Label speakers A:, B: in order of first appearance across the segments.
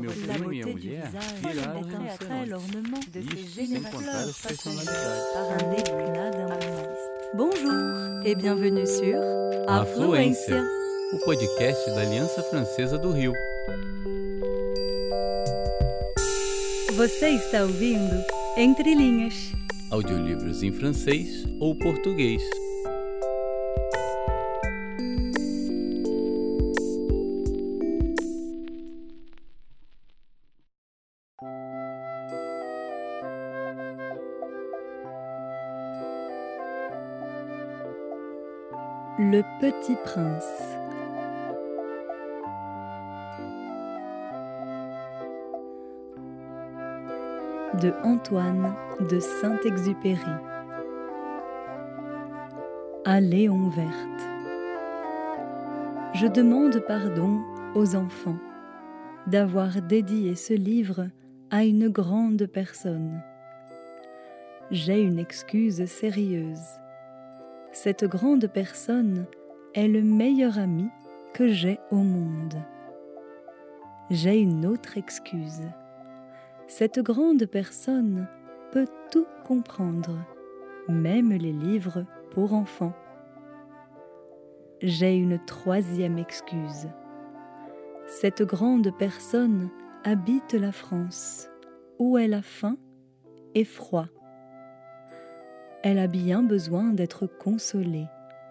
A: meu
B: La
A: primo e
B: beauté
A: a
B: du
A: mulher
B: visage
A: viraram
B: est un trait,
A: rinocerontes.
B: l'ornement de ces
A: Isso sem
B: généreuses
A: contar as
B: fleurs
A: personalidades.
B: par un éclat d'un animaliste. Bonjour et bienvenue sur
A: Afluência,
B: Afluência.
A: o podcast da Aliança Francesa do Rio.
B: Você está ouvindo Entre Linhas.
A: Audiolivros em francês ou português.
B: Le Petit Prince. De Antoine de Saint-Exupéry. À Léon Verte. Je demande pardon aux enfants d'avoir dédié ce livre à une grande personne. J'ai une excuse sérieuse. Cette grande personne est le meilleur ami que j'ai au monde. J'ai une autre excuse. Cette grande personne peut tout comprendre, même les livres pour enfants. J'ai une troisième excuse. Cette grande personne habite la France, où elle a faim et froid. Elle a bien besoin d'être consolée.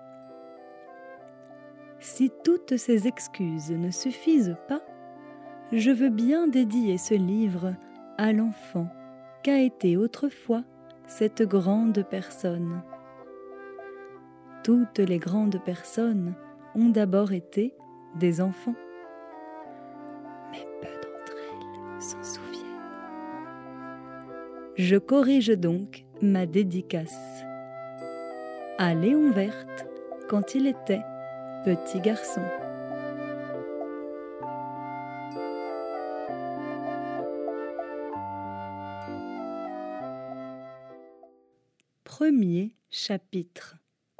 B: Si toutes ces excuses ne suffisent pas, je veux bien dédier ce livre à l'enfant qu'a été autrefois cette grande personne. Toutes les grandes personnes ont d'abord été des enfants. Mais peu d'entre elles s'en souviennent. Je corrige donc ma dédicace à Léon Verte quand il était petit garçon. Premier chapitre.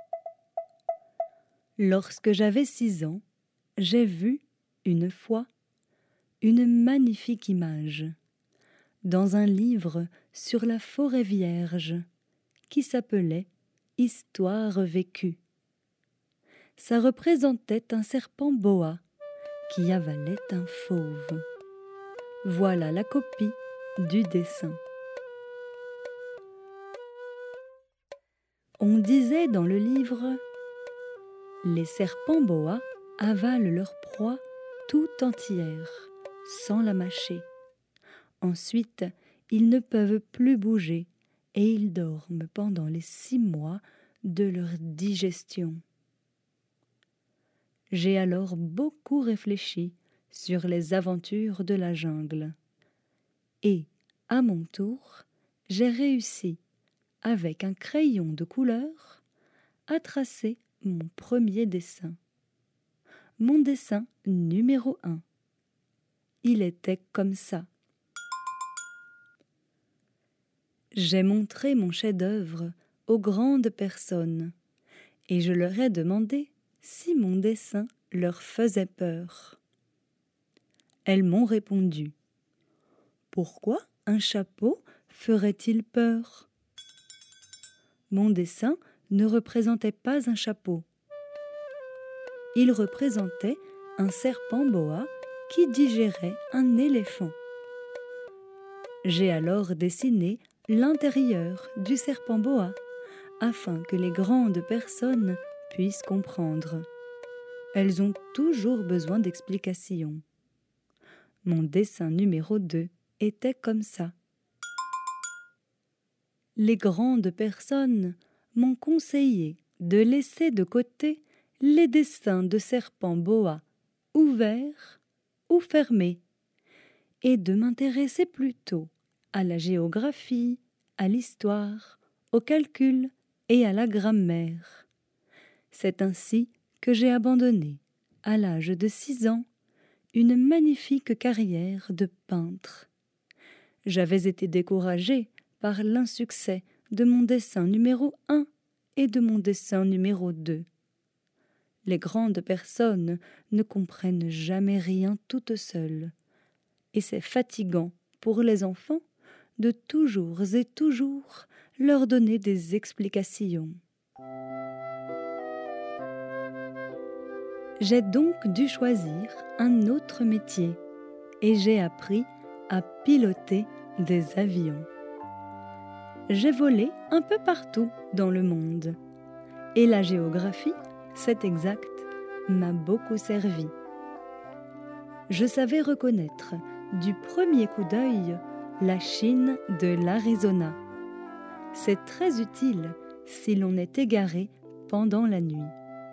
B: Lorsque j'avais 6 ans, j'ai vu, une fois, une magnifique image dans un livre sur la forêt vierge qui s'appelait « Histoire vécue ». Ça représentait un serpent boa qui avalait un fauve. Voilà la copie du dessin. On disait dans le livre « Les serpents boa avalent leur proie tout entière, sans la mâcher. Ensuite, ils ne peuvent plus bouger et ils dorment pendant les 6 mois de leur digestion. » J'ai alors beaucoup réfléchi sur les aventures de la jungle. Et, à mon tour, j'ai réussi, avec un crayon de couleur, à tracer mon premier dessin. Mon dessin numéro 1. Il était comme ça. J'ai montré mon chef-d'œuvre aux grandes personnes et je leur ai demandé si mon dessin leur faisait peur. Elles m'ont répondu : « Pourquoi un chapeau ferait-il peur ? » Mon dessin ne représentait pas un chapeau. Il représentait un serpent boa qui digérait un éléphant. J'ai alors dessiné l'intérieur du serpent boa afin que les grandes personnes puissent comprendre. Elles ont toujours besoin d'explications. Mon dessin numéro 2 était comme ça. Les grandes personnes m'ont conseillé de laisser de côté les dessins de serpents boa ouverts ou fermés et de m'intéresser plutôt à la géographie, à l'histoire, au calcul et à la grammaire. C'est ainsi que j'ai abandonné, à l'âge de 6 ans, une magnifique carrière de peintre. J'avais été découragée par l'insuccès de mon dessin numéro 1 et de mon dessin numéro 2. Les grandes personnes ne comprennent jamais rien toutes seules. et c'est fatigant pour les enfants de toujours et toujours leur donner des explications. J'ai donc dû choisir un autre métier et j'ai appris à piloter des avions. J'ai volé un peu partout dans le monde et la géographie, c'est exact, m'a beaucoup servi. Je savais reconnaître du premier coup d'œil la Chine de l'Arizona. C'est très utile si l'on est égaré pendant la nuit.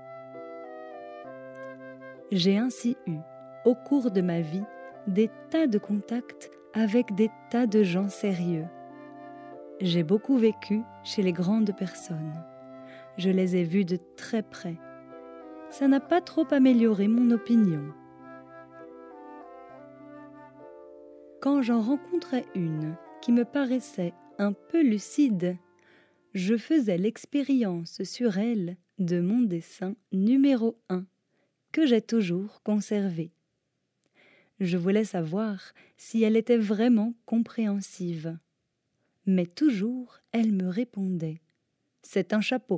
B: J'ai ainsi eu, au cours de ma vie, des tas de contacts avec des tas de gens sérieux. J'ai beaucoup vécu chez les grandes personnes. Je les ai vus de très près. Ça n'a pas trop amélioré mon opinion. Quand j'en rencontrais une qui me paraissait un peu lucide, je faisais l'expérience sur elle de mon dessin numéro 1, que j'ai toujours conservé. Je voulais savoir si elle était vraiment compréhensive. Mais toujours elle me répondait « C'est un chapeau ».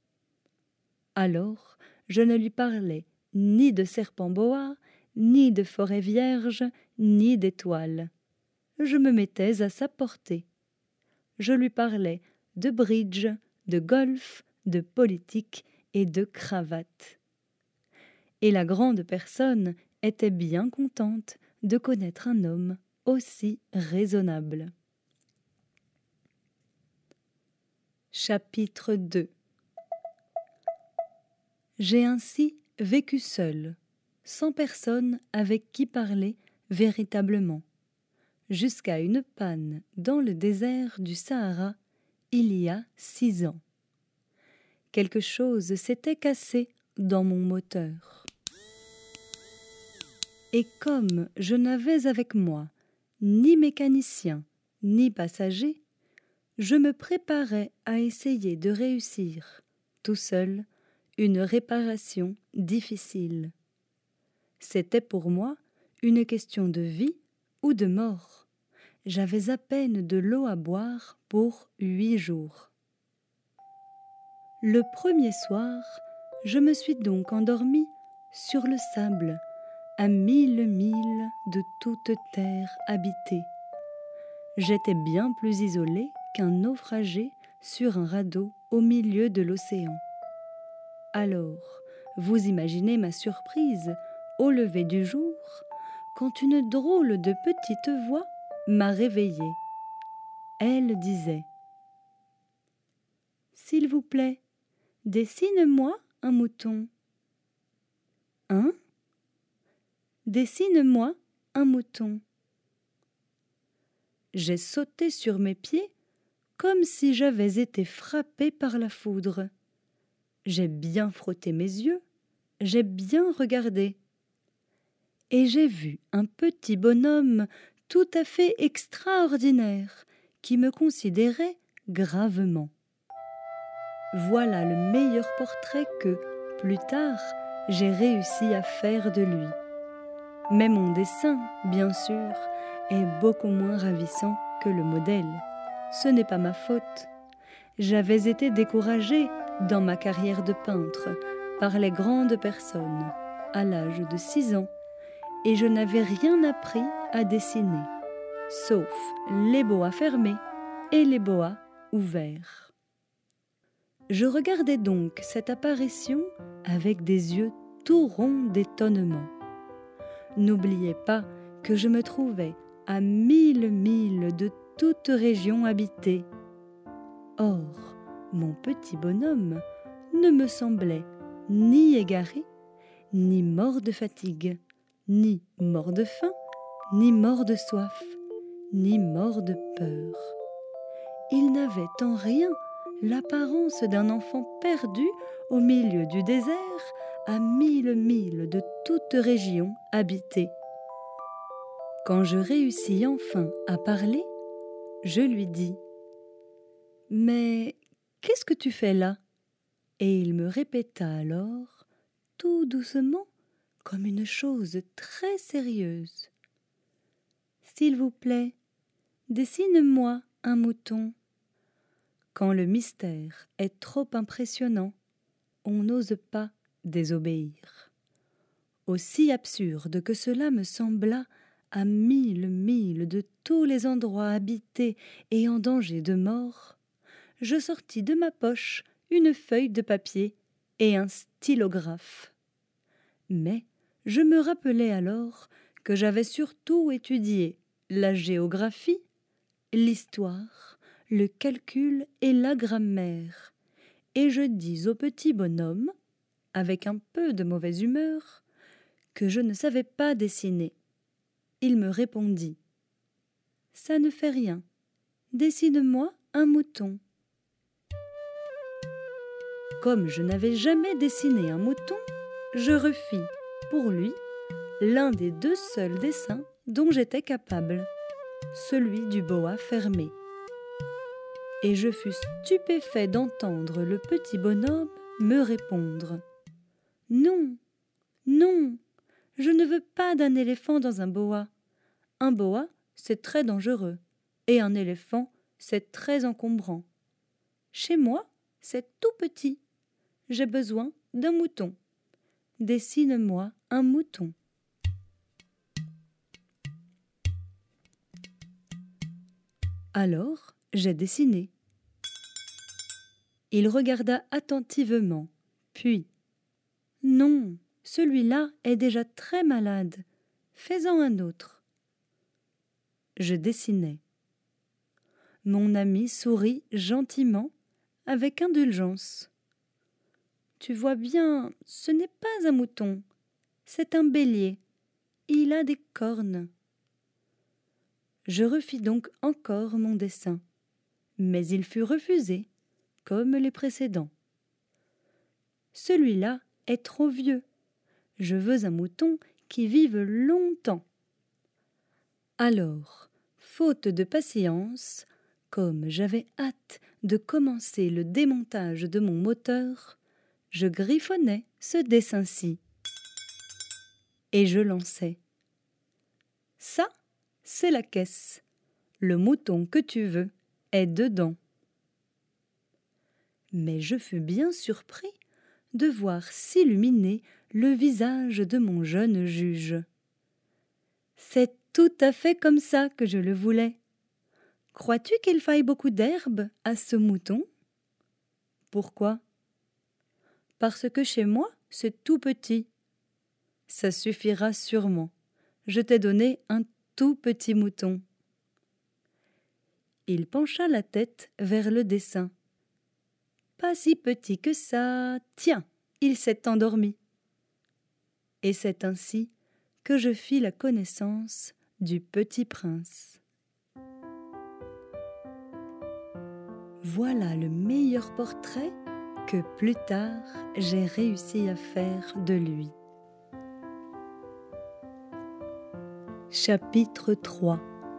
B: Alors je ne lui parlais ni de serpent boa, ni de forêt vierge, ni d'étoiles. Je me mettais à sa portée. Je lui parlais de bridge, de golf, de politique et de cravate. Et la grande personne était bien contente de connaître un homme aussi raisonnable. Chapitre 2. J'ai ainsi vécu seule, sans personne avec qui parler véritablement, jusqu'à une panne dans le désert du Sahara il y a 6 ans. Quelque chose s'était cassé dans mon moteur. Et comme je n'avais avec moi ni mécanicien ni passager, je me préparais à essayer de réussir, tout seul, une réparation difficile. C'était pour moi une question de vie ou de mort. J'avais à peine de l'eau à boire pour 8 jours. Le premier soir, je me suis donc endormie sur le sable, à 1000 milles de toute terre habitée. J'étais bien plus isolée qu'un naufragé sur un radeau au milieu de l'océan. Alors, vous imaginez ma surprise au lever du jour, quand une drôle de petite voix m'a réveillée. Elle disait « S'il vous plaît, dessine-moi un mouton. »« Hein ? Dessine-moi un mouton. » J'ai sauté sur mes pieds comme si j'avais été frappée par la foudre. J'ai bien frotté mes yeux, j'ai bien regardé. Et j'ai vu un petit bonhomme tout à fait extraordinaire qui me considérait gravement. Voilà le meilleur portrait que, plus tard, j'ai réussi à faire de lui. Mais mon dessin, bien sûr, est beaucoup moins ravissant que le modèle. Ce n'est pas ma faute. J'avais été découragée dans ma carrière de peintre par les grandes personnes à l'âge de 6 ans et je n'avais rien appris à dessiner, sauf les boas fermés et les boas ouverts. Je regardais donc cette apparition avec des yeux tout ronds d'étonnement. N'oubliez pas que je me trouvais à 1000 milles de toute région habitée. Or, mon petit bonhomme ne me semblait ni égaré, ni mort de fatigue, ni mort de faim, ni mort de soif, ni mort de peur. Il n'avait en rien l'apparence d'un enfant perdu au milieu du désert, à 1000 milles de toute région habitée. Quand je réussis enfin à parler, je lui dis « Mais qu'est-ce que tu fais là ?» Et il me répéta alors, tout doucement, comme une chose très sérieuse s'il vous plaît, dessine-moi un mouton. » Quand le mystère est trop impressionnant, on n'ose pas désobéir. Aussi absurde que cela me sembla, à 1000 milles de tous les endroits habités et en danger de mort, je sortis de ma poche une feuille de papier et un stylographe. Mais je me rappelai alors que j'avais surtout étudié la géographie, l'histoire, le calcul et la grammaire, et je dis au petit bonhomme, avec un peu de mauvaise humeur, que je ne savais pas dessiner. Il me répondit : « Ça ne fait rien, dessine-moi un mouton. » Comme je n'avais jamais dessiné un mouton, je refis, pour lui, l'un des 2 seuls dessins dont j'étais capable, celui du boa fermé. Et je fus stupéfait d'entendre le petit bonhomme me répondre : « Non, non, je ne veux pas d'un éléphant dans un boa. Un boa, c'est très dangereux, et un éléphant, c'est très encombrant. Chez moi, c'est tout petit. J'ai besoin d'un mouton. Dessine-moi un mouton. » Alors, j'ai dessiné. Il regarda attentivement, puis « Non, celui-là est déjà très malade. Fais-en un autre. » Je dessinai. Mon ami sourit gentiment, avec indulgence. « Tu vois bien, ce n'est pas un mouton, c'est un bélier. Il a des cornes. » Je refis donc encore mon dessin, mais il fut refusé, comme les précédents. « Celui-là est trop vieux. Je veux un mouton qui vive longtemps. » Alors, faute de patience, comme j'avais hâte de commencer le démontage de mon moteur, je griffonnais ce dessin-ci. Et je lançai. « Ça, c'est la caisse. Le mouton que tu veux est dedans. » Mais je fus bien surpris de voir s'illuminer le visage de mon jeune juge. « C'est tout à fait comme ça que je le voulais. Crois-tu qu'il faille beaucoup d'herbe à ce mouton ? » ?»« Pourquoi ? » ?»« Parce que chez moi, c'est tout petit. » »« Ça suffira sûrement. Je t'ai donné un tout petit mouton. » Il pencha la tête vers le dessin. « Pas si petit que ça. Tiens, il s'est endormi. » Et c'est ainsi que je fis la connaissance du Petit Prince. Voilà le meilleur portrait que plus tard j'ai réussi à faire de lui. Chapitre 3.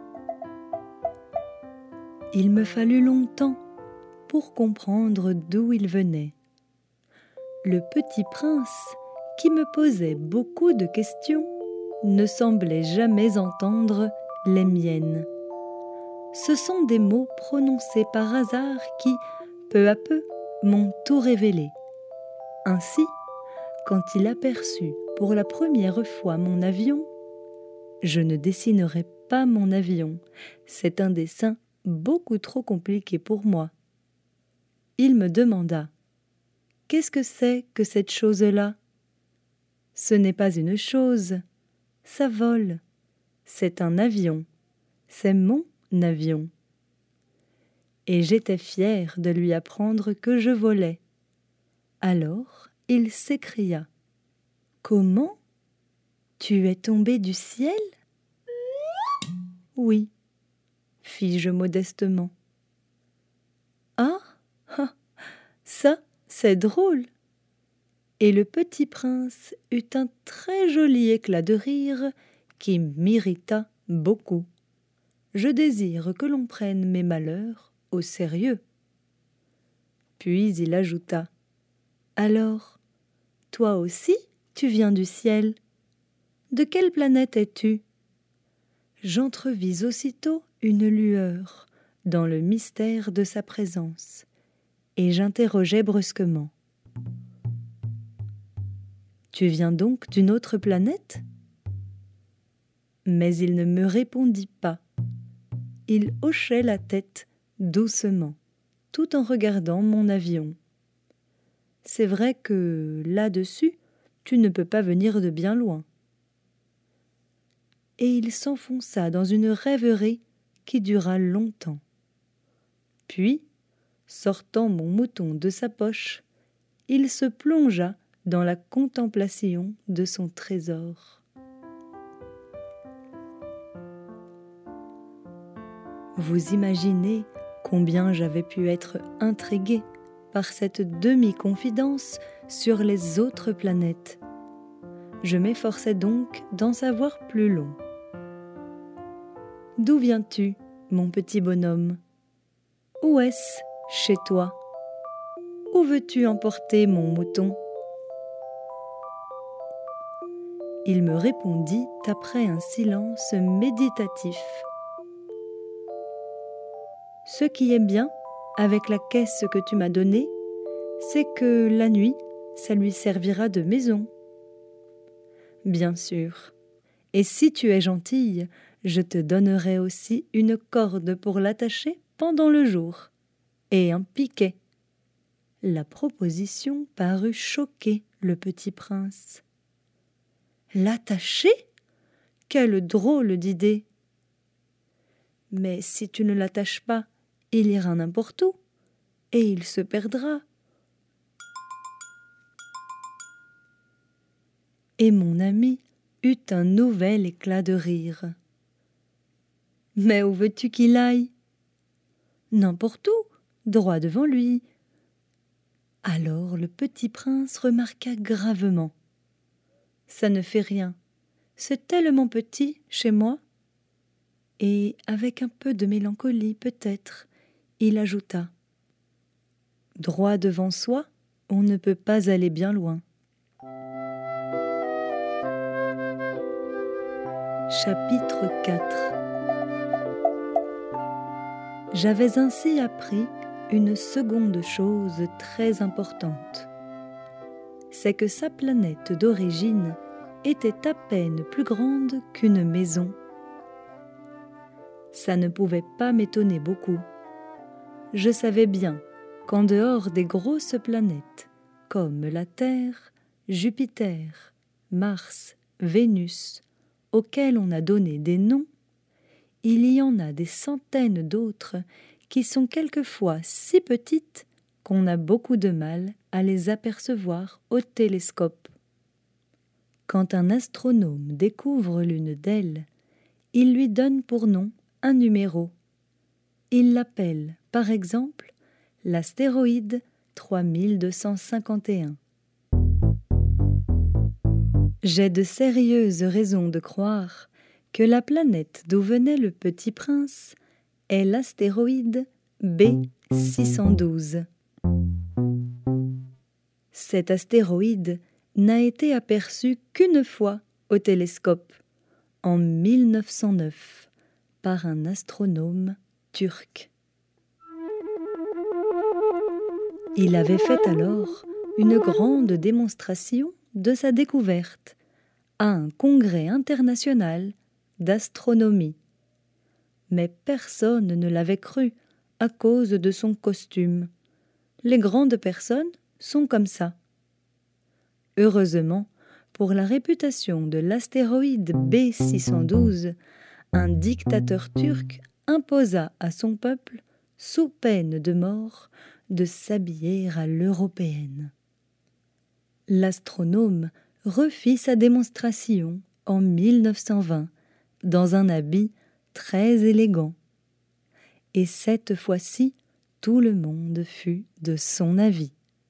B: Il me fallut longtemps pour comprendre d'où il venait. Le Petit Prince, qui me posait beaucoup de questions, ne semblait jamais entendre les miennes. Ce sont des mots prononcés par hasard qui, peu à peu, m'ont tout révélé. Ainsi, quand il aperçut pour la première fois mon avion, je ne dessinerai pas mon avion, c'est un dessin beaucoup trop compliqué pour moi. Il me demanda : « Qu'est-ce que c'est que cette chose-là ? » « Ce n'est pas une chose, ça vole. C'est un avion, c'est mon avion. » Et j'étais fière de lui apprendre que je volais. Alors il s'écria : « Comment ? Tu es tombé du ciel ? » ?»« Oui, » fis-je modestement. « Ah, ah, ça, c'est drôle !» Et le Petit Prince eut un très joli éclat de rire qui m'irrita beaucoup. Je désire que l'on prenne mes malheurs au sérieux. Puis il ajouta : « Alors, toi aussi, tu viens du ciel ? De quelle planète es-tu ? » j'entrevis aussitôt une lueur dans le mystère de sa présence, et j'interrogeai brusquement. « Tu viens donc d'une autre planète ?» Mais il ne me répondit pas. Il hochait la tête doucement, tout en regardant mon avion. C'est vrai que, là-dessus, tu ne peux pas venir de bien loin. Et il s'enfonça dans une rêverie qui dura longtemps. Puis, sortant mon mouton de sa poche, il se plongea dans la contemplation de son trésor. Vous imaginez combien j'avais pu être intriguée par cette demi-confidence sur les autres planètes. Je m'efforçais donc d'en savoir plus long. « D'où viens-tu, mon petit bonhomme ? Où est-ce chez toi ? Où veux-tu emporter mon mouton ?» Il me répondit après un silence méditatif. « Ce qui est bien avec la caisse que tu m'as donnée, c'est que la nuit, ça lui servira de maison. » Bien sûr. Et si tu es gentille, je te donnerai aussi une corde pour l'attacher pendant le jour, et un piquet. La proposition parut choquer le petit prince. L'attacher ? Quelle drôle d'idée ! Mais si tu ne l'attaches pas, il ira n'importe où, et il se perdra. Et mon ami eut un nouvel éclat de rire. « Mais où veux-tu qu'il aille ? » ?»« N'importe où, droit devant lui. » Alors le petit prince remarqua gravement. « Ça ne fait rien, c'est tellement petit chez moi. » Et avec un peu de mélancolie peut-être, il ajouta. « Droit devant soi, on ne peut pas aller bien loin. » Chapitre 4. J'avais ainsi appris une seconde chose très importante. C'est que sa planète d'origine était à peine plus grande qu'une maison. Ça ne pouvait pas m'étonner beaucoup. Je savais bien qu'en dehors des grosses planètes, comme la Terre, Jupiter, Mars, Vénus, auxquelles on a donné des noms, il y en a des centaines d'autres qui sont quelquefois si petites qu'on a beaucoup de mal à les apercevoir au télescope. Quand un astronome découvre l'une d'elles, il lui donne pour nom un numéro. Il l'appelle, par exemple, l'astéroïde 3251. J'ai de sérieuses raisons de croire que la planète d'où venait le petit prince est l'astéroïde B612. Cet astéroïde n'a été aperçu qu'une fois au télescope, en 1909, par un astronome turc. Il avait fait alors une grande démonstration de sa découverte à un congrès international d'astronomie. Mais personne ne l'avait cru à cause de son costume. Les grandes personnes sont comme ça. Heureusement, pour la réputation de l'astéroïde B612, un dictateur turc imposa à son peuple, sous peine de mort, de s'habiller à l'européenne. L'astronome refit sa démonstration en 1920 dans un habit très élégant. Et cette fois-ci, tout le monde fut de son avis.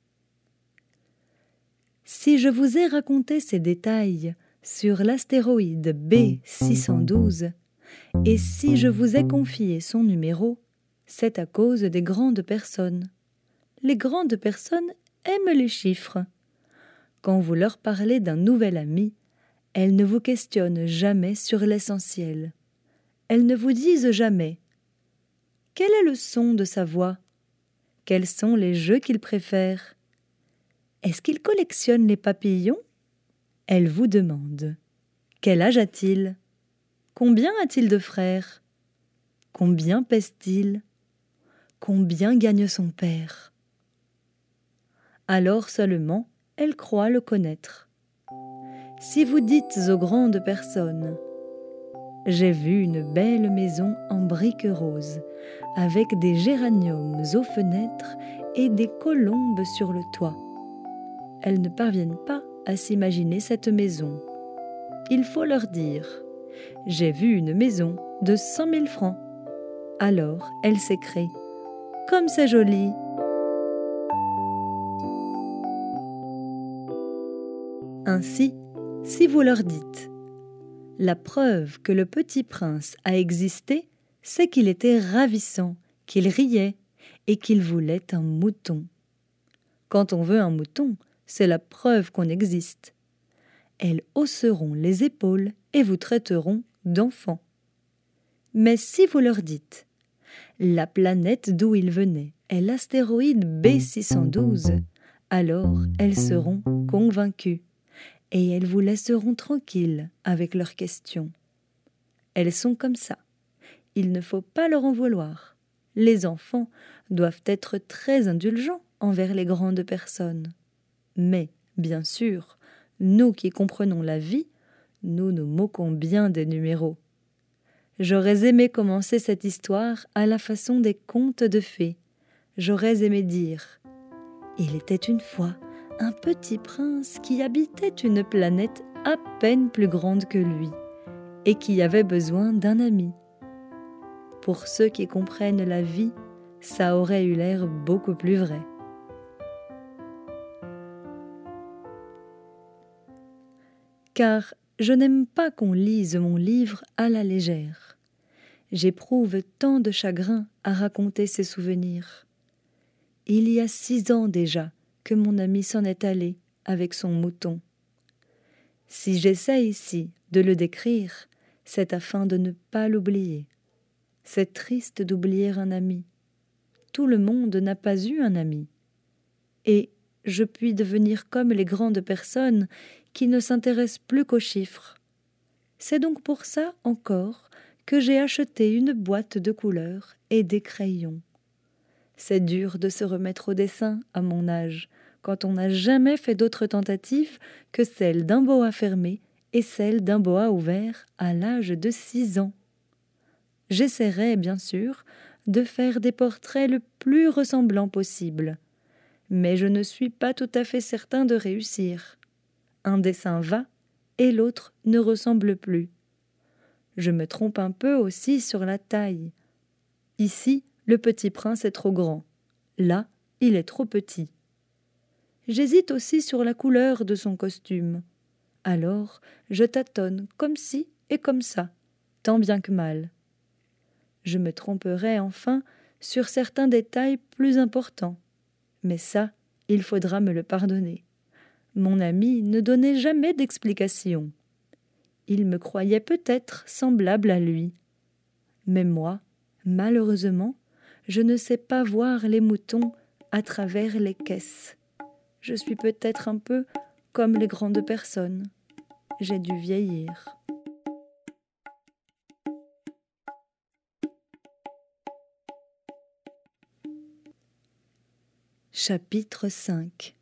B: Si je vous ai raconté ces détails sur l'astéroïde B612, et si je vous ai confié son numéro, c'est à cause des grandes personnes. Les grandes personnes aiment les chiffres. Quand vous leur parlez d'un nouvel ami, elles ne vous questionnent jamais sur l'essentiel. elles ne vous disent jamais. Quel est le son de sa voix? Quels sont les jeux qu'il préfère? Est-ce qu'il collectionne les papillons? Elles vous demandent. Quel âge a-t-il? Combien a-t-il de frères? Combien pèse-t-il? Combien gagne son père? Alors seulement, elles croient le connaître. Si vous dites aux grandes personnes « J'ai vu une belle maison en briques roses, avec des géraniums aux fenêtres et des colombes sur le toit », elles ne parviennent pas à s'imaginer cette maison. Il faut leur dire « J'ai vu une maison de 100 000 francs ». Alors elles s'écrient « Comme c'est joli !» Ainsi, si vous leur dites « La preuve que le petit prince a existé, c'est qu'il était ravissant, qu'il riait et qu'il voulait un mouton. » Quand on veut un mouton, c'est la preuve qu'on existe. Elles hausseront les épaules et vous traiteront d'enfant. Mais si vous leur dites « La planète d'où il venait est l'astéroïde B612 », alors elles seront convaincues. Et elles vous laisseront tranquille avec leurs questions. Elles sont comme ça. Il ne faut pas leur en vouloir. Les enfants doivent être très indulgents envers les grandes personnes. Mais, bien sûr, nous qui comprenons la vie, nous nous moquons bien des numéros. J'aurais aimé commencer cette histoire à la façon des contes de fées. J'aurais aimé dire « Il était une fois un petit prince qui habitait une planète à peine plus grande que lui et qui avait besoin d'un ami. » Pour ceux qui comprennent la vie, ça aurait eu l'air beaucoup plus vrai. Car je n'aime pas qu'on lise mon livre à la légère. J'éprouve tant de chagrin à raconter ces souvenirs. Il y a 6 ans déjà que mon ami s'en est allé avec son mouton. Si j'essaie ici de le décrire, c'est afin de ne pas l'oublier. C'est triste d'oublier un ami. Tout le monde n'a pas eu un ami. Et je puis devenir comme les grandes personnes qui ne s'intéressent plus qu'aux chiffres. C'est donc pour ça encore que j'ai acheté une boîte de couleurs et des crayons. C'est dur de se remettre au dessin à mon âge, quand on n'a jamais fait d'autres tentatives que celle d'un boa fermé et celle d'un boa ouvert à l'âge de 6 ans. J'essaierai, bien sûr, de faire des portraits le plus ressemblants possible, mais je ne suis pas tout à fait certain de réussir. Un dessin va et l'autre ne ressemble plus. Je me trompe un peu aussi sur la taille. Ici, le petit prince est trop grand. Là, il est trop petit. J'hésite aussi sur la couleur de son costume. Alors, je tâtonne comme ci et comme ça, tant bien que mal. Je me tromperai enfin sur certains détails plus importants. Mais ça, il faudra me le pardonner. Mon ami ne donnait jamais d'explication. Il me croyait peut-être semblable à lui. Mais moi, malheureusement, je ne sais pas voir les moutons à travers les caisses. Je suis peut-être un peu comme les grandes personnes. J'ai dû vieillir. Chapitre 5.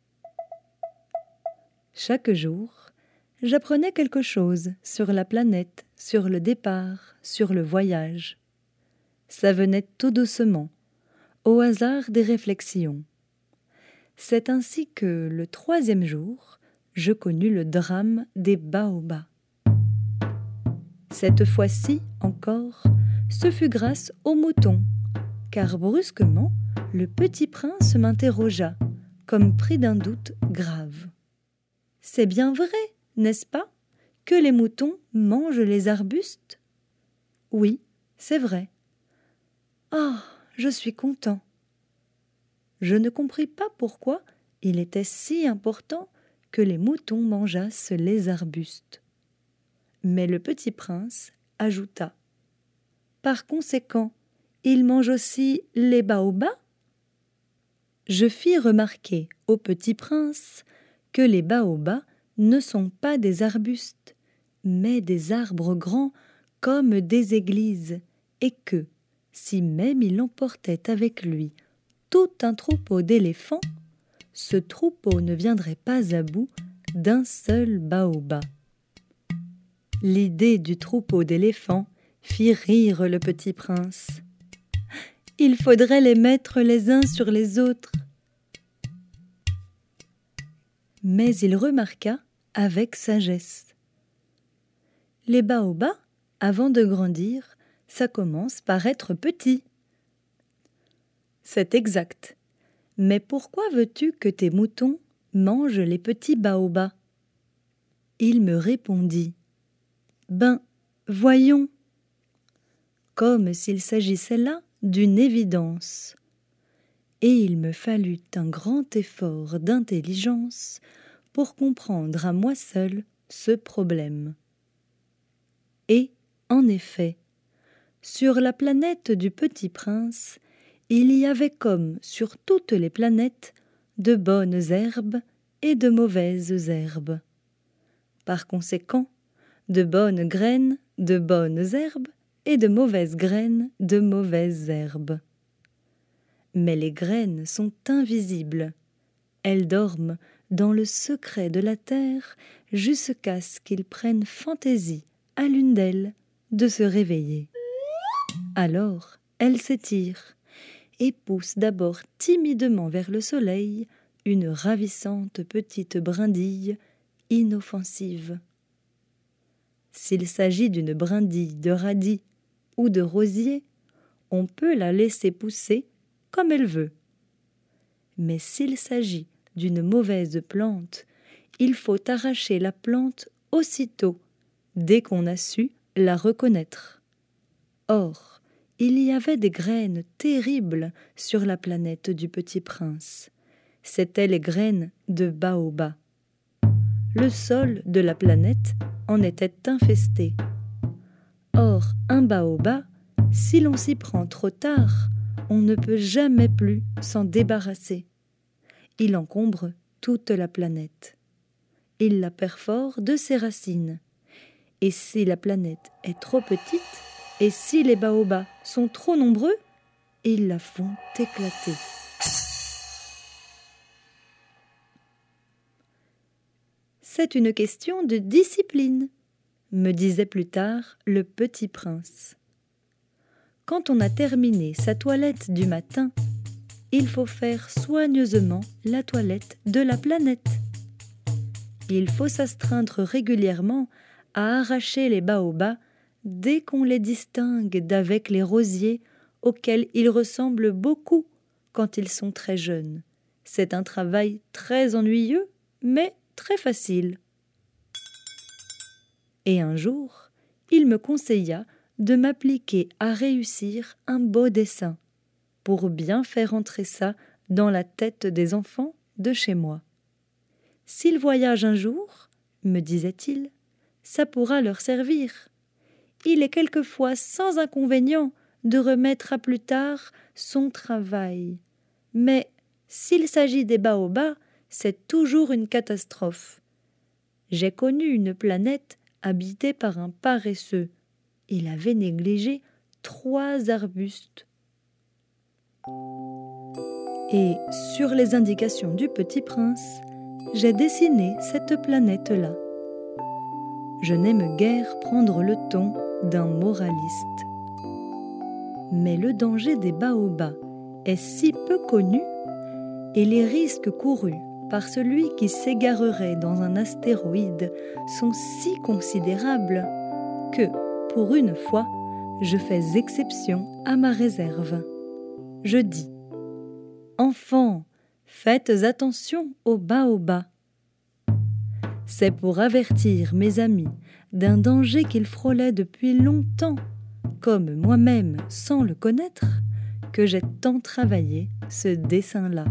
B: Chaque jour, j'apprenais quelque chose sur la planète, sur le départ, sur le voyage. Ça venait tout doucement, au hasard des réflexions. C'est ainsi que, le 3e jour, je connus le drame des baobabs. Cette fois-ci encore, ce fut grâce aux moutons, car brusquement, le petit prince m'interrogea, comme pris d'un doute grave. « C'est bien vrai, n'est-ce pas, que les moutons mangent les arbustes ?»« Oui, c'est vrai. »« Ah, je suis content. » Je ne compris pas pourquoi il était si important que les moutons mangeassent les arbustes. Mais le petit prince ajouta : « Par conséquent, il mange aussi les baobabs? Je fis remarquer au petit prince que les baobabs ne sont pas des arbustes, mais des arbres grands comme des églises, et que, si même il emportait avec lui tout un troupeau d'éléphants, ce troupeau ne viendrait pas à bout d'un seul baobab. L'idée du troupeau d'éléphants fit rire le petit prince. Il faudrait les mettre les uns sur les autres. Mais il remarqua avec sagesse. Les baobabs, avant de grandir, ça commence par être petit. C'est exact. Mais pourquoi veux-tu que tes moutons mangent les petits baobabs? Il me répondit. Ben, voyons. Comme s'il s'agissait là d'une évidence. Et il me fallut un grand effort d'intelligence pour comprendre à moi seul ce problème. Et, en effet, sur la planète du Petit Prince, il y avait comme sur toutes les planètes de bonnes herbes et de mauvaises herbes. Par conséquent, de bonnes graines, de bonnes herbes, et de mauvaises graines, de mauvaises herbes. Mais les graines sont invisibles. Elles dorment dans le secret de la terre jusqu'à ce qu'il prenne fantaisie à l'une d'elles de se réveiller. Alors, elles s'étirent et poussent d'abord timidement vers le soleil une ravissante petite brindille inoffensive. S'il s'agit d'une brindille de radis ou de rosier, on peut la laisser pousser comme elle veut. Mais s'il s'agit d'une mauvaise plante, il faut arracher la plante aussitôt, dès qu'on a su la reconnaître. Or, il y avait des graines terribles sur la planète du Petit Prince. C'étaient les graines de baobab. Le sol de la planète en était infesté. Or, un baobab, si l'on s'y prend trop tard, on ne peut jamais plus s'en débarrasser. Il encombre toute la planète. Il la perfore de ses racines. Et si la planète est trop petite, et si les baobabs sont trop nombreux, ils la font éclater. C'est une question de discipline, me disait plus tard le Petit Prince. Quand on a terminé sa toilette du matin, il faut faire soigneusement la toilette de la planète. Il faut s'astreindre régulièrement à arracher les baobabs dès qu'on les distingue d'avec les rosiers auxquels ils ressemblent beaucoup quand ils sont très jeunes. C'est un travail très ennuyeux, mais très facile. Et un jour, il me conseilla de m'appliquer à réussir un beau dessin, pour bien faire entrer ça dans la tête des enfants de chez moi. S'ils voyagent un jour, me disait-il, ça pourra leur servir. Il est quelquefois sans inconvénient de remettre à plus tard son travail. Mais s'il s'agit des baobabs, c'est toujours une catastrophe. J'ai connu une planète habitée par un paresseux. Il avait négligé 3 arbustes. Et sur les indications du Petit Prince, j'ai dessiné cette planète-là. Je n'aime guère prendre le ton d'un moraliste. Mais le danger des baobabs est si peu connu et les risques courus par celui qui s'égarerait dans un astéroïde sont si considérables que, pour une fois, je fais exception à ma réserve. Je dis « Enfants, faites attention aux baobabs. » C'est pour avertir mes amis d'un danger qu'ils frôlaient depuis longtemps, comme moi-même sans le connaître, que j'ai tant travaillé ce dessin-là.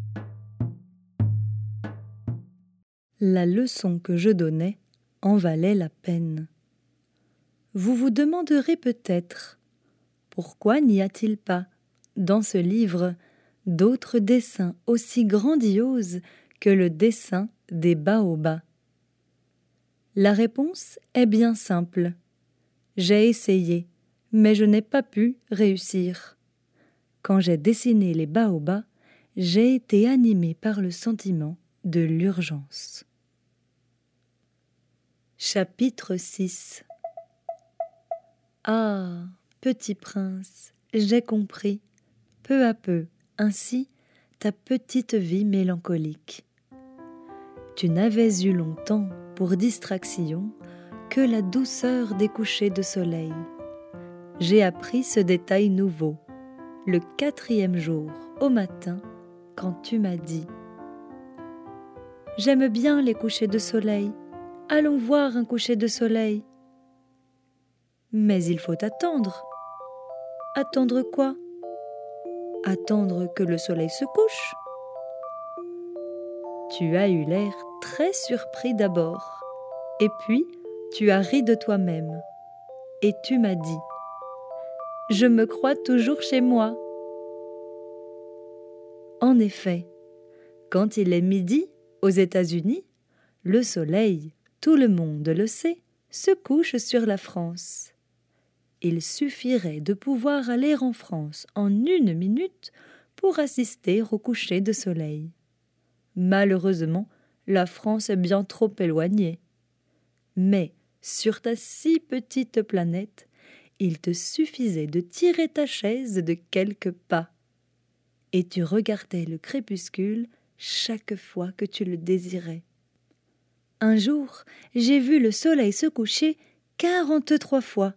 B: La leçon que je donnais en valait la peine. Vous vous demanderez peut-être Pourquoi n'y a-t-il pas, dans ce livre, d'autres dessins aussi grandioses que le dessin des baobabs? La réponse est bien simple. J'ai essayé, mais je n'ai pas pu réussir. Quand j'ai dessiné les baobabs, j'ai été animée par le sentiment de l'urgence. Chapitre 6. Ah, petit prince, j'ai compris, peu à peu, ainsi, ta petite vie mélancolique. Tu n'avais eu longtemps pour distraction que la douceur des couchers de soleil. J'ai appris ce détail nouveau, le 4e jour, au matin, quand tu m'as dit « J'aime bien les couchers de soleil, allons voir un coucher de soleil. » Mais il faut attendre. Attendre quoi? Attendre que le soleil se couche. Tu as eu l'air très surpris d'abord, et puis tu as ri de toi-même, et tu m'as dit « Je me crois toujours chez moi. » En effet, quand il est midi, aux États-Unis, le soleil, tout le monde le sait, se couche sur la France. Il suffirait de pouvoir aller en France en 1 minute pour assister au coucher de soleil. Malheureusement, la France est bien trop éloignée. Mais, sur ta si petite planète, il te suffisait de tirer ta chaise de quelques pas. Et tu regardais le crépuscule chaque fois que tu le désirais. Un jour, j'ai vu le soleil se coucher 43 fois.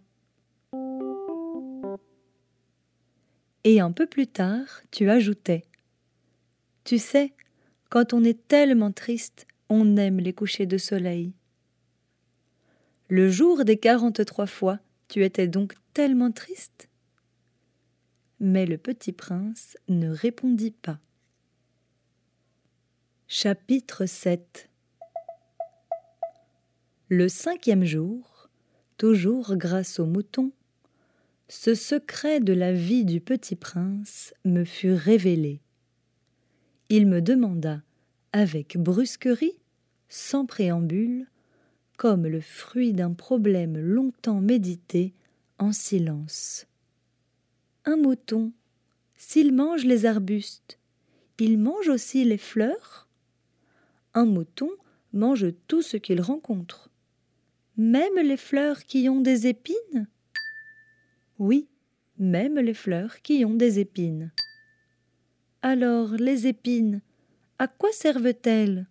B: Et un peu plus tard, tu ajoutais « Tu sais, quand on est tellement triste, on aime les couchers de soleil. » Le jour des 43 fois, tu étais donc tellement triste? Mais le petit prince ne répondit pas. Chapitre 7. Le 5e jour, toujours grâce au mouton, ce secret de la vie du petit prince me fut révélé. Il me demanda, avec brusquerie, sans préambule, comme le fruit d'un problème longtemps médité, en silence. Un mouton, s'il mange les arbustes, il mange aussi les fleurs? Un mouton mange tout ce qu'il rencontre, même les fleurs qui ont des épines? Oui, même les fleurs qui ont des épines. Alors, les épines, à quoi servent-elles?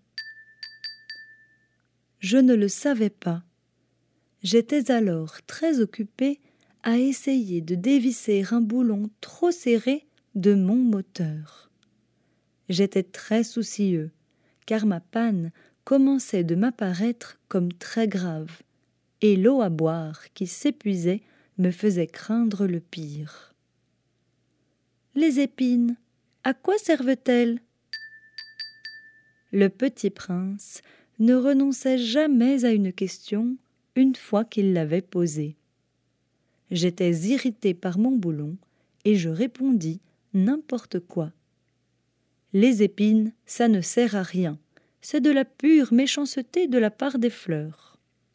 B: Je ne le savais pas. J'étais alors très occupée à essayer de dévisser un boulon trop serré de mon moteur. J'étais très soucieux, car ma panne commençait de m'apparaître comme très grave, et l'eau à boire qui s'épuisait me faisait craindre le pire. Les épines, à quoi servent-elles? Le petit prince ne renonçait jamais à une question une fois qu'il l'avait posée. J'étais irritée par mon boulon et je répondis n'importe quoi. Les épines, ça ne sert à rien, c'est de la pure méchanceté de la part des fleurs.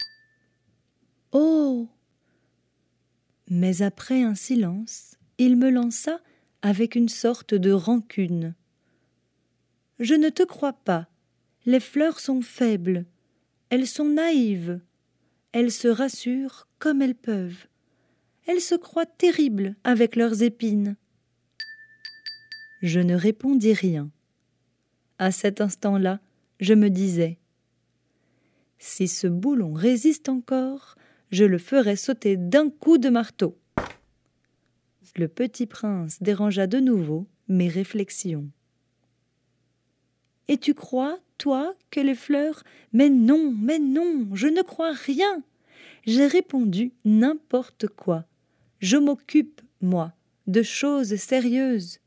B: Oh! Mais après un silence, il me lança avec une sorte de rancune. Je ne te crois pas, les fleurs sont faibles, elles sont naïves, elles se rassurent comme elles peuvent. Elles se croient terribles avec leurs épines. Je ne répondis rien. À cet instant-là, je me disais « Si ce boulon résiste encore, je le ferai sauter d'un coup de marteau. » Le petit prince dérangea de nouveau mes réflexions. « Et tu crois, toi, que les fleurs… » « mais non, je ne crois rien. » J'ai répondu n'importe quoi. Je m'occupe, moi, de choses sérieuses.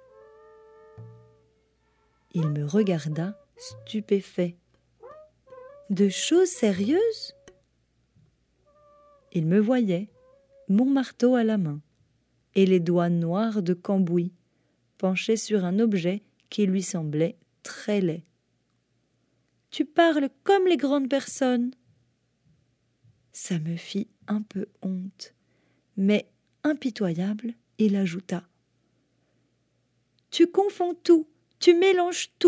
B: Il me regarda, stupéfait. De choses sérieuses? Il me voyait, mon marteau à la main. et les doigts noirs de Cambouis, penché sur un objet qui lui semblait très laid. « Tu parles comme les grandes personnes. » Ça me fit un peu honte, mais impitoyable, il ajouta. « Tu confonds tout, tu mélanges tout. »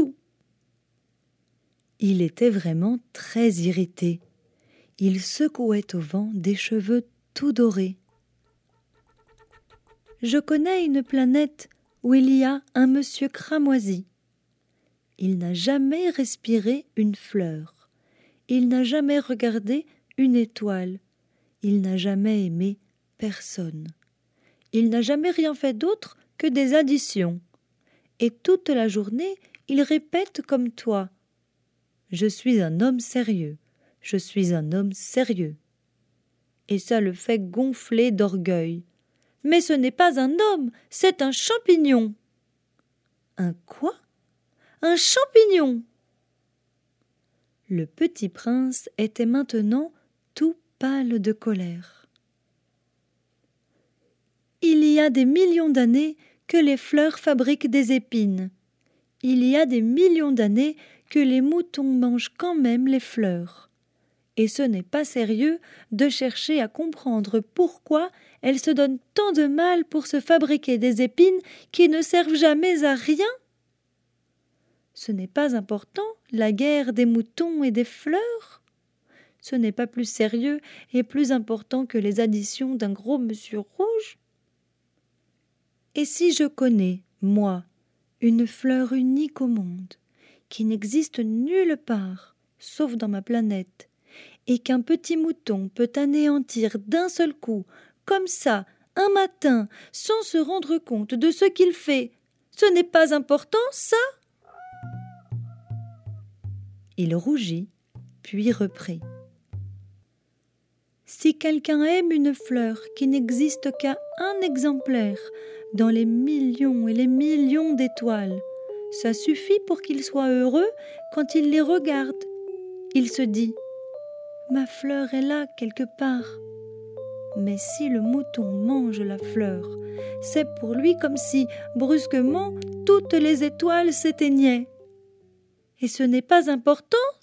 B: Il était vraiment très irrité. Il secouait au vent des cheveux tout dorés. « Je connais une planète où il y a un monsieur cramoisi. Il n'a jamais respiré une fleur. Il n'a jamais regardé une étoile. Il n'a jamais aimé personne. Il n'a jamais rien fait d'autre que des additions. Et toute la journée, il répète comme toi. Je suis un homme sérieux. Je suis un homme sérieux. Et ça le fait gonfler d'orgueil. Mais ce n'est pas un homme, c'est un champignon. Un quoi ? Un champignon. Le petit prince était maintenant tout pâle de colère. Il y a des millions d'années que les fleurs fabriquent des épines. Il y a des millions d'années que les moutons mangent quand même les fleurs. Et ce n'est pas sérieux de chercher à comprendre pourquoi elles se donnent tant de mal pour se fabriquer des épines qui ne servent jamais à rien. Ce n'est pas important, la guerre des moutons et des fleurs. Ce n'est pas plus sérieux et plus important que les additions d'un gros monsieur rouge. Et si je connais, moi, une fleur unique au monde, qui n'existe nulle part, sauf dans ma planète, et qu'un petit mouton peut anéantir d'un seul coup, comme ça, un matin, sans se rendre compte de ce qu'il fait, ce n'est pas important, ça ? Il rougit, puis reprit. Si quelqu'un aime une fleur qui n'existe qu'à un exemplaire dans les millions et les millions d'étoiles, ça suffit pour qu'il soit heureux quand il les regarde. Il se dit « Ma fleur est là quelque part ». Mais si le mouton mange la fleur, c'est pour lui comme si, brusquement, toutes les étoiles s'éteignaient. Et ce n'est pas important, ça ?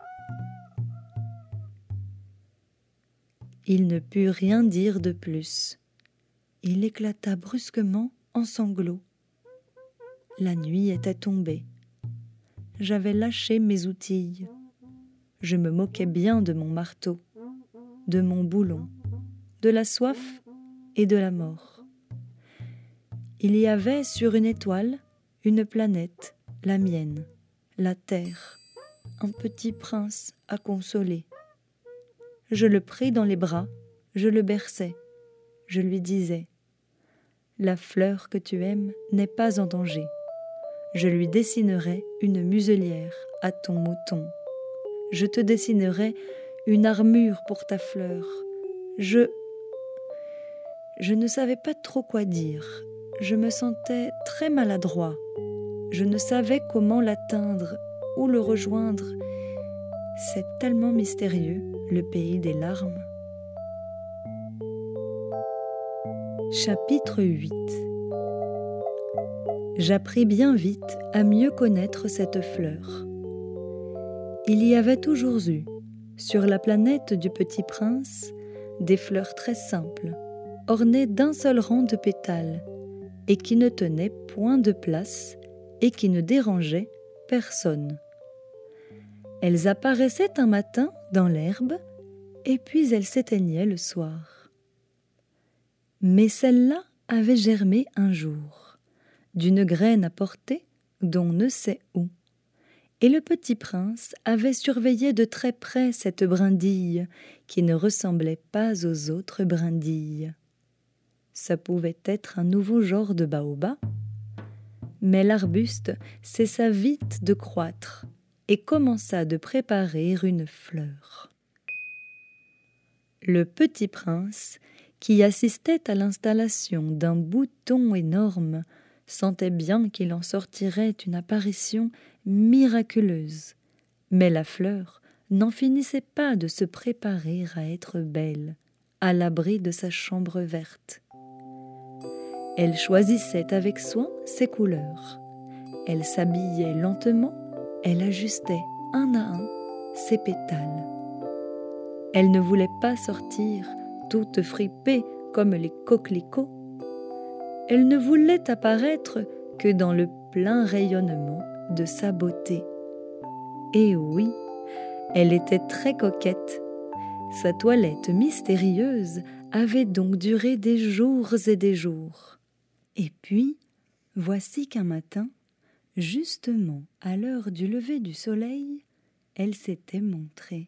B: Il ne put rien dire de plus. Il éclata brusquement en sanglots. La nuit était tombée. J'avais lâché mes outilles. Je me moquais bien de mon marteau, de mon boulon, de la soif et de la mort. Il y avait sur une étoile une planète, la mienne, la terre, un petit prince à consoler. Je le pris dans les bras, je le berçais, je lui disais « La fleur que tu aimes n'est pas en danger. Je lui dessinerai une muselière à ton mouton. Je te dessinerai une armure pour ta fleur. Je ne savais pas trop quoi dire. Je me sentais très maladroit. Je ne savais comment l'atteindre ou le rejoindre. C'est tellement mystérieux, le pays des larmes. Chapitre 8. J'appris bien vite à mieux connaître cette fleur. Il y avait toujours eu, sur la planète du Petit Prince, des fleurs très simples, ornées d'un seul rang de pétales, et qui ne tenaient point de place et qui ne dérangeaient personne. Elles apparaissaient un matin dans l'herbe, et puis elles s'éteignaient le soir. Mais celle-là avait germé un jour, d'une graine apportée d'on ne sait où, et le Petit Prince avait surveillé de très près cette brindille qui ne ressemblait pas aux autres brindilles. Ça pouvait être un nouveau genre de baobab, mais l'arbuste cessa vite de croître et commença de préparer une fleur. Le Petit Prince, qui assistait à l'installation d'un bouton énorme, sentait bien qu'il en sortirait une apparition miraculeuse. Mais la fleur n'en finissait pas de se préparer à être belle, à l'abri de sa chambre verte. Elle choisissait avec soin ses couleurs. Elle s'habillait lentement, elle ajustait un à un ses pétales. Elle ne voulait pas sortir toute fripée comme les coquelicots. Elle ne voulait apparaître que dans le plein rayonnement de sa beauté. Et oui, elle était très coquette. Sa toilette mystérieuse avait donc duré des jours et des jours. Et puis, voici qu'un matin, justement à l'heure du lever du soleil, elle s'était montrée.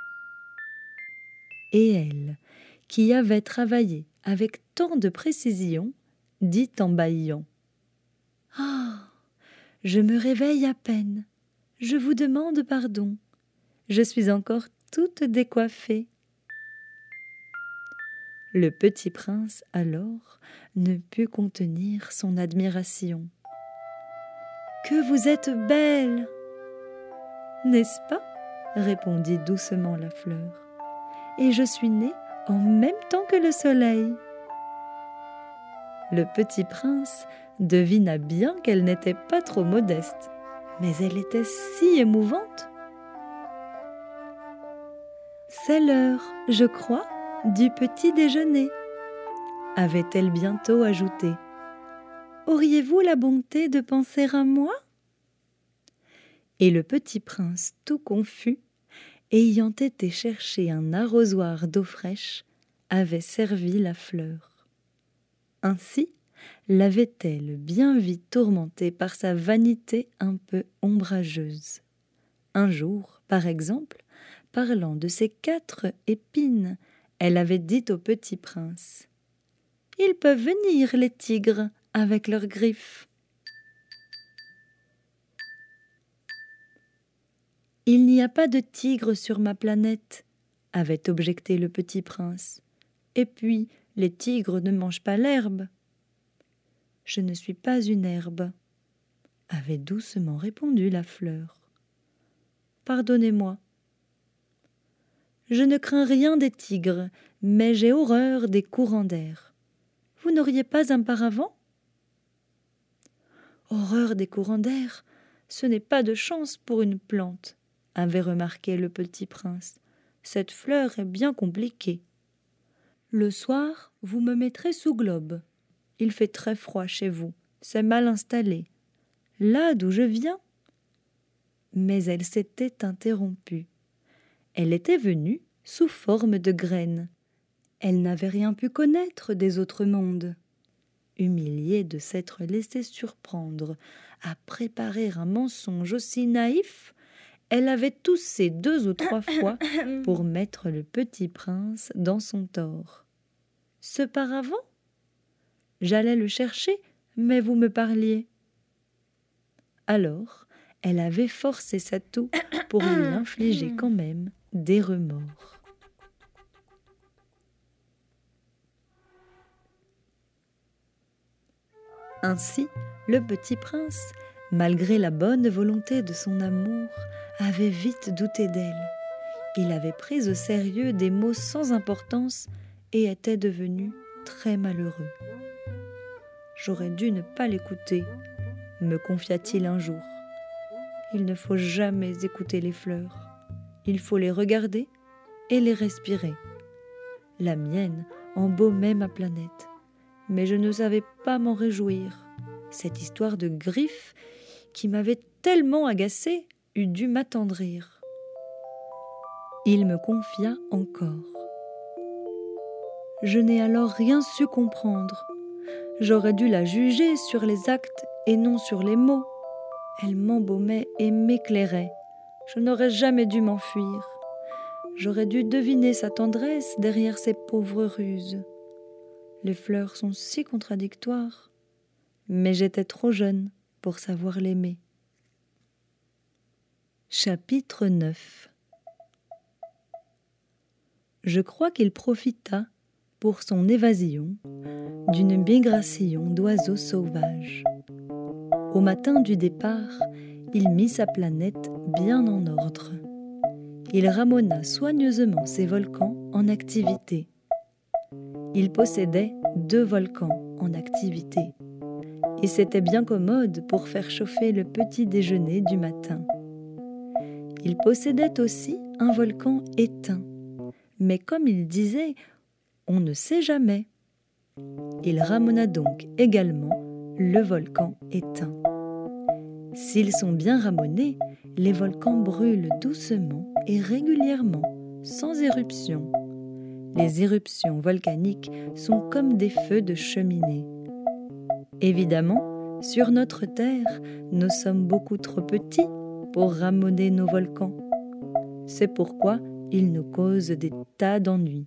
B: Et elle, qui avait travaillé avec tant de précision, dit en bâillant : « Ah, je me réveille à peine, je vous demande pardon, je suis encore toute décoiffée. » Le petit prince, alors, ne put contenir son admiration. « Que vous êtes belle !»« N'est-ce pas ?» répondit doucement la fleur. « Et je suis née en même temps que le soleil. » Le petit prince devina bien qu'elle n'était pas trop modeste, mais elle était si émouvante. « C'est l'heure, je crois, du petit déjeuner, » avait-elle bientôt ajouté. « Auriez-vous la bonté de penser à moi ?» Et le petit prince, tout confus, ayant été chercher un arrosoir d'eau fraîche, avait servi la fleur. Ainsi l'avait-elle bien vite tourmentée par sa vanité un peu ombrageuse. Un jour, par exemple, parlant de ses 4 épines, elle avait dit au petit prince : « Ils peuvent venir, les tigres, avec leurs griffes. » « Il n'y a pas de tigres sur ma planète, » avait objecté le petit prince. « Et puis, les tigres ne mangent pas l'herbe. »« Je ne suis pas une herbe, » avait doucement répondu la fleur. « Pardonnez-moi. Je ne crains rien des tigres, mais j'ai horreur des courants d'air. Vous n'auriez pas un paravent ? » « Horreur des courants d'air, ce n'est pas de chance pour une plante, » avait remarqué le petit prince. « Cette fleur est bien compliquée. Le soir, vous me mettrez sous globe. Il fait très froid chez vous, c'est mal installé. Là d'où je viens. » Mais elle s'était interrompue. Elle était venue sous forme de graine. Elle n'avait rien pu connaître des autres mondes. Humiliée de s'être laissée surprendre à préparer un mensonge aussi naïf, elle avait toussé 2 ou 3 fois pour mettre le petit prince dans son tort. « Ce paravent ? J'allais le chercher, mais vous me parliez. » Alors, elle avait forcé sa toux pour lui infliger quand même des remords. Ainsi, le petit prince, malgré la bonne volonté de son amour, avait vite douté d'elle. Il avait pris au sérieux des mots sans importance et était devenu très malheureux. « J'aurais dû ne pas l'écouter, » me confia-t-il un jour. « Il ne faut jamais écouter les fleurs. Il faut les regarder et les respirer. La mienne embaumait ma planète, mais je ne savais pas m'en réjouir. Cette histoire de griffes qui m'avait tellement agacée eût dû m'attendrir. » Il me confia encore. « Je n'ai alors rien su comprendre. J'aurais dû la juger sur les actes et non sur les mots. Elle m'embaumait et m'éclairait. Je n'aurais jamais dû m'enfuir. J'aurais dû deviner sa tendresse derrière ses pauvres ruses. Les fleurs sont si contradictoires, mais j'étais trop jeune pour savoir l'aimer. » Chapitre 9. Je crois qu'il profita, pour son évasion, d'une migration d'oiseaux sauvages. Au matin du départ, il mit sa planète bien en ordre. Il ramena soigneusement ses volcans en activité. Il possédait 2 volcans, en activité. Et c'était bien commode pour faire chauffer le petit déjeuner du matin. Il possédait aussi un volcan éteint. Mais comme il disait, on ne sait jamais. Il ramena donc également le volcan éteint. S'ils sont bien ramonés, les volcans brûlent doucement et régulièrement, sans éruption. Les éruptions volcaniques sont comme des feux de cheminée. Évidemment, sur notre Terre, nous sommes beaucoup trop petits pour ramoner nos volcans. C'est pourquoi ils nous causent des tas d'ennuis.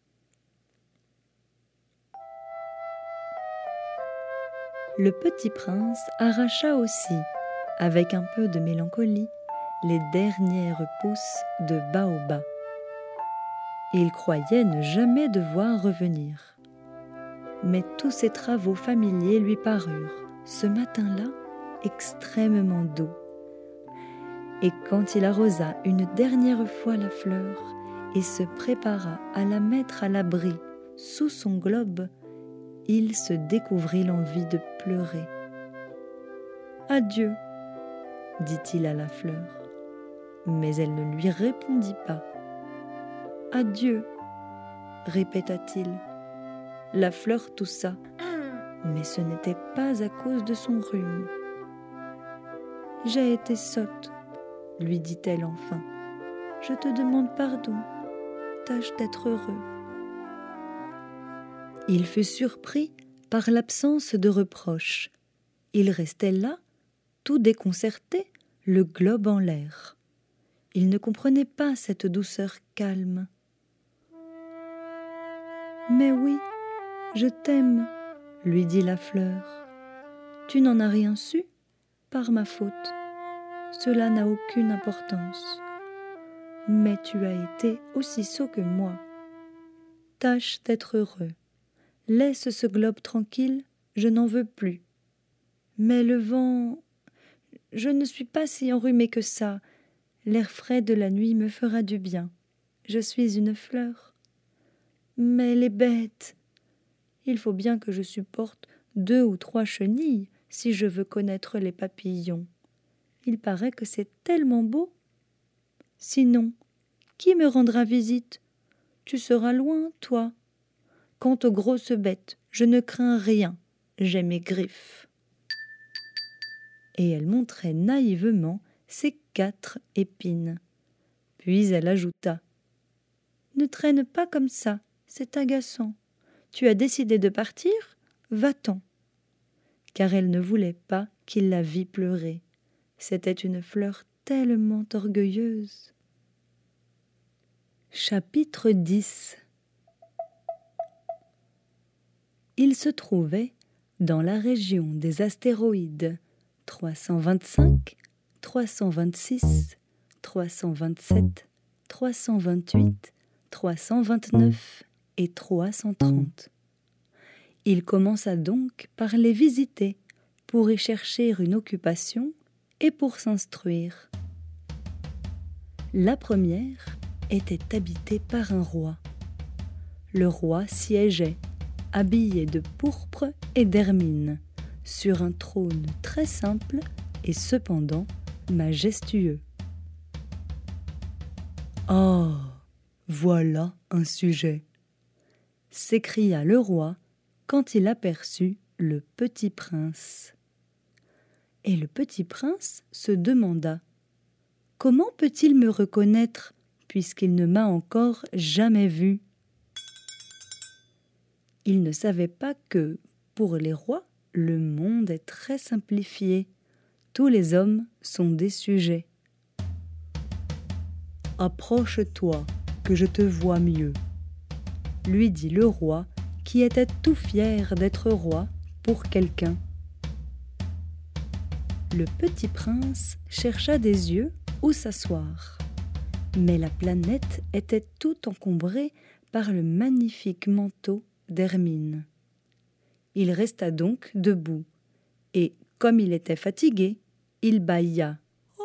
B: Le petit prince arracha aussi, avec un peu de mélancolie, les dernières pousses de baobab. Il croyait ne jamais devoir revenir. Mais tous ses travaux familiers lui parurent, ce matin-là, extrêmement doux. Et quand il arrosa une dernière fois la fleur et se prépara à la mettre à l'abri sous son globe, il se découvrit l'envie de pleurer. « Adieu !» dit-il à la fleur, mais elle ne lui répondit pas. « Adieu !» répéta-t-il. La fleur toussa, mais ce n'était pas à cause de son rhume. « J'ai été sotte, » lui dit-elle enfin. « Je te demande pardon, tâche d'être heureux. » Il fut surpris par l'absence de reproche. Il restait là, tout déconcerté, le globe en l'air. Il ne comprenait pas cette douceur calme. « Mais oui, je t'aime, » lui dit la fleur. « Tu n'en as rien su, par ma faute. Cela n'a aucune importance. Mais tu as été aussi sot que moi. Tâche d'être heureux. Laisse ce globe tranquille, je n'en veux plus. Mais le vent... Je ne suis pas si enrhumée que ça. L'air frais de la nuit me fera du bien. Je suis une fleur. Mais les bêtes... Il faut bien que je supporte 2 ou 3 chenilles si je veux connaître les papillons. Il paraît que c'est tellement beau. Sinon, qui me rendra visite? Tu seras loin, toi. Quant aux grosses bêtes, je ne crains rien, j'ai mes griffes. » Et elle montrait naïvement ses 4 épines. Puis elle ajouta : « Ne traîne pas comme ça, c'est agaçant. Tu as décidé de partir, va-t'en. » Car elle ne voulait pas qu'il la vît pleurer. C'était une fleur tellement orgueilleuse. Chapitre 10. Il se trouvait dans la région des astéroïdes 325, 326, 327, 328, 329 et 330. Il commença donc par les visiter pour y chercher une occupation et pour s'instruire. La première était habitée par un roi. Le roi siégeait, habillé de pourpre et d'hermine, sur un trône très simple et cependant majestueux. « Oh, voilà un sujet !» s'écria le roi quand il aperçut le petit prince. Et le petit prince se demanda : « Comment peut-il me reconnaître puisqu'il ne m'a encore jamais vu ?» Il ne savait pas que, pour les rois, le monde est très simplifié. Tous les hommes sont des sujets. « Approche-toi, que je te vois mieux, » lui dit le roi, qui était tout fier d'être roi pour quelqu'un. Le petit prince chercha des yeux où s'asseoir, mais la planète était tout encombrée par le magnifique manteau d'hermine. Il resta donc debout, et, comme il était fatigué, il bâilla.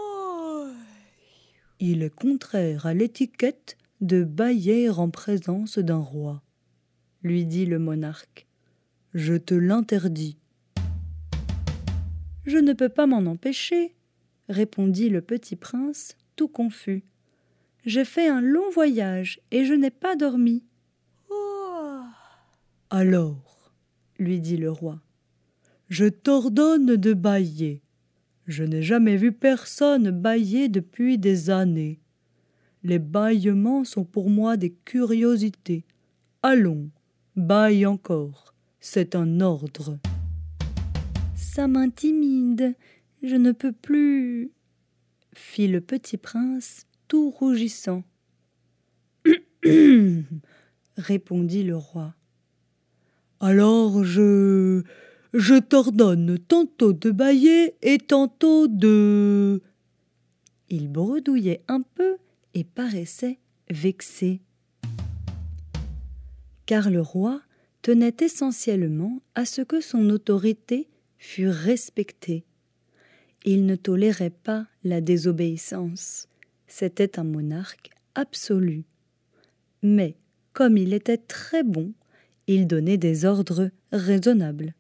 B: « Il est contraire à l'étiquette de bâiller en présence d'un roi, » lui dit le monarque. Je te l'interdis. »« Je ne peux pas m'en empêcher, » répondit le petit prince, tout confus. « J'ai fait un long voyage et je n'ai pas dormi. »« Alors, » lui dit le roi, « je t'ordonne de bâiller. Je n'ai jamais vu personne bâiller depuis des années. Les bâillements sont pour moi des curiosités. Allons, bâille encore, c'est un ordre. »« Ça m'intimide, je ne peux plus, » fit le petit prince, tout rougissant. « Répondit le roi. « Alors je t'ordonne tantôt de bâiller et tantôt de... » Il bredouillait un peu et paraissait vexé. Car le roi tenait essentiellement à ce que son autorité fût respectée. Il ne tolérait pas la désobéissance. C'était un monarque absolu. Mais, comme il était très bon, il donnait des ordres raisonnables.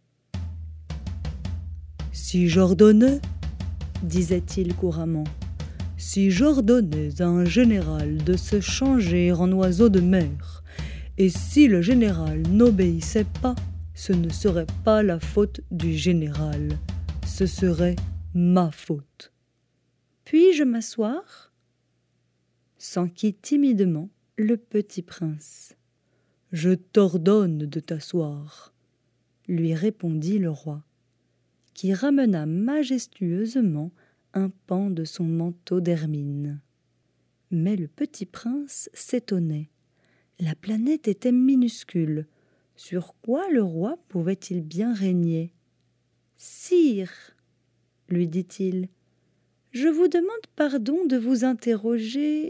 B: « Si j'ordonnais, disait-il couramment, si j'ordonnais à un général de se changer en oiseau de mer, et si le général n'obéissait pas, ce ne serait pas la faute du général, ce serait ma faute. Puis-je m'asseoir ? S'enquit timidement le petit prince. Je t'ordonne de t'asseoir, lui répondit le roi, qui ramena majestueusement un pan de son manteau d'hermine. Mais le petit prince s'étonnait. La planète était minuscule. Sur quoi le roi pouvait-il bien régner ? « Sire, lui dit-il, je vous demande pardon de vous interroger. »«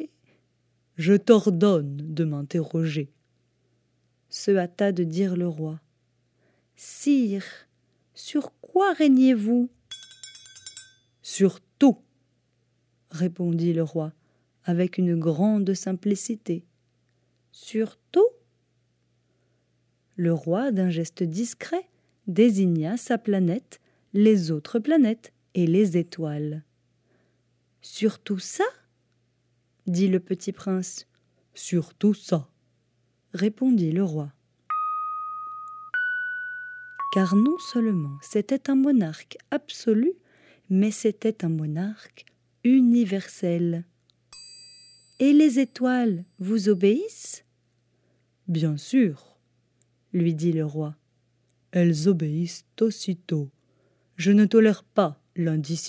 B: Je t'ordonne de m'interroger, » se hâta de dire le roi. « Sire, sur quoi régnez-vous ? » « Sur tout, » répondit le roi, avec une grande simplicité. « Sur tout ?» Le roi, d'un geste discret, désigna sa planète, les autres planètes et les étoiles. « Sur tout ça ? » dit le petit prince. « Sur tout ça, » répondit le roi. Car non seulement c'était un monarque absolu, mais c'était un monarque universel. « Et les étoiles vous obéissent ? » « Bien sûr, » lui dit le roi. « Elles obéissent aussitôt. Je ne tolère pas l'indiscipline. »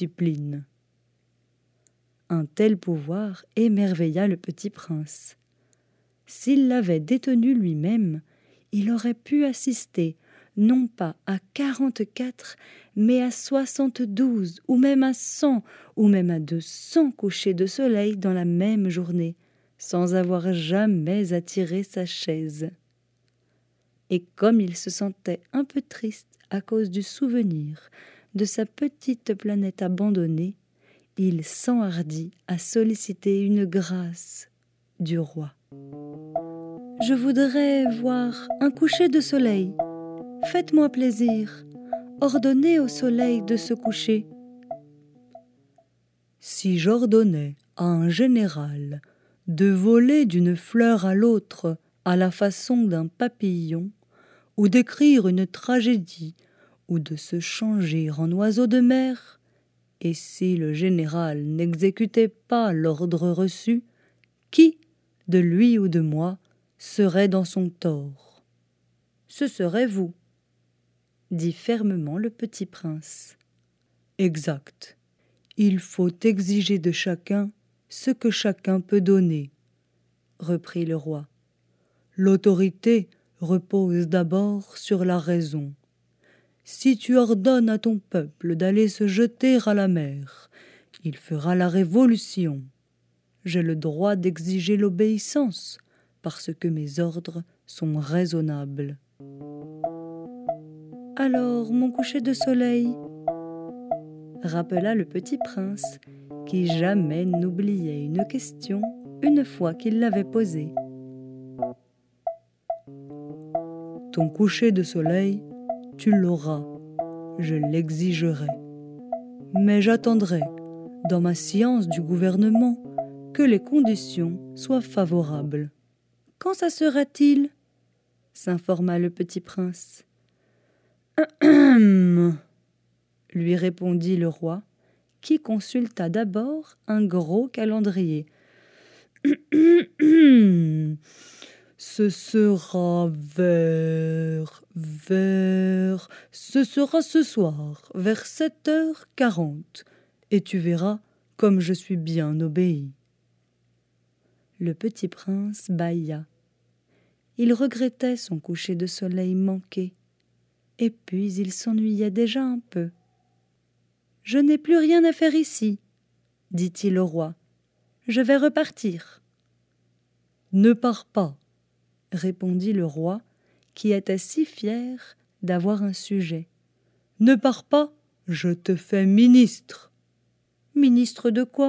B: Un tel pouvoir émerveilla le petit prince. S'il l'avait détenu lui-même, il aurait pu assister non pas à 44, mais à 72, ou même à 100, ou même à 200 couchers de soleil dans la même journée, sans avoir jamais à tirer sa chaise. Et comme il se sentait un peu triste à cause du souvenir de sa petite planète abandonnée, il s'enhardit à solliciter une grâce du roi. « Je voudrais voir un coucher de soleil. Faites-moi plaisir, ordonnez au soleil de se coucher. » « Si j'ordonnais à un général de voler d'une fleur à l'autre à la façon d'un papillon, ou d'écrire une tragédie, ou de se changer en oiseau de mer, et si le général n'exécutait pas l'ordre reçu, qui, de lui ou de moi, serait dans son tort ? Ce serait vous, dit fermement le petit prince. Exact. Il faut exiger de chacun ce que chacun peut donner, reprit le roi. L'autorité repose d'abord sur la raison. Si tu ordonnes à ton peuple d'aller se jeter à la mer, il fera la révolution. J'ai le droit d'exiger l'obéissance, parce que mes ordres sont raisonnables. Alors, mon coucher de soleil, rappela le petit prince, qui jamais n'oubliait une question une fois qu'il l'avait posée. Ton coucher de soleil, tu l'auras, je l'exigerai. Mais j'attendrai, dans ma science du gouvernement, que les conditions soient favorables. Quand ça sera-t-il ? S'informa le petit prince. Lui répondit le roi, qui consulta d'abord un gros calendrier. Ce sera ce sera ce soir, vers 7h40, et tu verras comme je suis bien obéi. Le petit prince bâilla. Il regrettait son coucher de soleil manqué, et puis il s'ennuyait déjà un peu. « Je n'ai plus rien à faire ici, dit-il au roi. Je vais repartir. » « Ne pars pas, répondit le roi, qui était si fier d'avoir un sujet. Ne pars pas, je te fais ministre. Ministre de quoi ?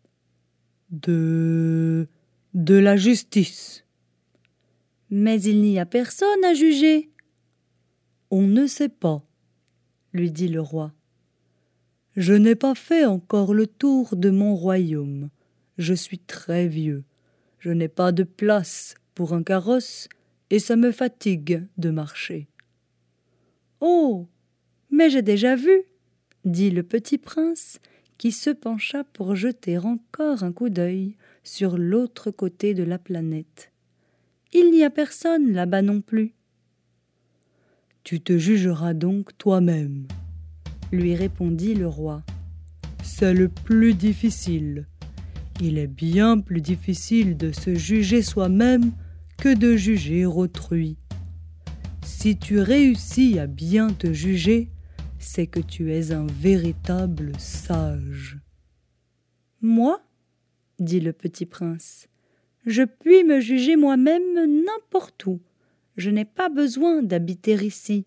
B: De la justice. Mais il n'y a personne à juger. On ne sait pas, lui dit le roi. Je n'ai pas fait encore le tour de mon royaume. Je suis très vieux. Je n'ai pas de place pour un carrosse et ça me fatigue de marcher. Oh, mais j'ai déjà vu, dit le petit prince, qui se pencha pour jeter encore un coup d'œil sur l'autre côté de la planète. Il n'y a personne là-bas non plus. Tu te jugeras donc toi-même, lui répondit le roi. C'est le plus difficile. Il est bien plus difficile de se juger soi-même que de juger autrui. Si tu réussis à bien te juger, c'est que tu es un véritable sage. Moi, dit le petit prince, je puis me juger moi-même n'importe où. Je n'ai pas besoin d'habiter ici.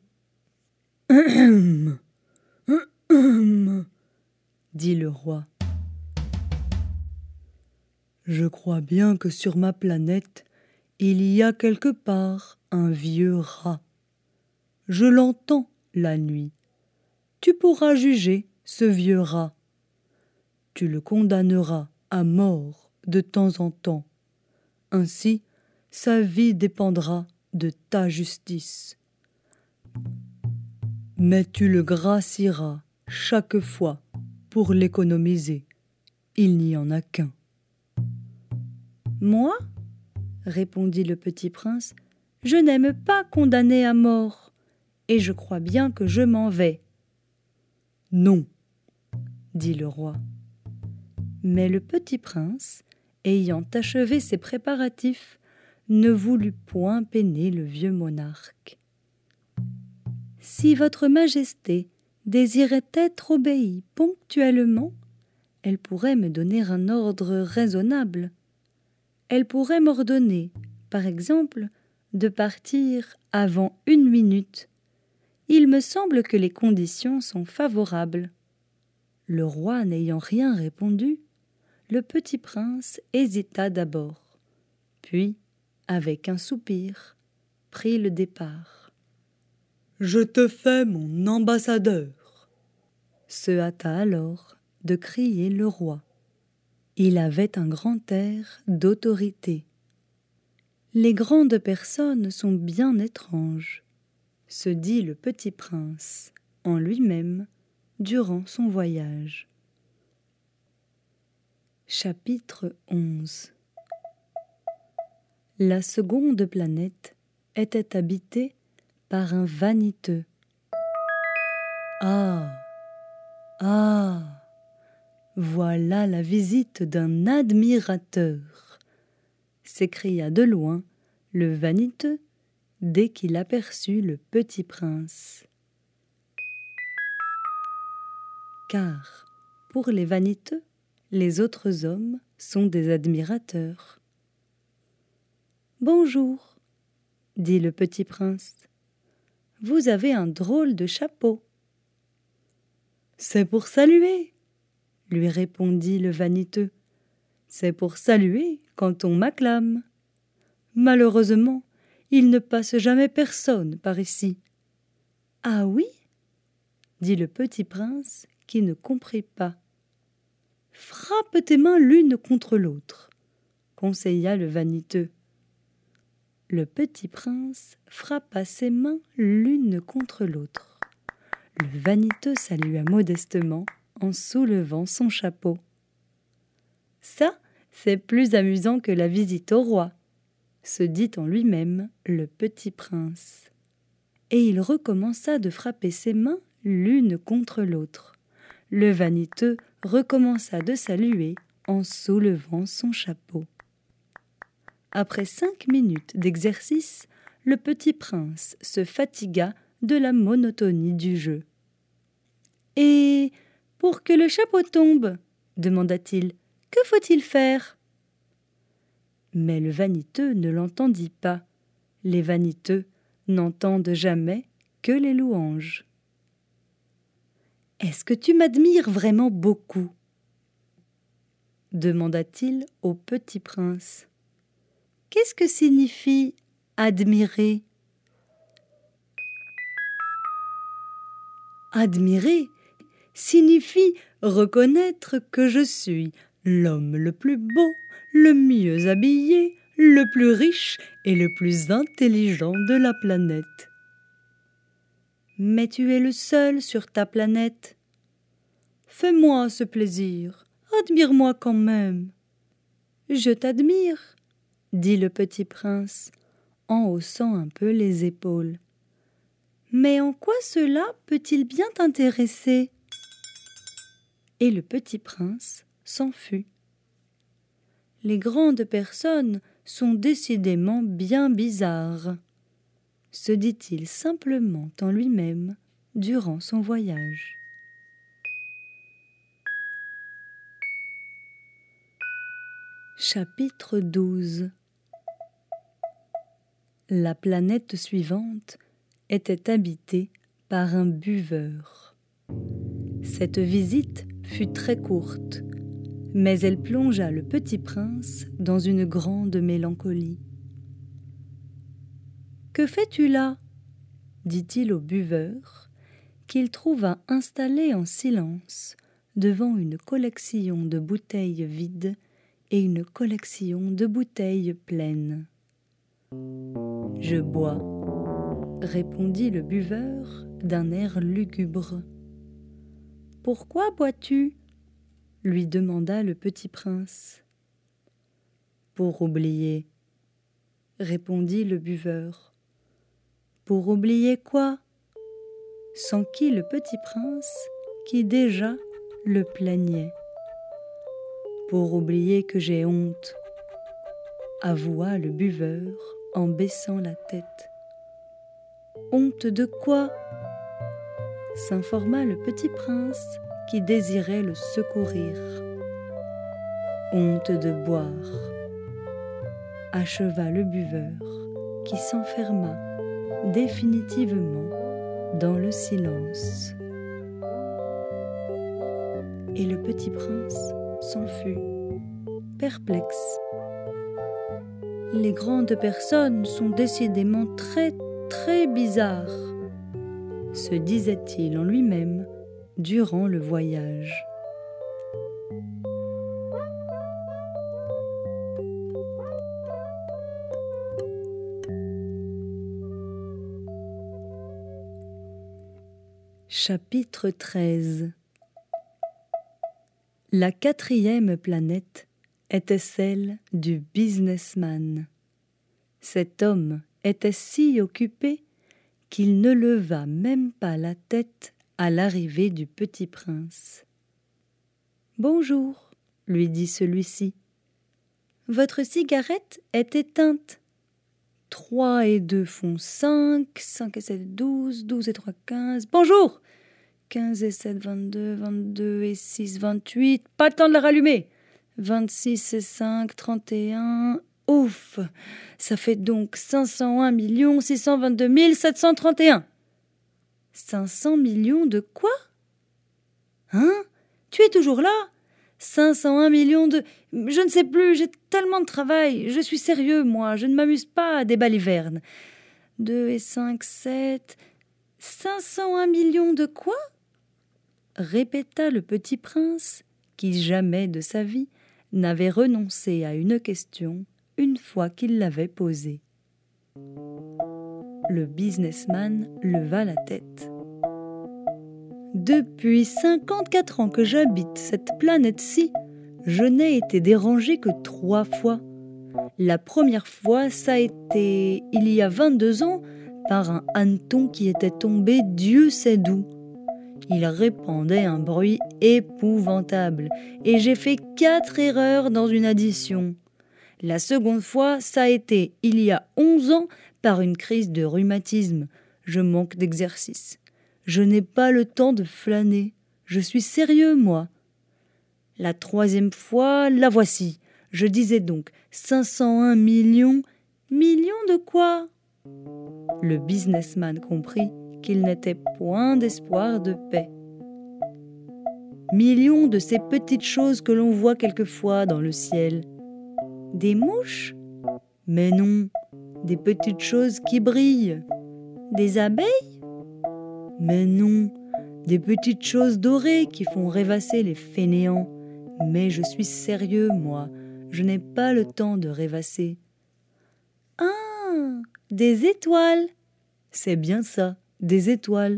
B: Dit le roi. Je crois bien que sur ma planète, il y a quelque part un vieux rat. Je l'entends la nuit. Tu pourras juger ce vieux rat. Tu le condamneras à mort de temps en temps. Ainsi, sa vie dépendra de ta justice. Mais tu le gracieras chaque fois pour l'économiser. Il n'y en a qu'un. Moi, répondit le petit prince, je n'aime pas condamner à mort, et je crois bien que je m'en vais. Non, dit le roi. Mais le petit prince, ayant achevé ses préparatifs, ne voulut point peiner le vieux monarque. Si votre majesté désirait être obéie ponctuellement, elle pourrait me donner un ordre raisonnable. Elle pourrait m'ordonner, par exemple, de partir avant 1 minute. Il me semble que les conditions sont favorables. Le roi n'ayant rien répondu, le petit prince hésita d'abord, puis, avec un soupir, prit le départ. « Je te fais mon ambassadeur !» se hâta alors de crier le roi. Il avait un grand air d'autorité. Les grandes personnes sont bien étranges, se dit le petit prince en lui-même durant son voyage. Chapitre 11. La seconde planète était habitée par un vaniteux. Ah, voilà la visite d'un admirateur, s'écria de loin le vaniteux dès qu'il aperçut le petit prince. Car, pour les vaniteux, les autres hommes sont des admirateurs. « Bonjour, dit le petit prince. Vous avez un drôle de chapeau. »« C'est pour saluer, » lui répondit le vaniteux. « C'est pour saluer quand on m'acclame. Malheureusement, il ne passe jamais personne par ici. » Ah oui, dit le petit prince qui ne comprit pas. Frappe tes mains l'une contre l'autre, conseilla le vaniteux. Le petit prince frappa ses mains l'une contre l'autre. Le vaniteux salua modestement en soulevant son chapeau. Ça, c'est plus amusant que la visite au roi, se dit en lui-même le petit prince. Et il recommença de frapper ses mains l'une contre l'autre. Le vaniteux recommença de saluer en soulevant son chapeau. Après 5 minutes d'exercice, le petit prince se fatigua de la monotonie du jeu. « Et pour que le chapeau tombe, demanda-t-il, que faut-il faire ?» Mais le vaniteux ne l'entendit pas. Les vaniteux n'entendent jamais que les louanges. « Est-ce que tu m'admires vraiment beaucoup ?» demanda-t-il au petit prince. « Qu'est-ce que signifie admirer ?» Admirer signifie reconnaître que je suis l'homme le plus beau, le mieux habillé, le plus riche et le plus intelligent de la planète. Mais tu es le seul sur ta planète. Fais-moi ce plaisir, admire-moi quand même. Je t'admire, dit le petit prince, en haussant un peu les épaules. Mais en quoi cela peut-il bien t'intéresser ? Et le petit prince s'en fut. Les grandes personnes sont décidément bien bizarres, se dit-il simplement en lui-même durant son voyage. Chapitre 12. La planète suivante était habitée par un buveur. Cette visite fut très courte, mais elle plongea le petit prince dans une grande mélancolie. « Que fais-tu là » dit-il au buveur, qu'il trouva installé en silence devant une collection de bouteilles vides et une collection de bouteilles pleines. « Je bois » répondit le buveur d'un air lugubre. « Pourquoi bois-tu » lui demanda le petit prince. « Pour oublier » répondit le buveur. « Pour oublier quoi » s'enquit le petit prince qui déjà le plaignait. « Pour oublier que j'ai honte » avoua le buveur en baissant la tête. « Honte de quoi » s'informa le petit prince qui désirait le secourir. « Honte de boire » acheva le buveur qui s'enferma définitivement dans le silence. Et le petit prince s'en fut, perplexe. Les grandes personnes sont décidément très, très bizarres, se disait-il en lui-même durant le voyage. Chapitre 13. La 4e planète était celle du businessman. Cet homme était si occupé qu'il ne leva même pas la tête à l'arrivée du petit prince. « Bonjour, » lui dit celui-ci. « Votre cigarette est éteinte. 3 et 2 font 5, 5 et 7, 12, 12 et 3, 15. Bonjour ! 15 et 7, 22, 22 et 6, 28. Pas le temps de la rallumer. 26 et 5, 31. Ouf! Ça fait donc 501 622 731. 500 millions de quoi? Hein? Tu es toujours là? 501 millions de... Je ne sais plus, j'ai tellement de travail. Je suis sérieux, moi. Je ne m'amuse pas à des balivernes. 2 et 5, 7... 501 millions de quoi? Répéta le petit prince, qui jamais de sa vie n'avait renoncé à une question une fois qu'il l'avait posée. Le businessman leva la tête. Depuis 54 ans que j'habite cette planète-ci, je n'ai été dérangé que 3 fois. La première fois, ça a été il y a 22 ans par un hanneton qui était tombé Dieu sait d'où. Il répandait un bruit épouvantable et j'ai fait 4 erreurs dans une addition. La seconde fois, ça a été il y a 11 ans par une crise de rhumatisme. Je manque d'exercice. Je n'ai pas le temps de flâner. Je suis sérieux, moi. La troisième fois, la voici. Je disais donc 501 millions. Millions de quoi? Le businessman comprit qu'il n'était point d'espoir de paix. Millions de ces petites choses que l'on voit quelquefois dans le ciel. Des mouches? Mais non, des petites choses qui brillent. Des abeilles? Mais non, des petites choses dorées qui font rêvasser les fainéants. Mais je suis sérieux, moi, je n'ai pas le temps de rêvasser. Ah, des étoiles! C'est bien ça, des étoiles.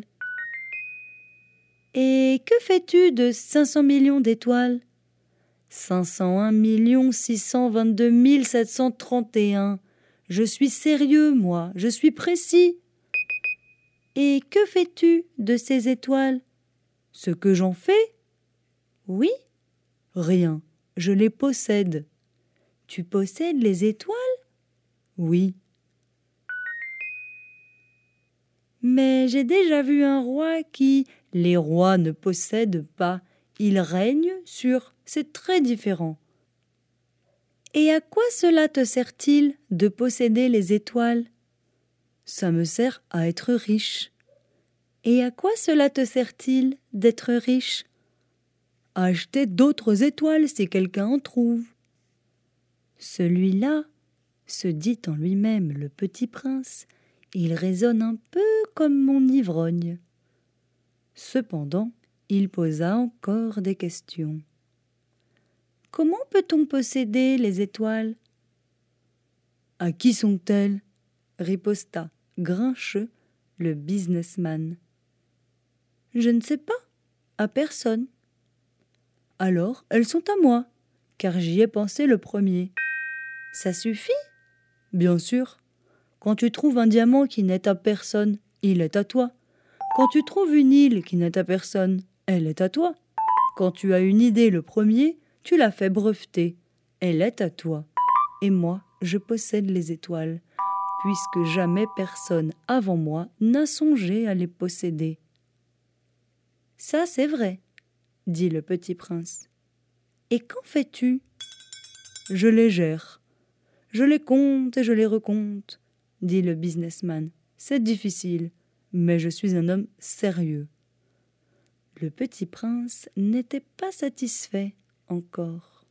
B: Et que fais-tu de 500 millions d'étoiles? 501 622 731. Je suis sérieux, moi, je suis précis. Et que fais-tu de ces étoiles? Ce que j'en fais? Oui? Rien, je les possède. Tu possèdes les étoiles? Oui. Mais j'ai déjà vu un roi qui... Les rois ne possèdent pas, ils règnent sur... C'est très différent. Et à quoi cela te sert-il de posséder les étoiles? Ça me sert à être riche. Et à quoi cela te sert-il d'être riche? À acheter d'autres étoiles si quelqu'un en trouve. Celui-là, se dit en lui-même le petit prince, il raisonne un peu comme mon ivrogne. Cependant, il posa encore des questions. Comment peut-on posséder les étoiles? À qui sont-elles? Riposta, grincheux, le businessman. Je ne sais pas, à personne. Alors, elles sont à moi, car j'y ai pensé le premier. Ça suffit? Bien sûr. Quand tu trouves un diamant qui n'est à personne, il est à toi. Quand tu trouves une île qui n'est à personne, elle est à toi. Quand tu as une idée le premier, tu la fais breveter. Elle est à toi. Et moi, je possède les étoiles, puisque jamais personne avant moi n'a songé à les posséder. Ça, c'est vrai, dit le petit prince. Et qu'en fais-tu? Je les gère. Je les compte et je les recompte, dit le businessman. C'est difficile, mais je suis un homme sérieux. Le petit prince n'était pas satisfait encore.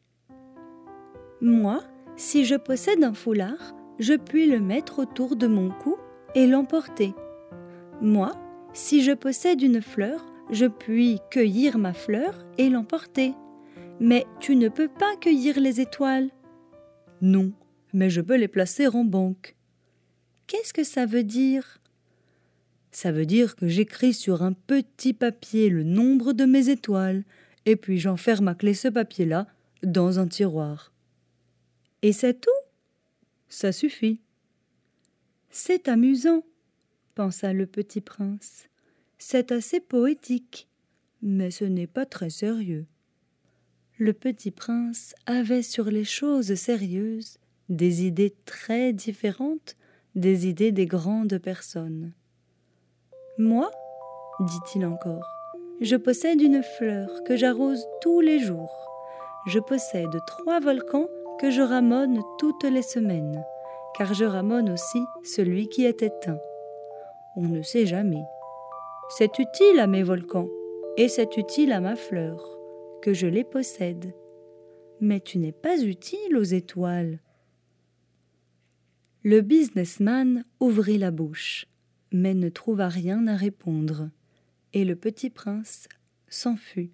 B: Moi, si je possède un foulard, je puis le mettre autour de mon cou et l'emporter. Moi, si je possède une fleur, je puis cueillir ma fleur et l'emporter. Mais tu ne peux pas cueillir les étoiles. Non, mais je peux les placer en banque. Qu'est-ce que ça veut dire? Ça veut dire que j'écris sur un petit papier le nombre de mes étoiles, et puis j'enferme à clé ce papier-là dans un tiroir. Et c'est tout? Ça suffit. C'est amusant, pensa le petit prince. C'est assez poétique, mais ce n'est pas très sérieux. Le petit prince avait sur les choses sérieuses des idées très différentes des idées des grandes personnes. Moi, dit-il encore, je possède une fleur que j'arrose tous les jours. Je possède 3 volcans que je ramone toutes les semaines, car je ramone aussi celui qui est éteint. On ne sait jamais. C'est utile à mes volcans, et c'est utile à ma fleur, que je les possède. Mais tu n'es pas utile aux étoiles. Le businessman ouvrit la bouche, mais ne trouva rien à répondre, et le petit prince s'en fut.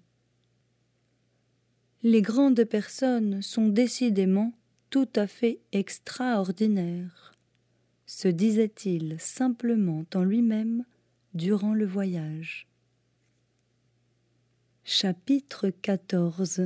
B: Les grandes personnes sont décidément tout à fait extraordinaires, se disait-il simplement en lui-même durant le voyage. Chapitre 14.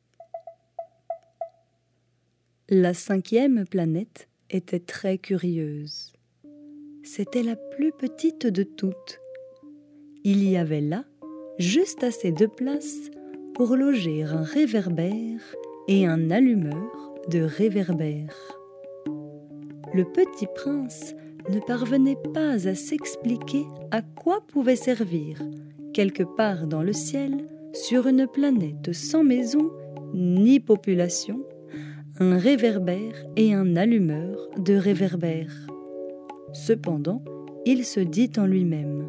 B: La 5e planète était très curieuse. C'était la plus petite de toutes. Il y avait là juste assez de place pour loger un réverbère et un allumeur de réverbère. Le petit prince ne parvenait pas à s'expliquer à quoi pouvait servir, quelque part dans le ciel, sur une planète sans maison ni population, un réverbère et un allumeur de réverbère. Cependant, il se dit en lui-même: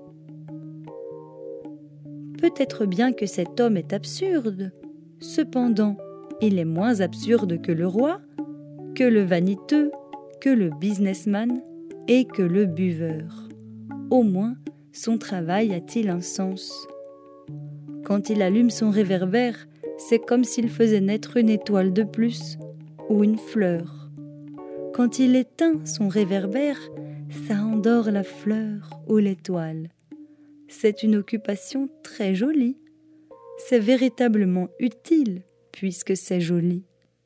B: peut-être bien que cet homme est absurde. Cependant, il est moins absurde que le roi, que le vaniteux, que le businessman et que le buveur. Au moins, son travail a-t-il un sens. Quand il allume son réverbère, c'est comme s'il faisait naître une étoile de plus ou une fleur. Quand il éteint son réverbère, ça endort la fleur ou l'étoile. C'est une occupation très jolie. C'est véritablement utile puisque c'est joli.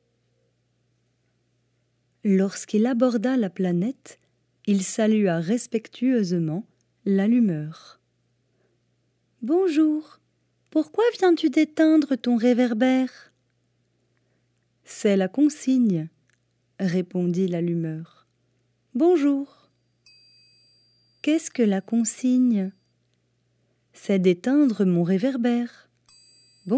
B: Lorsqu'il aborda la planète, il salua respectueusement l'allumeur. « Bonjour, pourquoi viens-tu d'éteindre ton réverbère ?»« C'est la consigne, » répondit l'allumeur. « Bonjour. »« Qu'est-ce que la consigne ?»« C'est d'éteindre mon réverbère. »« Bonsoir. »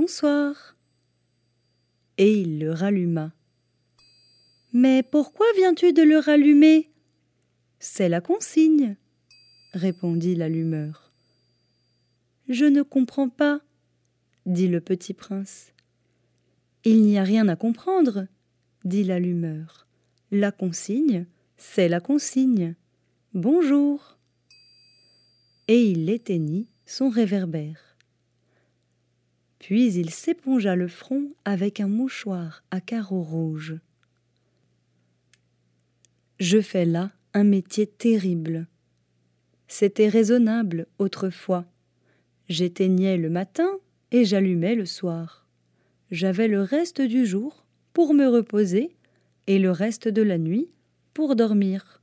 B: Et il le ralluma. « Mais pourquoi viens-tu de le rallumer ?»« C'est la consigne, » répondit l'allumeur. « Je ne comprends pas, » dit le petit prince. « Il n'y a rien à comprendre, » dit l'allumeur. « La consigne, c'est la consigne. Bonjour. » Et il éteignit son réverbère. Puis il s'épongea le front avec un mouchoir à carreaux rouges. Je fais là un métier terrible. C'était raisonnable autrefois. J'éteignais le matin et j'allumais le soir. J'avais le reste du jour pour me reposer et le reste de la nuit pour dormir.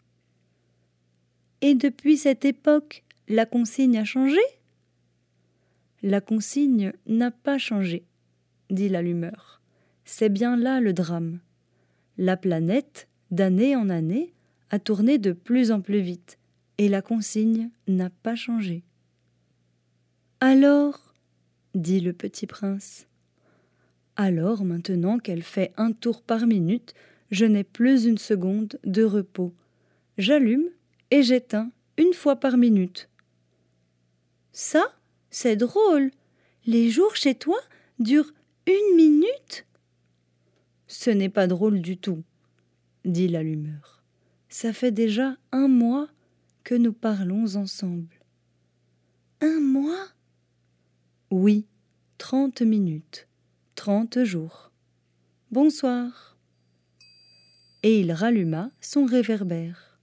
B: Et depuis cette époque, la consigne a changé ? La consigne n'a pas changé, dit l'allumeur. C'est bien là le drame. La planète, d'année en année, a tourné de plus en plus vite, et la consigne n'a pas changé. Alors, dit le petit prince, alors maintenant qu'elle fait un tour par minute, je n'ai plus une seconde de repos. J'allume et j'éteins une fois par minute. Ça, c'est drôle. Les jours chez toi durent 1 minute ? Ce n'est pas drôle du tout, dit l'allumeur. Ça fait déjà 1 mois que nous parlons ensemble. 1 mois ? Oui, 30 minutes, 30 jours. Bonsoir. Et il ralluma son réverbère.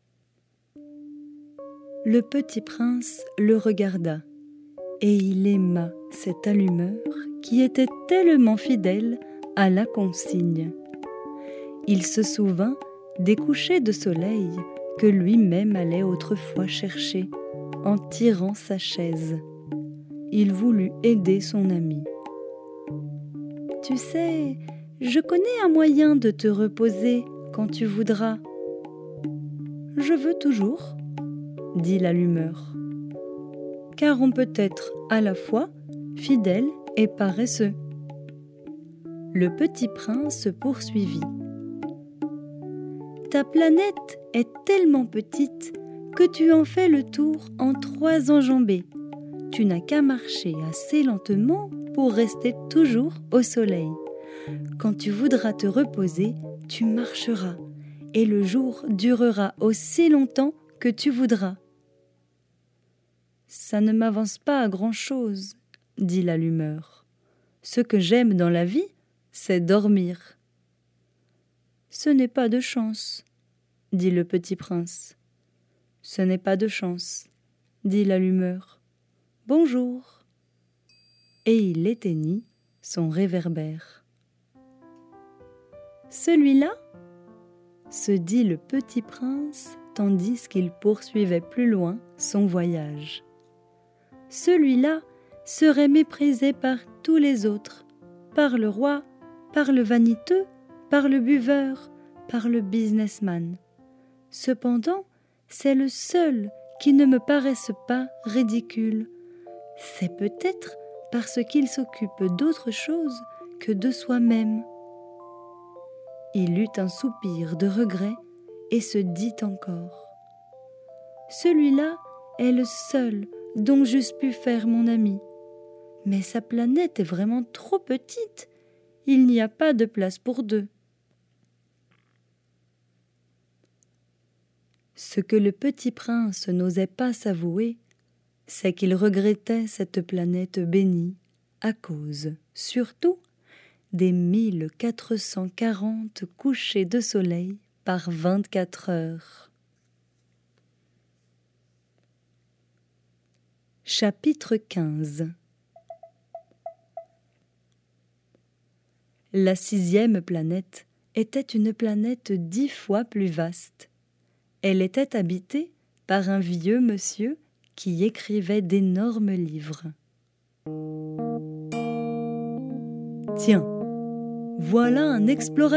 B: Le petit prince le regarda, et il aima cet allumeur qui était tellement fidèle à la consigne. Il se souvint des couchers de soleil que lui-même allait autrefois chercher en tirant sa chaise. Il voulut aider son ami. « Tu sais, je connais un moyen de te reposer quand tu voudras. »« Je veux toujours, » dit l'allumeur. « Car on peut être à la fois fidèle et paresseux. » Le petit prince poursuivit. « Ta planète est tellement petite que tu en fais le tour en 3 enjambées. Tu n'as qu'à marcher assez lentement pour rester toujours au soleil. Quand tu voudras te reposer, tu marcheras, et le jour durera aussi longtemps que tu voudras. Ça ne m'avance pas à grand-chose, dit l'allumeur. Ce que j'aime dans la vie, c'est dormir. Ce n'est pas de chance, dit le petit prince. Ce n'est pas de chance, dit l'allumeur. Bonjour. Et il éteignit son réverbère. Celui-là, se dit le petit prince tandis qu'il poursuivait plus loin son voyage. Celui-là serait méprisé par tous les autres, par le roi, par le vaniteux, par le buveur, par le businessman. Cependant, c'est le seul qui ne me paraisse pas ridicule. C'est peut-être parce qu'il s'occupe d'autre chose que de soi-même. Il eut un soupir de regret et se dit encore : celui-là est le seul dont j'eusse pu faire mon ami. Mais sa planète est vraiment trop petite. Il n'y a pas de place pour deux. Ce que le petit prince n'osait pas s'avouer, c'est qu'il regrettait cette planète bénie à cause, surtout, des 1440 couchers de soleil par 24 heures. Chapitre 15. La 6e planète était une planète 10 fois plus vaste. Elle était habitée par un vieux monsieur qui écrivait d'énormes livres. « Tiens, voilà un explorateur !»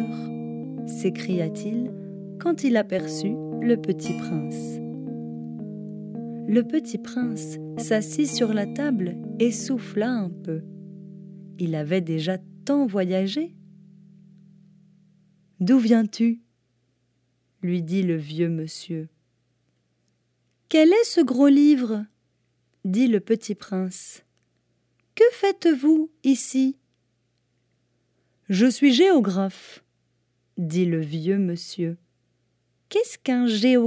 B: s'écria-t-il quand il aperçut le petit prince. Le petit prince s'assit sur la table et souffla un peu. Il avait déjà tant voyagé. « D'où viens-tu » lui dit le vieux monsieur. « Quel est ce gros livre » dit le petit prince. « Que faites-vous ici » ? « Je suis géographe » dit le vieux monsieur. « Qu'est-ce qu'un géographe » ?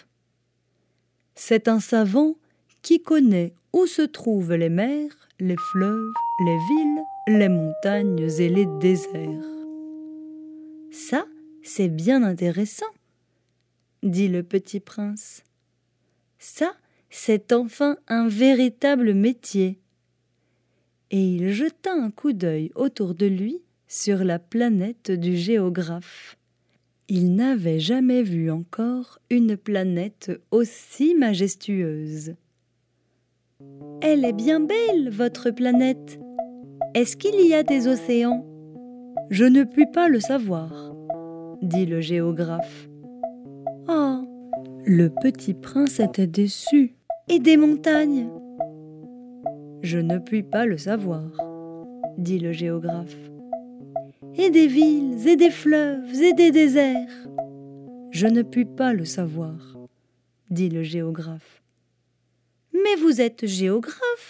B: « C'est un savant qui connaît où se trouvent les mers, les fleuves, les villes, les montagnes et les déserts. »« Ça, c'est bien intéressant » dit le petit prince. « Ça, c'est enfin un véritable métier. » Et il jeta un coup d'œil autour de lui sur la planète du géographe. Il n'avait jamais vu encore une planète aussi majestueuse. « Elle est bien belle, votre planète. Est-ce qu'il y a des océans ?»« Je ne puis pas le savoir, » dit le géographe. « Oh !» Le petit prince était déçu. « Et des montagnes ?»« Je ne puis pas le savoir, » dit le géographe. « Et des villes, et des fleuves, et des déserts ?»« Je ne puis pas le savoir, » dit le géographe. « Mais vous êtes géographe ?» »«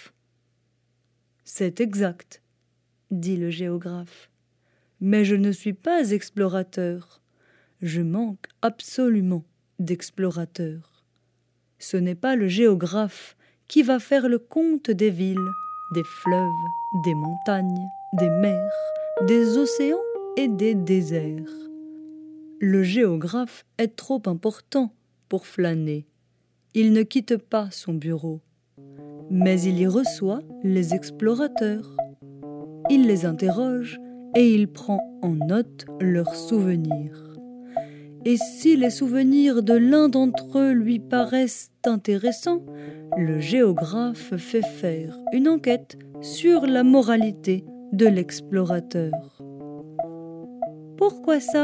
B: C'est exact, » dit le géographe. « Mais je ne suis pas explorateur. Je manque absolument d'explorateurs. Ce n'est pas le géographe qui va faire le compte des villes, des fleuves, des montagnes, des mers, des océans et des déserts. Le géographe est trop important pour flâner. Il ne quitte pas son bureau, mais il y reçoit les explorateurs. Il les interroge et il prend en note leurs souvenirs. Et si les souvenirs de l'un d'entre eux lui paraissent intéressants, le géographe fait faire une enquête sur la moralité de l'explorateur. Pourquoi ça ?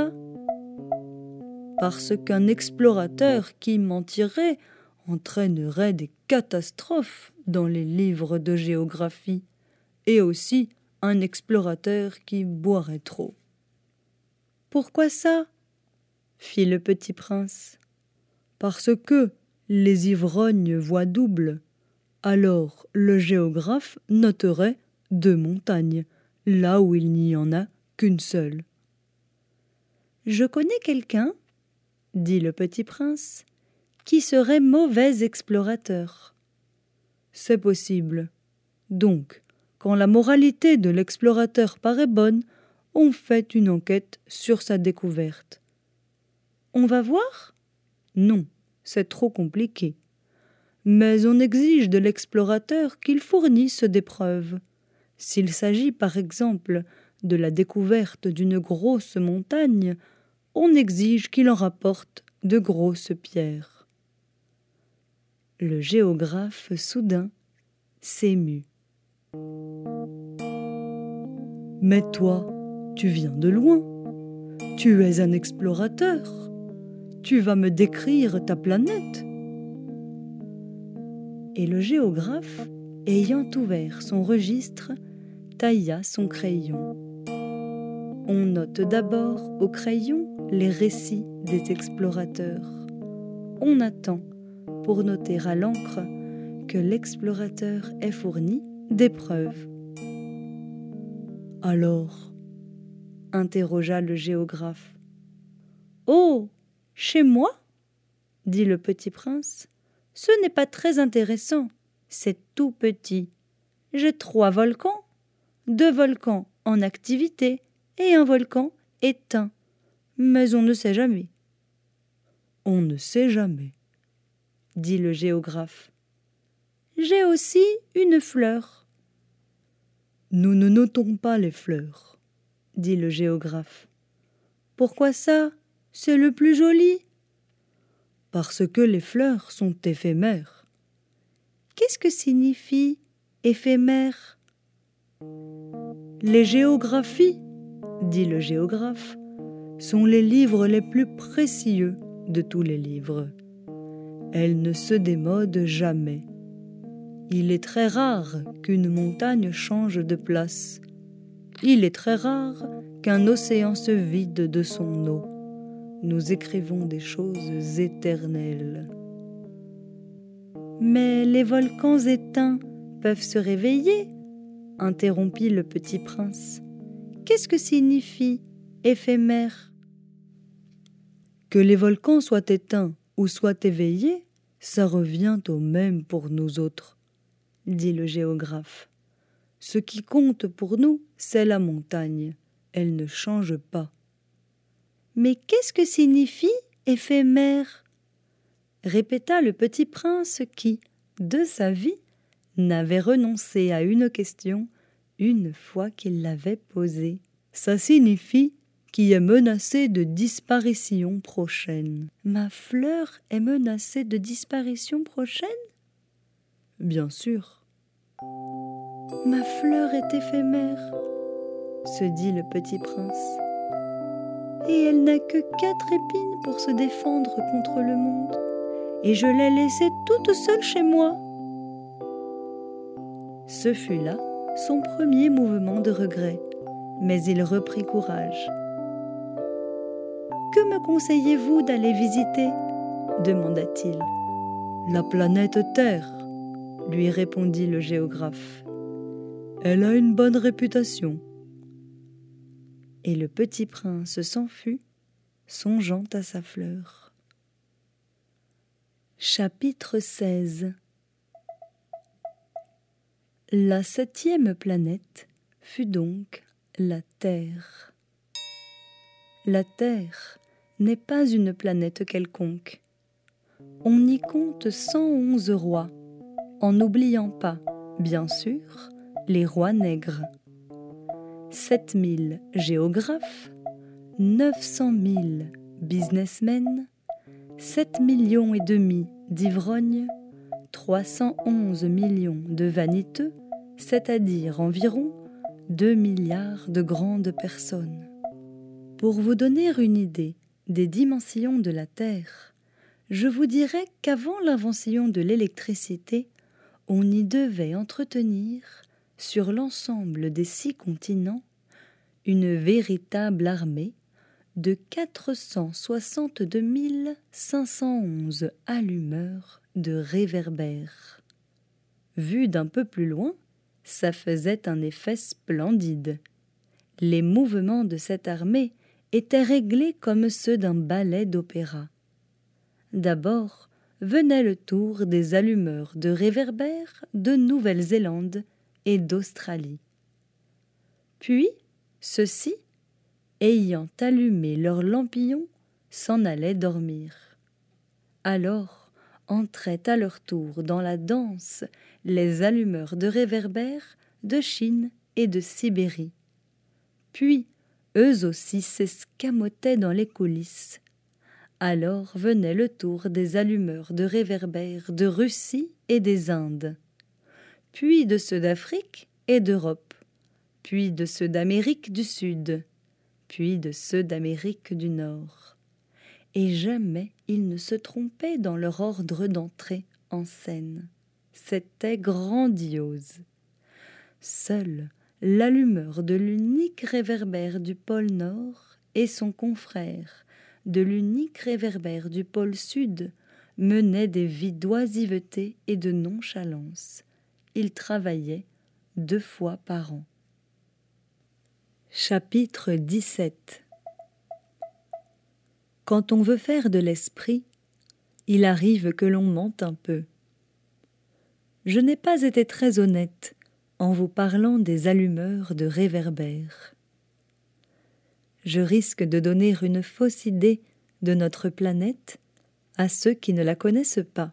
B: Parce qu'un explorateur qui mentirait entraînerait des catastrophes dans les livres de géographie, et aussi un explorateur qui boirait trop. Pourquoi ça ? Fit le petit prince. Parce que les ivrognes voient double. Alors le géographe noterait 2 montagnes, là où il n'y en a qu'une seule. Je connais quelqu'un, dit le petit prince, qui serait mauvais explorateur. c'est possible. Donc, quand la moralité de l'explorateur paraît bonne, on fait une enquête sur sa découverte. On va voir ? Non, c'est trop compliqué. Mais on exige de l'explorateur qu'il fournisse des preuves. S'il s'agit par exemple de la découverte d'une grosse montagne, on exige qu'il en rapporte de grosses pierres. Le géographe soudain s'émut. Mais toi, tu viens de loin. Tu es un explorateur. Tu vas me décrire ta planète. Et le géographe, ayant ouvert son registre, tailla son crayon. On note d'abord au crayon les récits des explorateurs. On attend, pour noter à l'encre, que l'explorateur ait fourni des preuves. Alors, interrogea le géographe. Oh, chez moi ? Dit le petit prince. Ce n'est pas très intéressant, c'est tout petit. J'ai 3 volcans, 2 volcans en activité et un volcan éteint. Mais on ne sait jamais. On ne sait jamais, dit le géographe. J'ai aussi une fleur. Nous ne notons pas les fleurs, dit le géographe. Pourquoi ça ? C'est le plus joli. Parce que les fleurs sont éphémères. Qu'est-ce que signifie éphémère ? Les géographies, dit le géographe, sont les livres les plus précieux de tous les livres. Elles ne se démodent jamais. Il est très rare qu'une montagne change de place. Il est très rare qu'un océan se vide de son eau. Nous écrivons des choses éternelles. Mais les volcans éteints peuvent se réveiller, interrompit le petit prince. Qu'est-ce que signifie éphémère ? Que les volcans soient éteints ou soient éveillés, ça revient au même pour nous autres, dit le géographe. Ce qui compte pour nous, c'est la montagne. Elle ne change pas. Mais qu'est-ce que signifie éphémère ? Répéta le petit prince qui, de sa vie, n'avait renoncé à une question une fois qu'il l'avait posée. Ça signifie qui est menacé de disparition prochaine. Ma fleur est menacée de disparition prochaine ? Bien sûr. Ma fleur est éphémère, se dit le petit prince. Et elle n'a que 4 épines pour se défendre contre le monde. Et je l'ai laissée toute seule chez moi. Ce fut là son premier mouvement de regret, mais il reprit courage. « Que me conseillez-vous d'aller visiter ?» demanda-t-il. « La planète Terre », lui répondit le géographe. « Elle a une bonne réputation. » Et le petit prince s'en fut, songeant à sa fleur. Chapitre 16. La 7e planète fut donc la Terre. La Terre n'est pas une planète quelconque. On y compte 111 rois, en n'oubliant pas, bien sûr, les rois nègres. 7000 géographes, 900 000 businessmen, 7,5 millions d'ivrognes, 311 millions de vaniteux, c'est-à-dire environ 2 milliards de grandes personnes. Pour vous donner une idée des dimensions de la Terre, je vous dirais qu'avant l'invention de l'électricité, on y devait entretenir, sur l'ensemble des 6 continents, une véritable armée de 462 511 allumeurs de réverbères. Vu d'un peu plus loin, ça faisait un effet splendide. Les mouvements de cette armée étaient réglés comme ceux d'un ballet d'opéra. D'abord, venait le tour des allumeurs de réverbères de Nouvelle-Zélande et d'Australie. Puis, ceux-ci, ayant allumé leurs lampillons, s'en allaient dormir. Alors entraient à leur tour dans la danse les allumeurs de réverbères de Chine et de Sibérie. Puis, eux aussi s'escamotaient dans les coulisses. Alors venait le tour des allumeurs de réverbères de Russie et des Indes, puis de ceux d'Afrique et d'Europe, puis de ceux d'Amérique du Sud, puis de ceux d'Amérique du Nord. Et jamais ils ne se trompaient dans leur ordre d'entrée en scène. C'était grandiose. Seul l'allumeur de l'unique réverbère du pôle Nord et son confrère de l'unique réverbère du pôle Sud menaient des vies d'oisiveté et de nonchalance. Ils travaillaient 2 fois par an. Chapitre 17. Quand on veut faire de l'esprit, il arrive que l'on mente un peu. Je n'ai pas été très honnête en vous parlant des allumeurs de réverbères. Je risque de donner une fausse idée de notre planète à ceux qui ne la connaissent pas.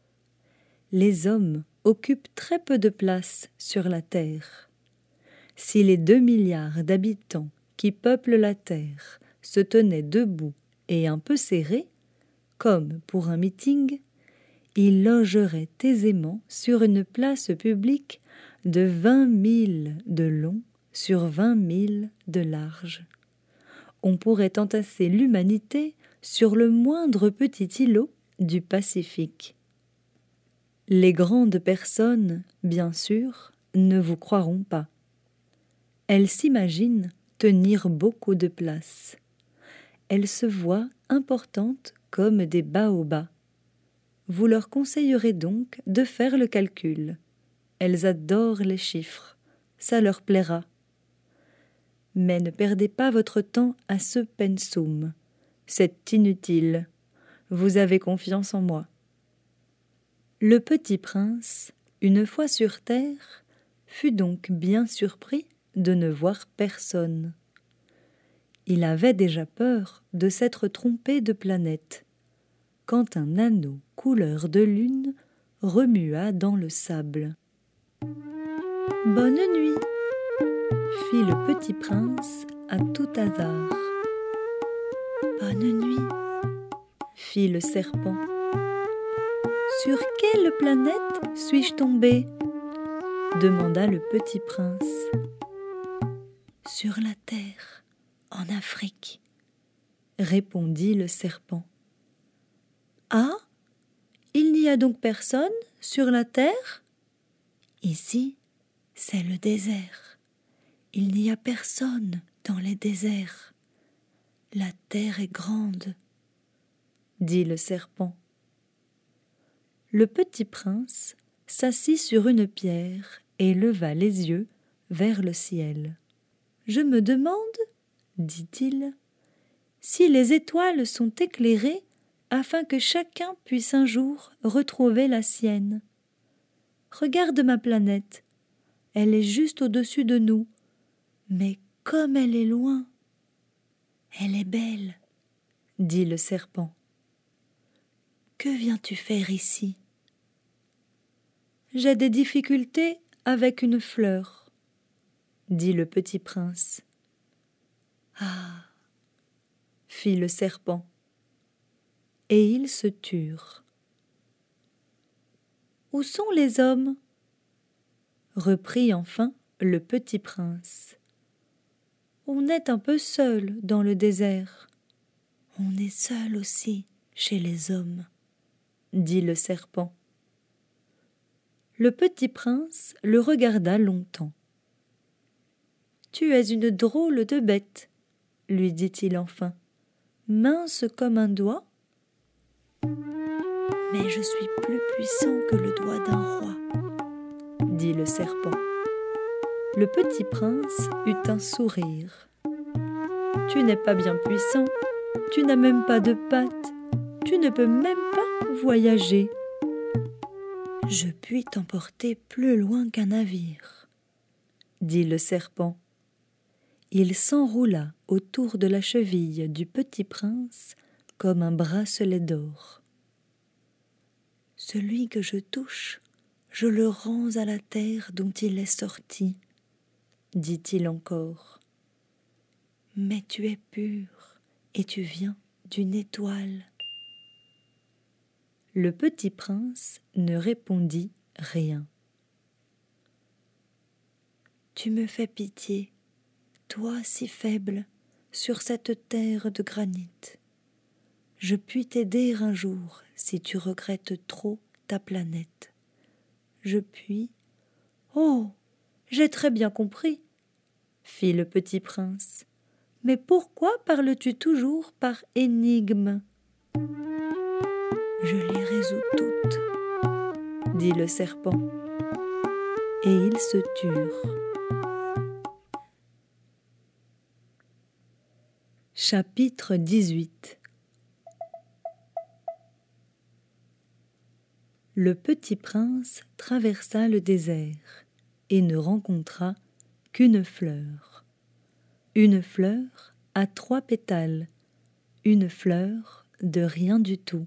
B: Les hommes occupent très peu de place sur la Terre. Si les 2 milliards d'habitants qui peuplent la Terre se tenaient debout et un peu serrés, comme pour un meeting, ils logeraient aisément sur une place publique de 20 000 de long sur 20 000 de large. On pourrait entasser l'humanité sur le moindre petit îlot du Pacifique. Les grandes personnes, bien sûr, ne vous croiront pas. Elles s'imaginent tenir beaucoup de place. Elles se voient importantes comme des baobabs. Vous leur conseillerez donc de faire le calcul. Elles adorent les chiffres, ça leur plaira. Mais ne perdez pas votre temps à ce pensum. C'est inutile. Vous avez confiance en moi. Le petit prince, une fois sur terre, fut donc bien surpris de ne voir personne. Il avait déjà peur de s'être trompé de planète, quand un anneau couleur de lune remua dans le sable. « Bonne nuit !» fit le petit prince à tout hasard. « Bonne nuit !» fit le serpent. « Sur quelle planète suis-je tombé ?» demanda le petit prince. « Sur la terre, en Afrique, » répondit le serpent. « Ah, il n'y a donc personne sur la terre ? Ici, c'est le désert. Il n'y a personne dans les déserts. La terre est grande, » dit le serpent. Le petit prince s'assit sur une pierre et leva les yeux vers le ciel. « Je me demande, dit-il, si les étoiles sont éclairées afin que chacun puisse un jour retrouver la sienne. Regarde ma planète, elle est juste au-dessus de nous, mais comme elle est loin, elle est belle, dit le serpent. Que viens-tu faire ici ? J'ai des difficultés avec une fleur, dit le petit prince. Ah, fit le serpent, et ils se turent. Où sont les hommes ? Reprit enfin le petit prince. On est un peu seul dans le désert. On est seul aussi chez les hommes, dit le serpent. Le petit prince le regarda longtemps. Tu es une drôle de bête, lui dit-il enfin, mince comme un doigt. Mais je suis plus puissant que le doigt d'un roi, dit le serpent. Le petit prince eut un sourire. Tu n'es pas bien puissant, tu n'as même pas de pattes, tu ne peux même pas voyager. Je puis t'emporter plus loin qu'un navire, dit le serpent. Il s'enroula autour de la cheville du petit prince comme un bracelet d'or. Celui que je touche, je le rends à la terre dont il est sorti, dit-il encore. Mais tu es pur et tu viens d'une étoile. Le petit prince ne répondit rien. Tu me fais pitié, toi si faible, sur cette terre de granit. Je puis t'aider un jour si tu regrettes trop ta planète. Je puis... Oh, j'ai très bien compris, fit le petit prince. Mais pourquoi parles-tu toujours par énigmes ? Je les résous toutes, dit le serpent, et ils se turent. Chapitre 18. Le petit prince traversa le désert et ne rencontra qu'une fleur. Une fleur à 3 pétales, une fleur de rien du tout.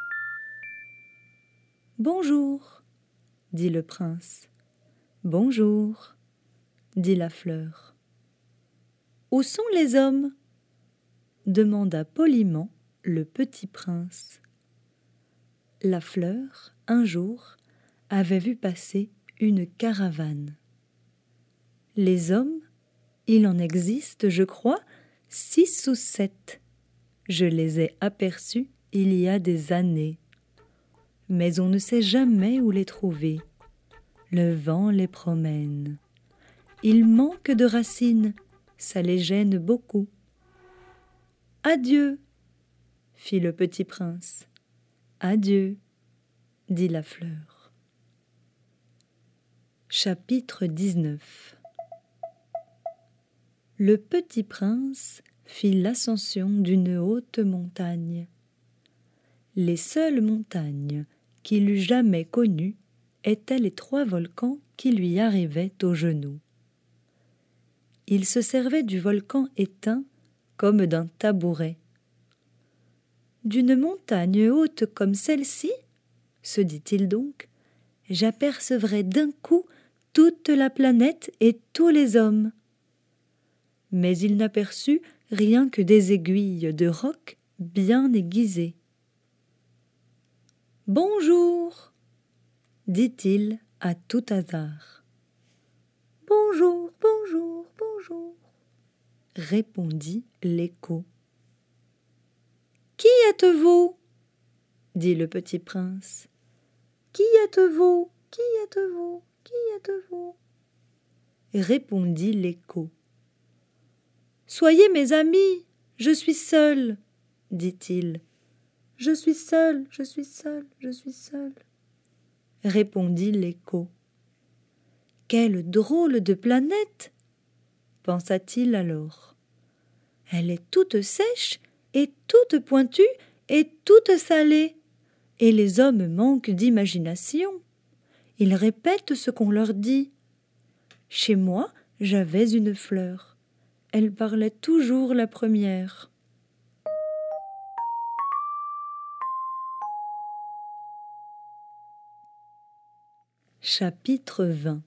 B: « Bonjour, dit le prince. « Bonjour, dit la fleur. « Où sont les hommes ?» demanda poliment le petit prince. La fleur, un jour, avait vu passer une caravane. Les hommes, il en existe, je crois, 6 ou 7. Je les ai aperçus il y a des années. Mais on ne sait jamais où les trouver. Le vent les promène. Ils manquent de racines, ça les gêne beaucoup. « Adieu, fit le petit prince. « Adieu, dit la fleur. » Chapitre 19. Le petit prince fit l'ascension d'une haute montagne. Les seules montagnes qu'il eût jamais connues étaient les 3 volcans qui lui arrivaient aux genoux. Il se servait du volcan éteint comme d'un tabouret. D'une montagne haute comme celle-ci, se dit-il donc, j'apercevrai d'un coup toute la planète et tous les hommes. Mais il n'aperçut rien que des aiguilles de roc bien aiguisées. « Bonjour, dit-il à tout hasard. « Bonjour, bonjour, bonjour, répondit l'écho. « Qui êtes-vous ? dit le petit prince. « Qui êtes-vous ? Qui êtes-vous ? Qui êtes-vous ? répondit l'écho. « Soyez mes amis, je suis seul, dit-il. « Je suis seul, je suis seul, je suis seul, répondit l'écho. « Quelle drôle de planète, pensa-t-il alors. Elle est toute sèche et toute pointue et toute salée, et les hommes manquent d'imagination. Ils répètent ce qu'on leur dit. Chez moi, j'avais une fleur. Elle parlait toujours la première. » Chapitre 20.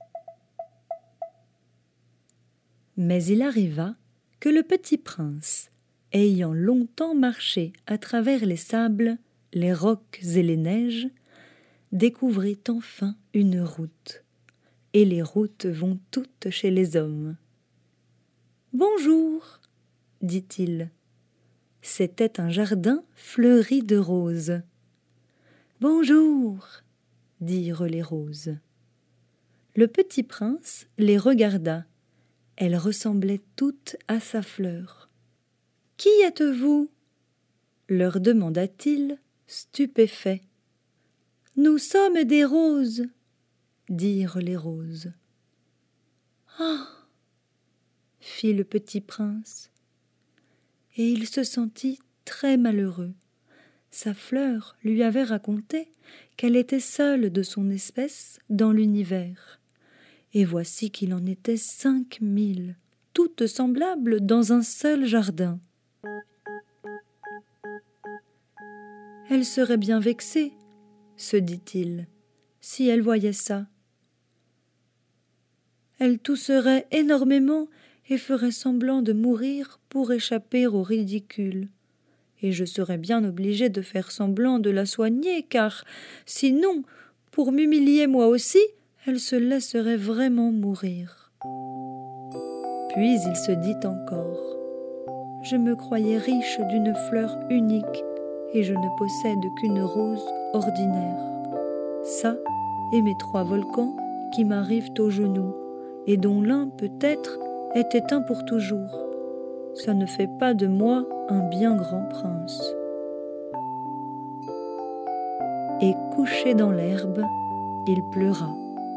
B: Mais il arriva que le petit prince, ayant longtemps marché à travers les sables, les rocs et les neiges, découvrit enfin une route. Et les routes vont toutes chez les hommes. « Bonjour, dit-il. C'était un jardin fleuri de roses. « Bonjour, dirent les roses. Le petit prince les regarda. Elles ressemblaient toutes à sa fleur. « Qui êtes-vous » leur demanda-t-il, stupéfait. « Nous sommes des roses, dirent les roses. « Ah » fit le petit prince, et il se sentit très malheureux. Sa fleur lui avait raconté qu'elle était seule de son espèce dans l'univers. Et voici qu'il en était 5000, toutes semblables dans un seul jardin. Elle serait bien vexée, se dit-il, si elle voyait ça. Elle tousserait énormément et ferait semblant de mourir pour échapper au ridicule. Et je serais bien obligé de faire semblant de la soigner, car sinon, pour m'humilier moi aussi, elle se laisserait vraiment mourir. Puis il se dit encore, « Je me croyais riche d'une fleur unique, et je ne possède qu'une rose ordinaire. Ça et mes 3 volcans qui m'arrivent aux genoux, et dont l'un peut-être est éteint pour toujours. Ça ne fait pas de moi un bien grand prince. » Et couché dans l'herbe, il pleura.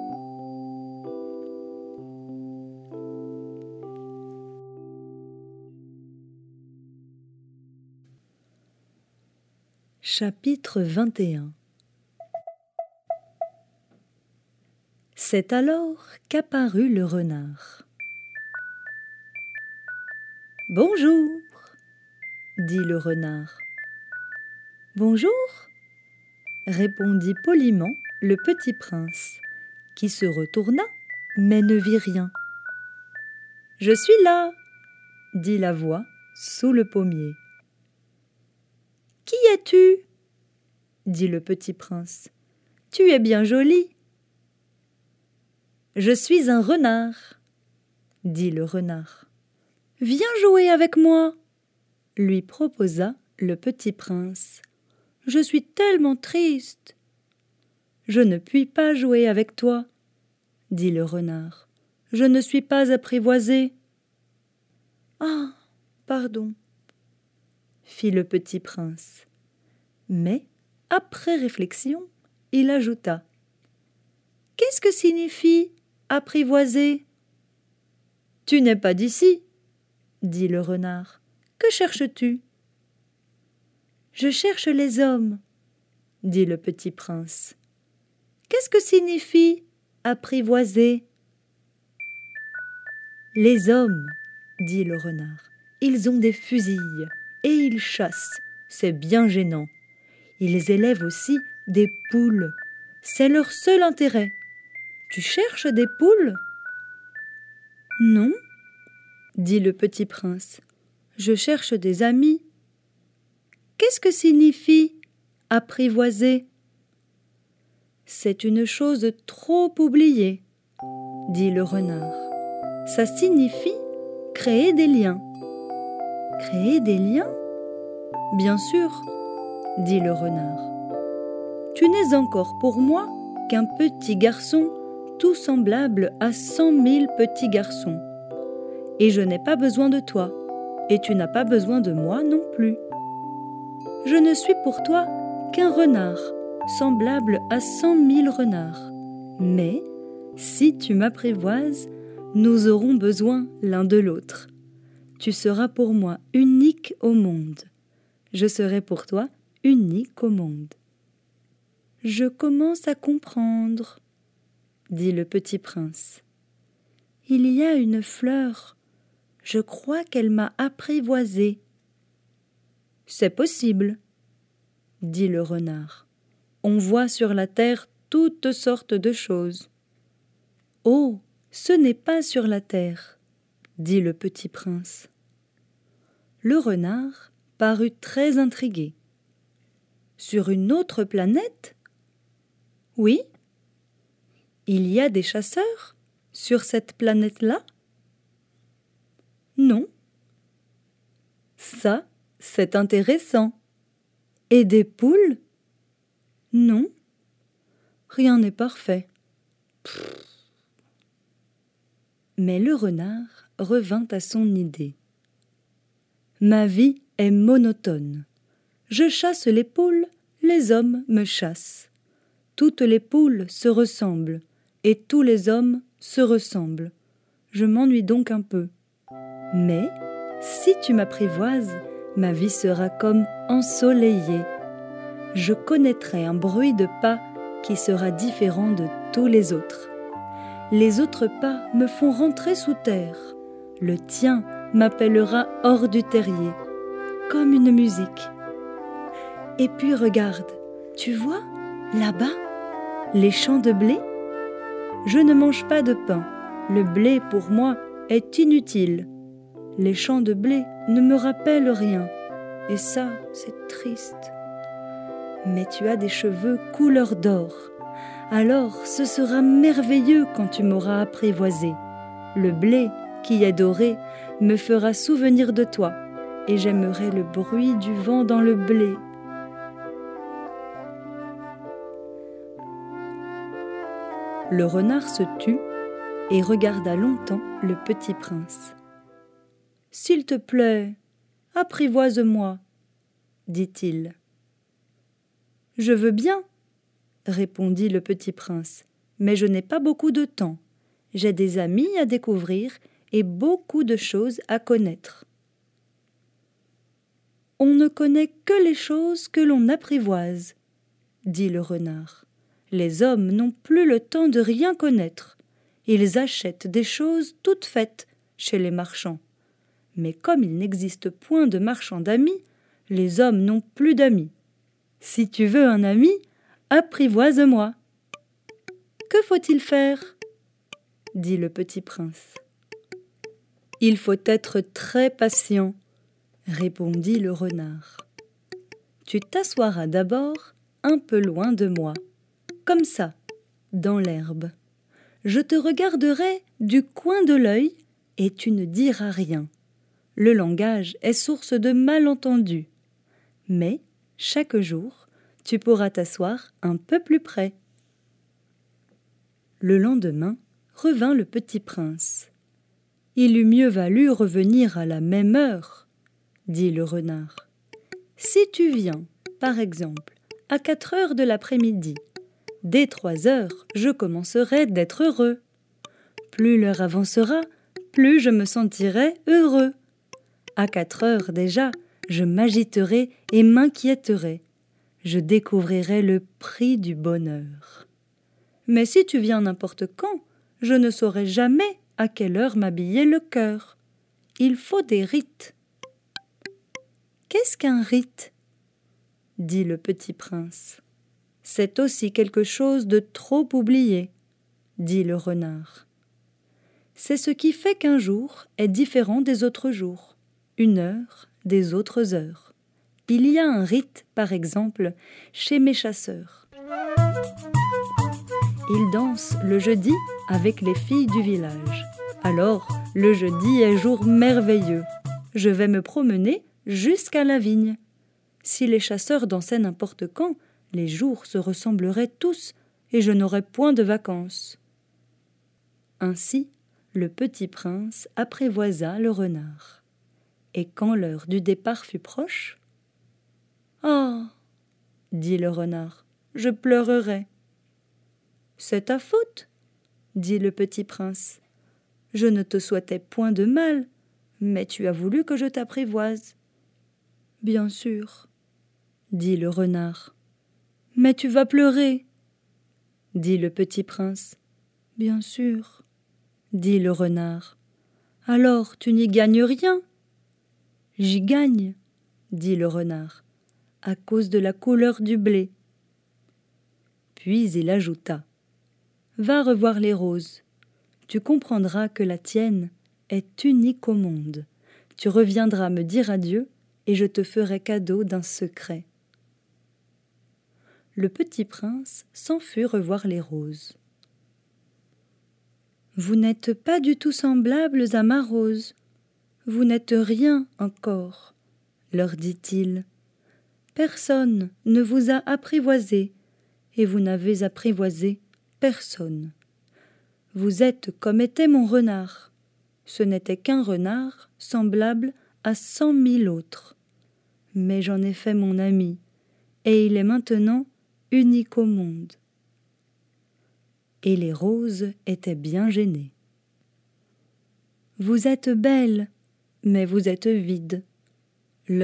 B: Chapitre 21. C'est alors qu'apparut le renard. « Bonjour !» dit le renard. « Bonjour !» répondit poliment le petit prince, qui se retourna, mais ne vit rien. « Je suis là !» dit la voix sous le pommier. « Qui es-tu » dit le petit prince. « Tu es bien joli. »« Je suis un renard, » dit le renard. « Viens jouer avec moi, » lui proposa le petit prince. « Je suis tellement triste. »« Je ne puis pas jouer avec toi, » dit le renard. « Je ne suis pas apprivoisé. »« Ah, pardon, » fit le petit prince. Mais, après réflexion, il ajouta: « Qu'est-ce que signifie apprivoiser ?»« Tu n'es pas d'ici, » dit le renard. « Que cherches-tu ?»« Je cherche les hommes, » dit le petit prince. « Qu'est-ce que signifie apprivoiser ?»« Les hommes, » dit le renard, « ils ont des fusils et ils chassent, c'est bien gênant. Ils élèvent aussi des poules, c'est leur seul intérêt. Tu cherches des poules ? » « Non, » dit le petit prince, « je cherche des amis. »« Qu'est-ce que signifie apprivoiser ?»« C'est une chose trop oubliée, » dit le renard. « Ça signifie créer des liens. »« Créer des liens ? Bien sûr, » dit le renard. « Tu n'es encore pour moi qu'un petit garçon tout semblable à 100 000 petits garçons. Et je n'ai pas besoin de toi, et tu n'as pas besoin de moi non plus. Je ne suis pour toi qu'un renard, semblable à 100 000 renards. Mais, si tu m'apprivoises, nous aurons besoin l'un de l'autre. Tu seras pour moi unique au monde. Je serai pour toi unique au monde. »« Je commence à comprendre, » dit le petit prince. « Il y a une fleur, je crois qu'elle m'a apprivoisé. »« C'est possible, » dit le renard. « On voit sur la terre toutes sortes de choses. »« Oh, ce n'est pas sur la terre, » dit le petit prince. Le renard parut très intrigué. « Sur une autre planète ? » ?»« Oui. »« Il y a des chasseurs sur cette planète-là ? » ?»« Non. »« Ça, c'est intéressant. »« Et des poules ? » ?»« Non. » « Rien n'est parfait. » Mais le renard revint à son idée. « Ma vie est monotone. Je chasse les poules, les hommes me chassent. Toutes les poules se ressemblent, et tous les hommes se ressemblent. Je m'ennuie donc un peu. Mais, si tu m'apprivoises, ma vie sera comme ensoleillée. je connaîtrai un bruit de pas qui sera différent de tous les autres. Les autres pas me font rentrer sous terre. Le tien m'appellera hors du terrier, comme une musique. Et puis regarde, tu vois, là-bas, les champs de blé? Je ne mange pas de pain. Le blé, pour moi, est inutile. Les champs de blé ne me rappellent rien. Et ça, c'est triste. Mais tu as des cheveux couleur d'or. Alors, ce sera merveilleux quand tu m'auras apprivoisé. Le blé, qui est doré, me fera souvenir de toi, et j'aimerai le bruit du vent dans le blé. Le renard se tut et regarda longtemps le petit prince. « S'il te plaît, apprivoise-moi, dit-il. « Je veux bien, répondit le petit prince, mais je n'ai pas beaucoup de temps. J'ai des amis à découvrir et beaucoup de choses à connaître. On ne connaît que les choses que l'on apprivoise, dit le renard. Les hommes n'ont plus le temps de rien connaître. Ils achètent des choses toutes faites chez les marchands. Mais comme il n'existe point de marchands d'amis, les hommes n'ont plus d'amis. Si tu veux un ami, apprivoise-moi. Que faut-il faire? Dit le petit prince. Il faut être très patient, répondit le renard. Tu t'assoiras d'abord un peu loin de moi, comme ça, dans l'herbe. Je te regarderai du coin de l'œil et tu ne diras rien. Le langage est source de malentendus. Mais, chaque jour, tu pourras t'asseoir un peu plus près. Le lendemain, revint le petit prince. Il eût mieux valu revenir à la même heure, dit le renard. Si tu viens, par exemple, à 4 heures de l'après-midi, dès 3 heures, je commencerai d'être heureux. Plus l'heure avancera, plus je me sentirai heureux. À 4 heures déjà, je m'agiterai et m'inquiéterai. Je découvrirai le prix du bonheur. Mais si tu viens n'importe quand, je ne saurai jamais à quelle heure m'habiller le cœur. Il faut des rites. Qu'est-ce qu'un rite? Dit le petit prince. C'est aussi quelque chose de trop oublié, dit le renard. C'est ce qui fait qu'un jour est différent des autres jours, une heure des autres heures. Il y a un rite, par exemple, chez mes chasseurs. Ils dansent le jeudi avec les filles du village. Alors, le jeudi est jour merveilleux. Je vais me promener jusqu'à la vigne. Si les chasseurs dansaient n'importe quand, les jours se ressembleraient tous et je n'aurais point de vacances. Ainsi, le petit prince apprivoisa le renard. Et quand l'heure du départ fut proche, « Ah !» dit le renard, « je pleurerai. »« C'est ta faute, » dit le petit prince. « Je ne te souhaitais point de mal, mais tu as voulu que je t'apprivoise. »« Bien sûr, » dit le renard. « Mais tu vas pleurer, » dit le petit prince. « Bien sûr, » dit le renard. « Alors tu n'y gagnes rien. »« J'y gagne, » dit le renard, « à cause de la couleur du blé. » Puis il ajouta, « Va revoir les roses. Tu comprendras que la tienne est unique au monde. Tu reviendras me dire adieu et je te ferai cadeau d'un secret. » Le petit prince s'en fut revoir les roses. « Vous n'êtes pas du tout semblables à ma rose. Vous n'êtes rien encore, » leur dit-il. « Personne ne vous a apprivoisé, et vous n'avez apprivoisé personne. Vous êtes comme était mon renard. Ce n'était qu'un renard semblable à 100 000 autres. Mais j'en ai fait mon ami, et il est maintenant unique au monde. » Et les roses étaient bien gênées. « Vous êtes belles, mais vous êtes vides, »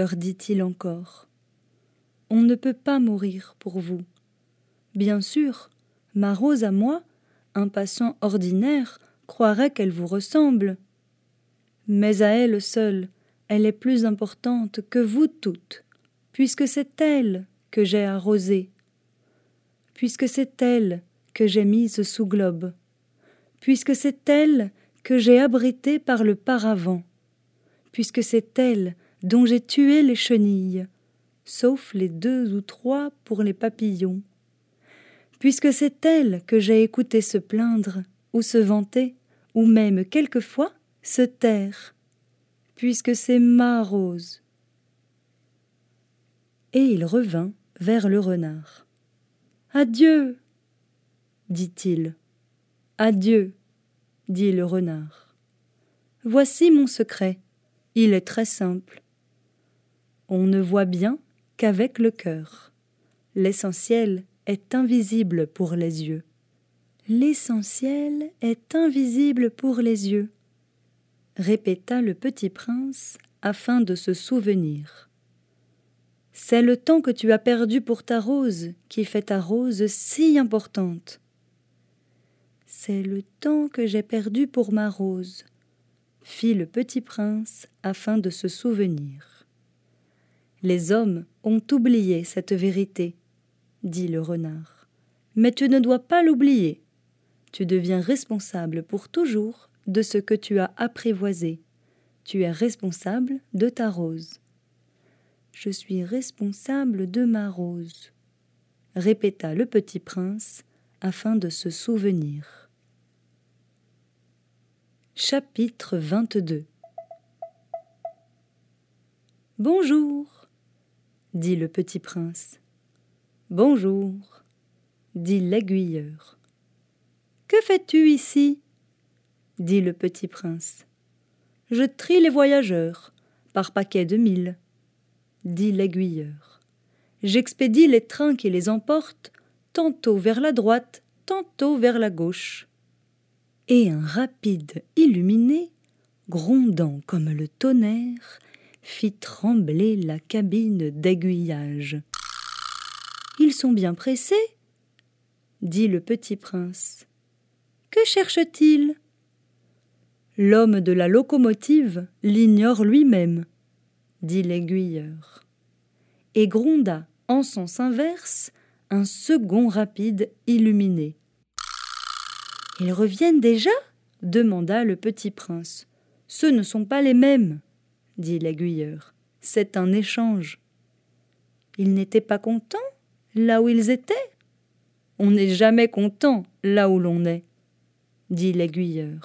B: leur dit-il encore. « on ne peut pas mourir pour vous. Bien sûr, ma rose à moi, un passant ordinaire, croirait qu'elle vous ressemble. Mais à elle seule, elle est plus importante que vous toutes, puisque c'est elle que j'ai arrosée, puisque c'est elle que j'ai mise sous globe, puisque c'est elle que j'ai abritée par le paravent, puisque c'est elle dont j'ai tué les chenilles, sauf les 2 ou 3 pour les papillons, puisque c'est elle que j'ai écouté se plaindre, ou se vanter, ou même quelquefois se taire, puisque c'est ma rose. Et il revint vers le renard. « Adieu !» dit-il. « Adieu !» dit le renard. « Voici mon secret, il est très simple. On ne voit bien qu'avec le cœur. L'essentiel est invisible pour les yeux. L'essentiel est invisible pour les yeux, répéta le petit prince afin de se souvenir. C'est le temps que tu as perdu pour ta rose qui fait ta rose si importante. C'est le temps que j'ai perdu pour ma rose, fit le petit prince afin de se souvenir. Les hommes ont oublié cette vérité, dit le renard. Mais tu ne dois pas l'oublier. Tu deviens responsable pour toujours de ce que tu as apprivoisé. Tu es responsable de ta rose. Je suis responsable de ma rose, répéta le petit prince afin de se souvenir. Chapitre 22. Bonjour, dit le petit prince. Bonjour, dit l'aiguilleur. Que fais-tu ici? Dit le petit prince. Je trie les voyageurs, par paquet de 1000, dit l'aiguilleur. J'expédie les trains qui les emportent, tantôt vers la droite, tantôt vers la gauche. Et un rapide illuminé, grondant comme le tonnerre, fit trembler la cabine d'aiguillage. Ils sont bien pressés, dit le petit prince. Que cherche-t-il? L'homme de la locomotive l'ignore lui-même, dit l'aiguilleur, et gronda en sens inverse un second rapide illuminé. Ils reviennent déjà? Demanda le petit prince. Ce ne sont pas les mêmes, dit l'aiguilleur. C'est un échange. Ils n'étaient pas contents là où ils étaient? On n'est jamais content là où l'on est, dit l'aiguilleur.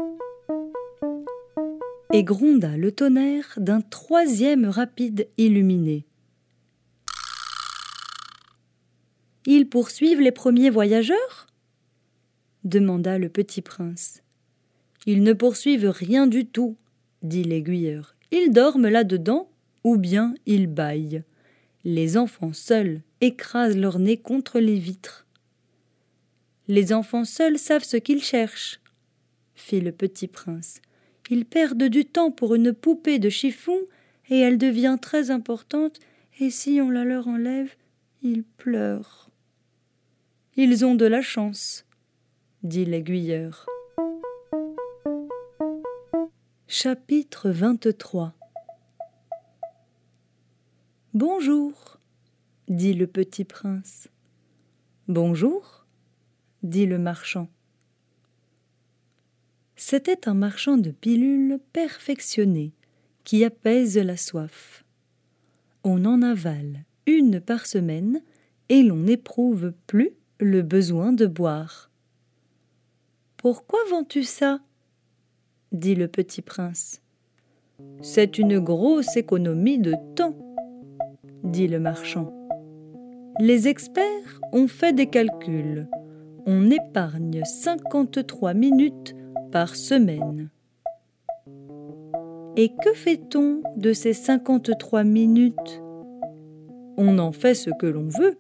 B: Et gronda le tonnerre d'un troisième rapide illuminé. Ils poursuivent les premiers voyageurs? Demanda le petit prince. Ils ne poursuivent rien du tout, dit l'aiguilleur. Ils dorment là-dedans, ou bien ils bâillent. Les enfants seuls écrasent leur nez contre les vitres. Les enfants seuls savent ce qu'ils cherchent, fit le petit prince. Ils perdent du temps pour une poupée de chiffon et elle devient très importante, et si on la leur enlève, ils pleurent. Ils ont de la chance, dit l'aiguilleur. Chapitre 23. Bonjour, dit le petit prince. Bonjour, dit le marchand. C'était un marchand de pilules perfectionné qui apaise la soif. On en avale une par semaine et l'on n'éprouve plus le besoin de boire. « Pourquoi vends-tu ça ?» dit le petit prince. « C'est une grosse économie de temps, » dit le marchand. « Les experts ont fait des calculs. On épargne 53 minutes par semaine. Et que fait-on de ces 53 minutes? On en fait ce que l'on veut.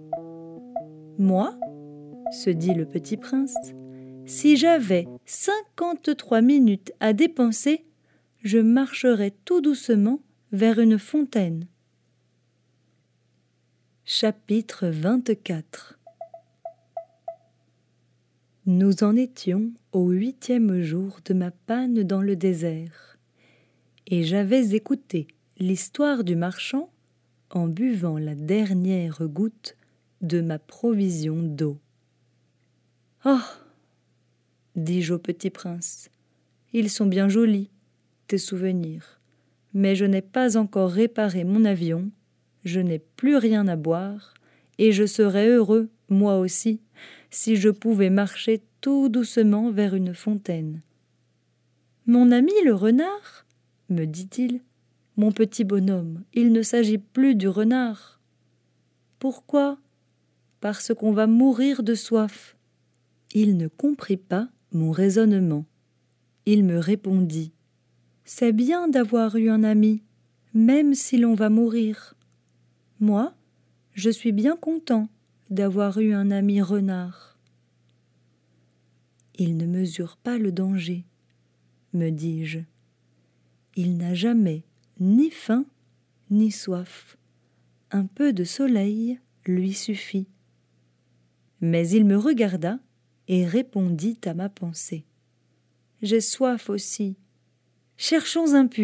B: Moi, se dit le petit prince, si j'avais 53 minutes à dépenser, je marcherais tout doucement vers une fontaine. Chapitre 24. Nous en étions au 8e jour de ma panne dans le désert, et j'avais écouté l'histoire du marchand en buvant la dernière goutte de ma provision d'eau. « Oh !» dis-je au petit prince, « ils sont bien jolis, tes souvenirs, mais je n'ai pas encore réparé mon avion, je n'ai plus rien à boire, et je serais heureux, moi aussi, si je pouvais marcher tout doucement vers une fontaine. »« Mon ami le renard ?» me dit-il. « Mon petit bonhomme, il ne s'agit plus du renard. »« Pourquoi ? » ?»« Parce qu'on va mourir de soif. » Il ne comprit pas mon raisonnement. Il me répondit. « C'est bien d'avoir eu un ami, même si l'on va mourir. Moi, je suis bien content d'avoir eu un ami renard. »« Il ne mesure pas le danger, me dis-je. Il n'a jamais ni faim ni soif. Un peu de soleil lui suffit. » Mais il me regarda et répondit à ma pensée. « J'ai soif aussi. Cherchons un puits. »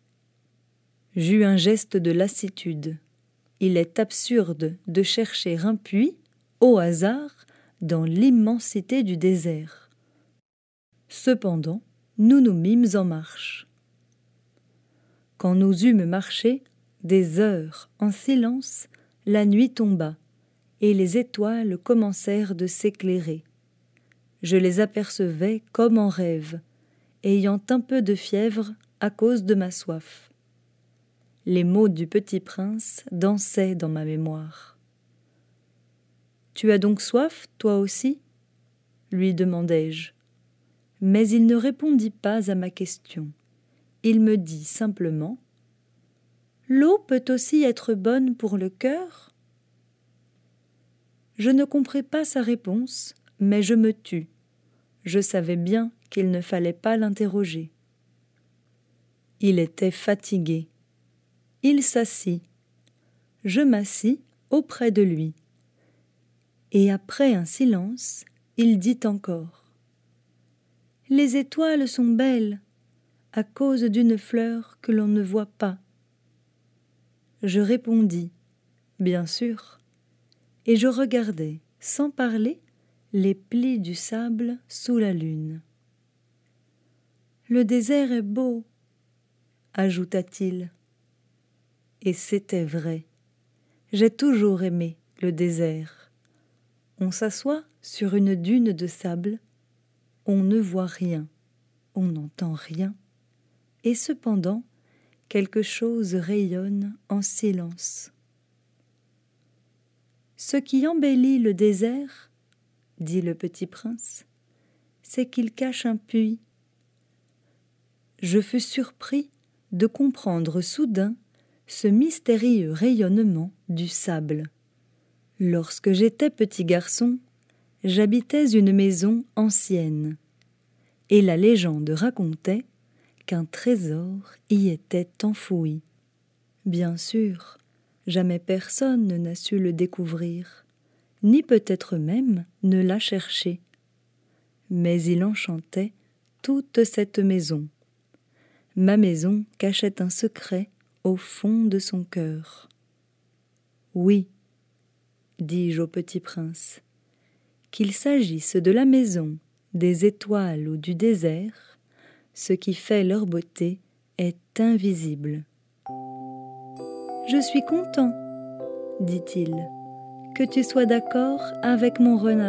B: J'eus un geste de lassitude. Il est absurde de chercher un puits, au hasard, dans l'immensité du désert. Cependant, nous nous mîmes en marche. Quand nous eûmes marché des heures en silence, la nuit tomba, et les étoiles commencèrent de s'éclairer. Je les apercevais comme en rêve, ayant un peu de fièvre à cause de ma soif. Les mots du petit prince dansaient dans ma mémoire. « Tu as donc soif, toi aussi ?» lui demandai-je. Mais il ne répondit pas à ma question. Il me dit simplement « L'eau peut aussi être bonne pour le cœur ?» Je ne compris pas sa réponse, mais je me tus. Je savais bien qu'il ne fallait pas l'interroger. Il était fatigué. Il s'assit. Je m'assis auprès de lui. Et après un silence, il dit encore « Les étoiles sont belles, à cause d'une fleur que l'on ne voit pas. » Je répondis « Bien sûr. » Et je regardais, sans parler, les plis du sable sous la lune. « Le désert est beau, » ajouta-t-il. Et c'était vrai. J'ai toujours aimé le désert. On s'assoit sur une dune de sable, on ne voit rien, on n'entend rien, et cependant quelque chose rayonne en silence. « Ce qui embellit le désert, dit le petit prince, c'est qu'il cache un puits. » Je fus surpris de comprendre soudain ce mystérieux rayonnement du sable. Lorsque j'étais petit garçon, j'habitais une maison ancienne, et la légende racontait qu'un trésor y était enfoui. Bien sûr, jamais personne n'a su le découvrir, ni peut-être même ne l'a cherché. Mais il enchantait toute cette maison. Ma maison cachait un secret au fond de son cœur. « Oui, » dis-je au petit prince, « qu'il s'agisse de la maison, des étoiles ou du désert, ce qui fait leur beauté est invisible. »« Je suis content, » dit-il, « que tu sois d'accord avec mon renard. »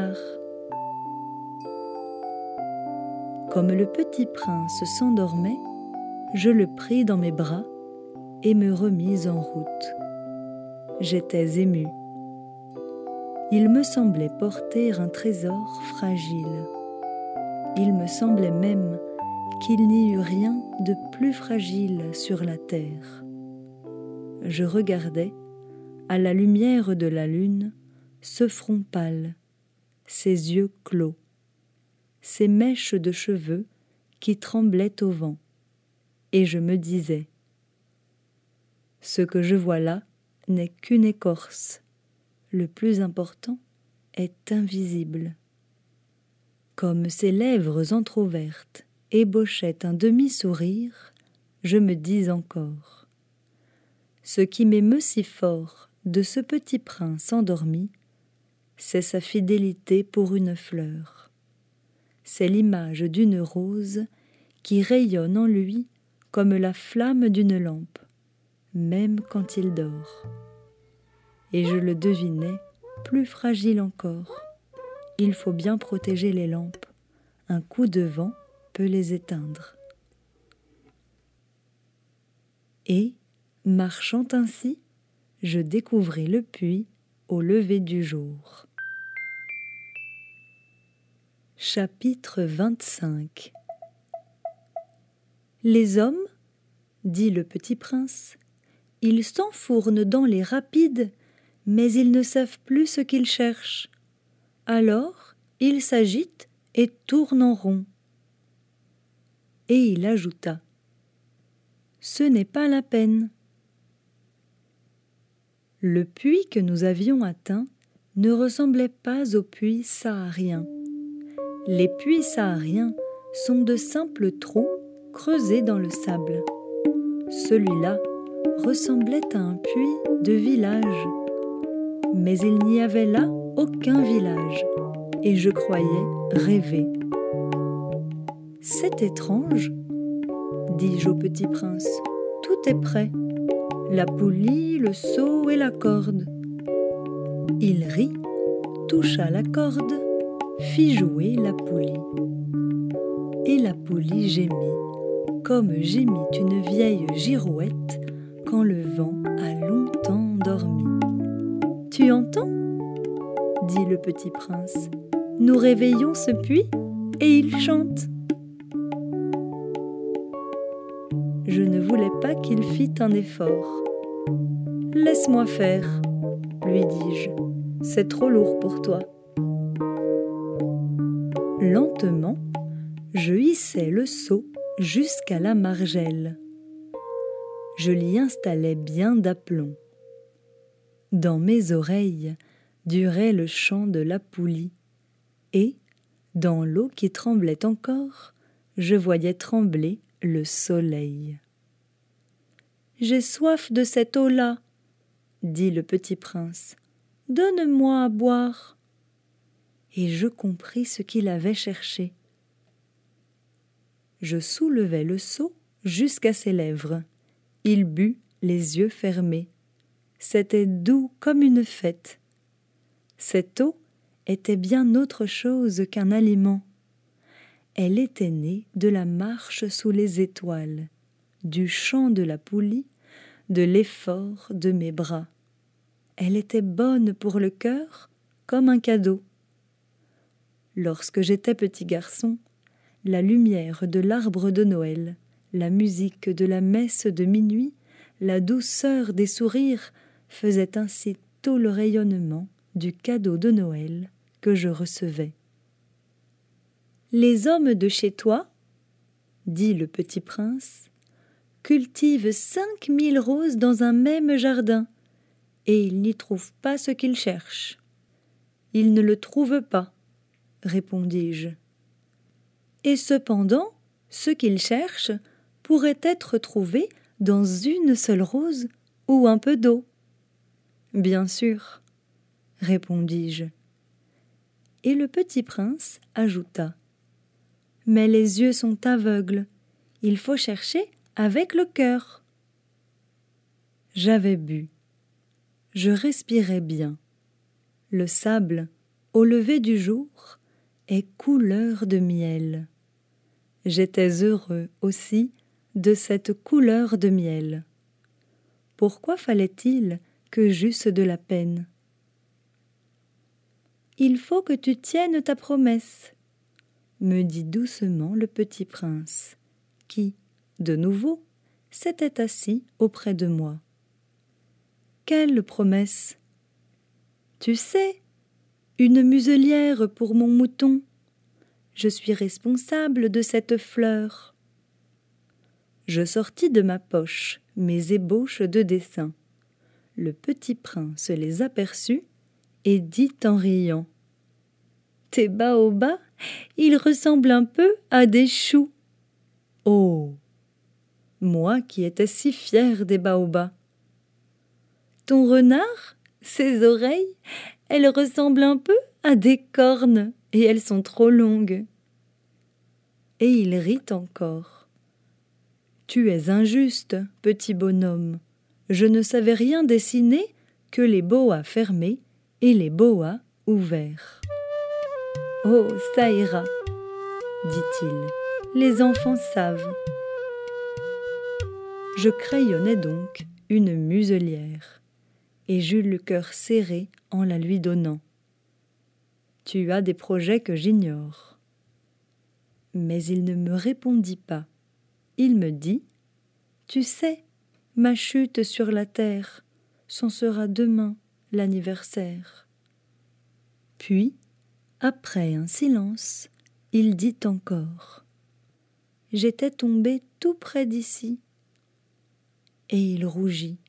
B: Comme le petit prince s'endormait, je le pris dans mes bras et me remis en route. J'étais ému. Il me semblait porter un trésor fragile. Il me semblait même qu'il n'y eût rien de plus fragile sur la terre. Je regardais, à la lumière de la lune, ce front pâle, ces yeux clos, ces mèches de cheveux qui tremblaient au vent, et je me disais « Ce que je vois là n'est qu'une écorce, le plus important, est invisible. Comme ses lèvres entr'ouvertes ébauchaient un demi-sourire, je me dis encore: ce qui m'émeut si fort de ce petit prince endormi, c'est sa fidélité pour une fleur. C'est l'image d'une rose qui rayonne en lui comme la flamme d'une lampe, même quand il dort. Et je le devinais plus fragile encore. Il faut bien protéger les lampes. Un coup de vent peut les éteindre. Et, marchant ainsi, je découvris le puits au lever du jour. Chapitre 25. Les hommes, dit le petit prince, ils s'enfournent dans les rapides, mais ils ne savent plus ce qu'ils cherchent. Alors, ils s'agitent et tournent en rond. Et il ajouta: ce n'est pas la peine. Le puits que nous avions atteint ne ressemblait pas aux puits sahariens. Les puits sahariens sont de simples trous creusés dans le sable. Celui-là ressemblait à un puits de village. Mais il n'y avait là aucun village, et je croyais rêver. « C'est étrange, dis-je au petit prince. Tout est prêt. La poulie, le seau et la corde. » Il rit, toucha la corde, fit jouer la poulie. Et la poulie gémit, comme gémit une vieille girouette quand le vent a longtemps dormi. « Tu entends ?» dit le petit prince. « Nous réveillons ce puits et il chante. » Je ne voulais pas qu'il fît un effort. « Laisse-moi faire, » lui dis-je. « C'est trop lourd pour toi. » Lentement, je hissai le seau jusqu'à la margelle. Je l'y installai bien d'aplomb. Dans mes oreilles durait le chant de la poulie, et, dans l'eau qui tremblait encore, je voyais trembler le soleil. « J'ai soif de cette eau-là, » dit le petit prince. « Donne-moi à boire. » Et je compris ce qu'il avait cherché. Je soulevai le seau jusqu'à ses lèvres. Il but les yeux fermés. C'était doux comme une fête. Cette eau était bien autre chose qu'un aliment. Elle était née de la marche sous les étoiles, du chant de la poulie, de l'effort de mes bras. Elle était bonne pour le cœur comme un cadeau. Lorsque j'étais petit garçon, la lumière de l'arbre de Noël, la musique de la messe de minuit, la douceur des sourires faisaient ainsi tout le rayonnement du cadeau de Noël que je recevais. « Les hommes de chez toi, dit le petit prince, cultivent 5000 roses dans un même jardin, et ils n'y trouvent pas ce qu'ils cherchent. »« Ils ne le trouvent pas, » répondis-je. « Et cependant, ce qu'ils cherchent pourrait être trouvé dans une seule rose ou un peu d'eau. »« Bien sûr, » répondis-je. Et le petit prince ajouta: « Mais les yeux sont aveugles, il faut chercher avec le cœur. » J'avais bu. Je respirais bien. Le sable, au lever du jour, est couleur de miel. J'étais heureux aussi de cette couleur de miel. Pourquoi fallait-il que j'eusse de la peine? « Il faut que tu tiennes ta promesse, » me dit doucement le petit prince, qui, de nouveau, s'était assis auprès de moi. « Quelle promesse? »« Tu sais, une muselière pour mon mouton. Je suis responsable de cette fleur. » Je sortis de ma poche mes ébauches de dessin. Le petit prince les aperçut et dit en riant: « Tes baobabs, ils ressemblent un peu à des choux. » Oh! Moi qui étais si fière des baobabs. Ton renard, ses oreilles, elles ressemblent un peu à des cornes et elles sont trop longues. Et il rit encore. Tu es injuste, petit bonhomme. Je ne savais rien dessiner que les boas fermés et les boas ouverts. Oh, ça ira, dit-il. Les enfants savent. Je crayonnais donc une muselière, et j'eus le cœur serré en la lui donnant. Tu as des projets que j'ignore. Mais il ne me répondit pas. Il me dit: Tu sais, ma chute sur la terre, c'en sera demain l'anniversaire. Puis, après un silence, il dit encore: J'étais tombé tout près d'ici. Et il rougit.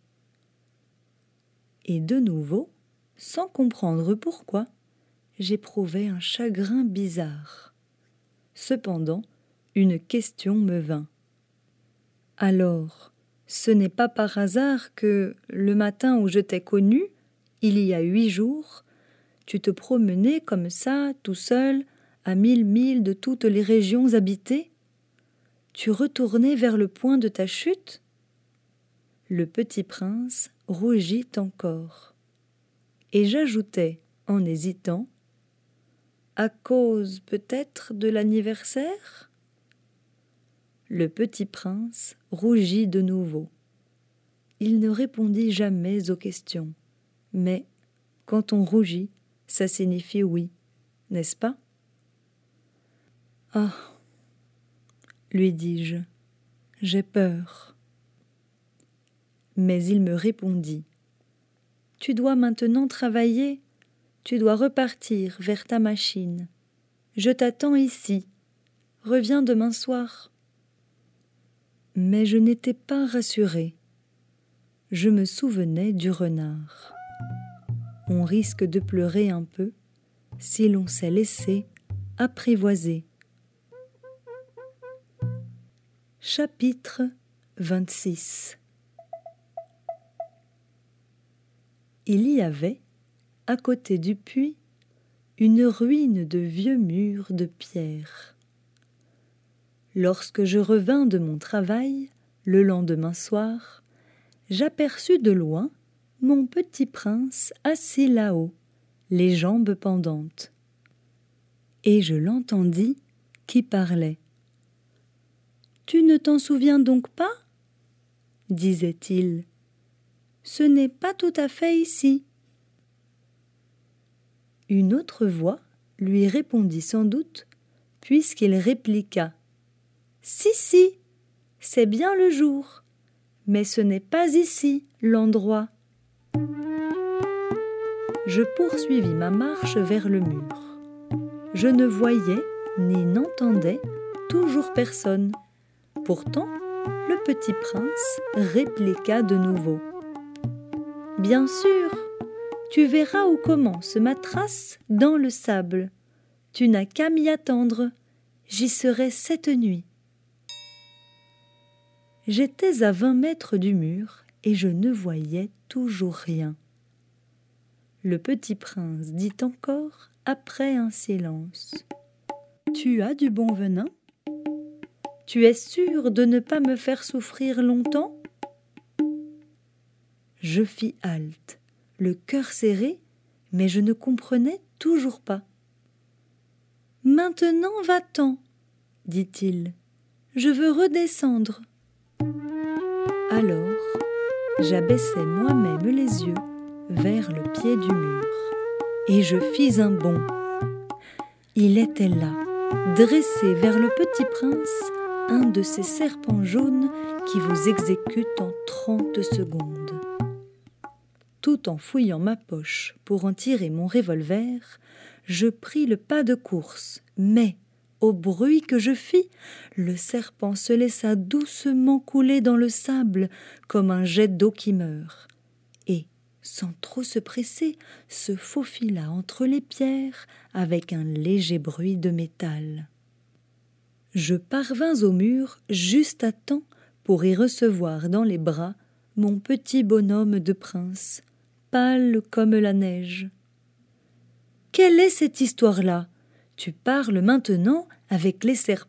B: Et de nouveau, sans comprendre pourquoi, j'éprouvais un chagrin bizarre. Cependant, une question me vint. Alors, ce n'est pas par hasard que, le matin où je t'ai connu, il y a 8 jours, tu te promenais comme ça, tout seul, à 1000 milles de toutes les régions habitées? Tu retournais vers le point de ta chute? Le petit prince rougit encore. Et j'ajoutai, en hésitant: À cause peut-être de l'anniversaire? Le petit prince rougit de nouveau. Il ne répondit jamais aux questions. Mais quand on rougit, ça signifie oui, n'est-ce pas? Ah, lui dis-je, j'ai peur. Mais il me répondit: Tu dois maintenant travailler, tu dois repartir vers ta machine. Je t'attends ici, reviens demain soir. Mais je n'étais pas rassurée. Je me souvenais du renard. On risque de pleurer un peu si l'on s'est laissé apprivoiser. Chapitre 26. Il y avait, à côté du puits, une ruine de vieux murs de pierre. Lorsque je revins de mon travail, le lendemain soir, j'aperçus de loin mon petit prince assis là-haut, les jambes pendantes. Et je l'entendis qui parlait. « Tu ne t'en souviens donc pas ?» disait-il. Ce n'est pas tout à fait ici. Une autre voix lui répondit sans doute, puisqu'il répliqua: Si, si, c'est bien le jour, mais ce n'est pas ici l'endroit. Je poursuivis ma marche vers le mur. Je ne voyais ni n'entendais toujours personne. Pourtant, le petit prince répliqua de nouveau. Bien sûr, tu verras où commence ma trace dans le sable. Tu n'as qu'à m'y attendre, j'y serai cette nuit. J'étais à 20 mètres du mur et je ne voyais toujours rien. Le petit prince dit encore après un silence: Tu as du bon venin? Tu es sûr de ne pas me faire souffrir longtemps? Je fis halte, le cœur serré, mais je ne comprenais toujours pas. « Maintenant va-t'en, dit-il, je veux redescendre. » Alors, j'abaissai moi-même les yeux vers le pied du mur, et je fis un bond. Il était là, dressé vers le petit prince, un de ces serpents jaunes qui vous exécutent en 30 secondes. Tout en fouillant ma poche pour en tirer mon revolver, je pris le pas de course, mais, au bruit que je fis, le serpent se laissa doucement couler dans le sable comme un jet d'eau qui meurt. Et, sans trop se presser, se faufila entre les pierres avec un léger bruit de métal. Je parvins au mur juste à temps pour y recevoir dans les bras mon petit bonhomme de prince, pâle comme la neige. « Quelle est cette histoire-là ? Tu parles maintenant avec les serpents ?»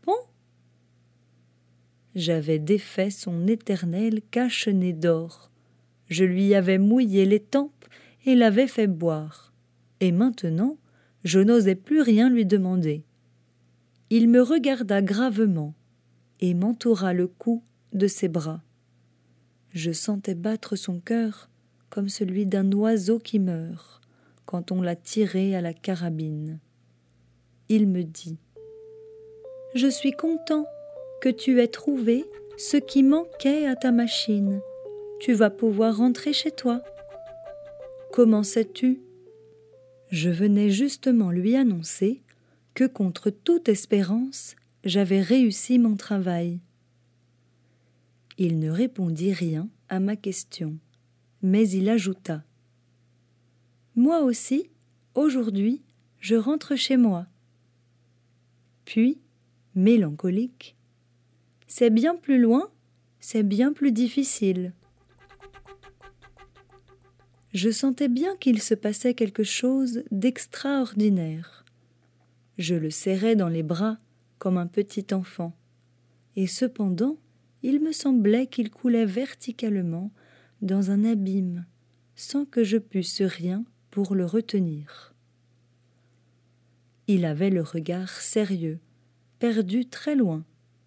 B: J'avais défait son éternel cache-nez d'or. Je lui avais mouillé les tempes et l'avais fait boire. Et maintenant, je n'osais plus rien lui demander. Il me regarda gravement et m'entoura le cou de ses bras. Je sentais battre son cœur comme celui d'un oiseau qui meurt quand on l'a tiré à la carabine. Il me dit : « Je suis content que tu aies trouvé ce qui manquait à ta machine. Tu vas pouvoir rentrer chez toi. » Comment sais-tu ? Je venais justement lui annoncer que contre toute espérance, j'avais réussi mon travail. Il ne répondit rien à ma question, mais il ajouta : « Moi aussi, aujourd'hui, je rentre chez moi. » Puis, mélancolique : « C'est bien plus loin, c'est bien plus difficile. » Je sentais bien qu'il se passait quelque chose d'extraordinaire. Je le serrais dans les bras comme un petit enfant, et cependant, il me semblait qu'il coulait verticalement dans un abîme, sans que je pusse rien pour le retenir. Il avait le regard sérieux, perdu très loin.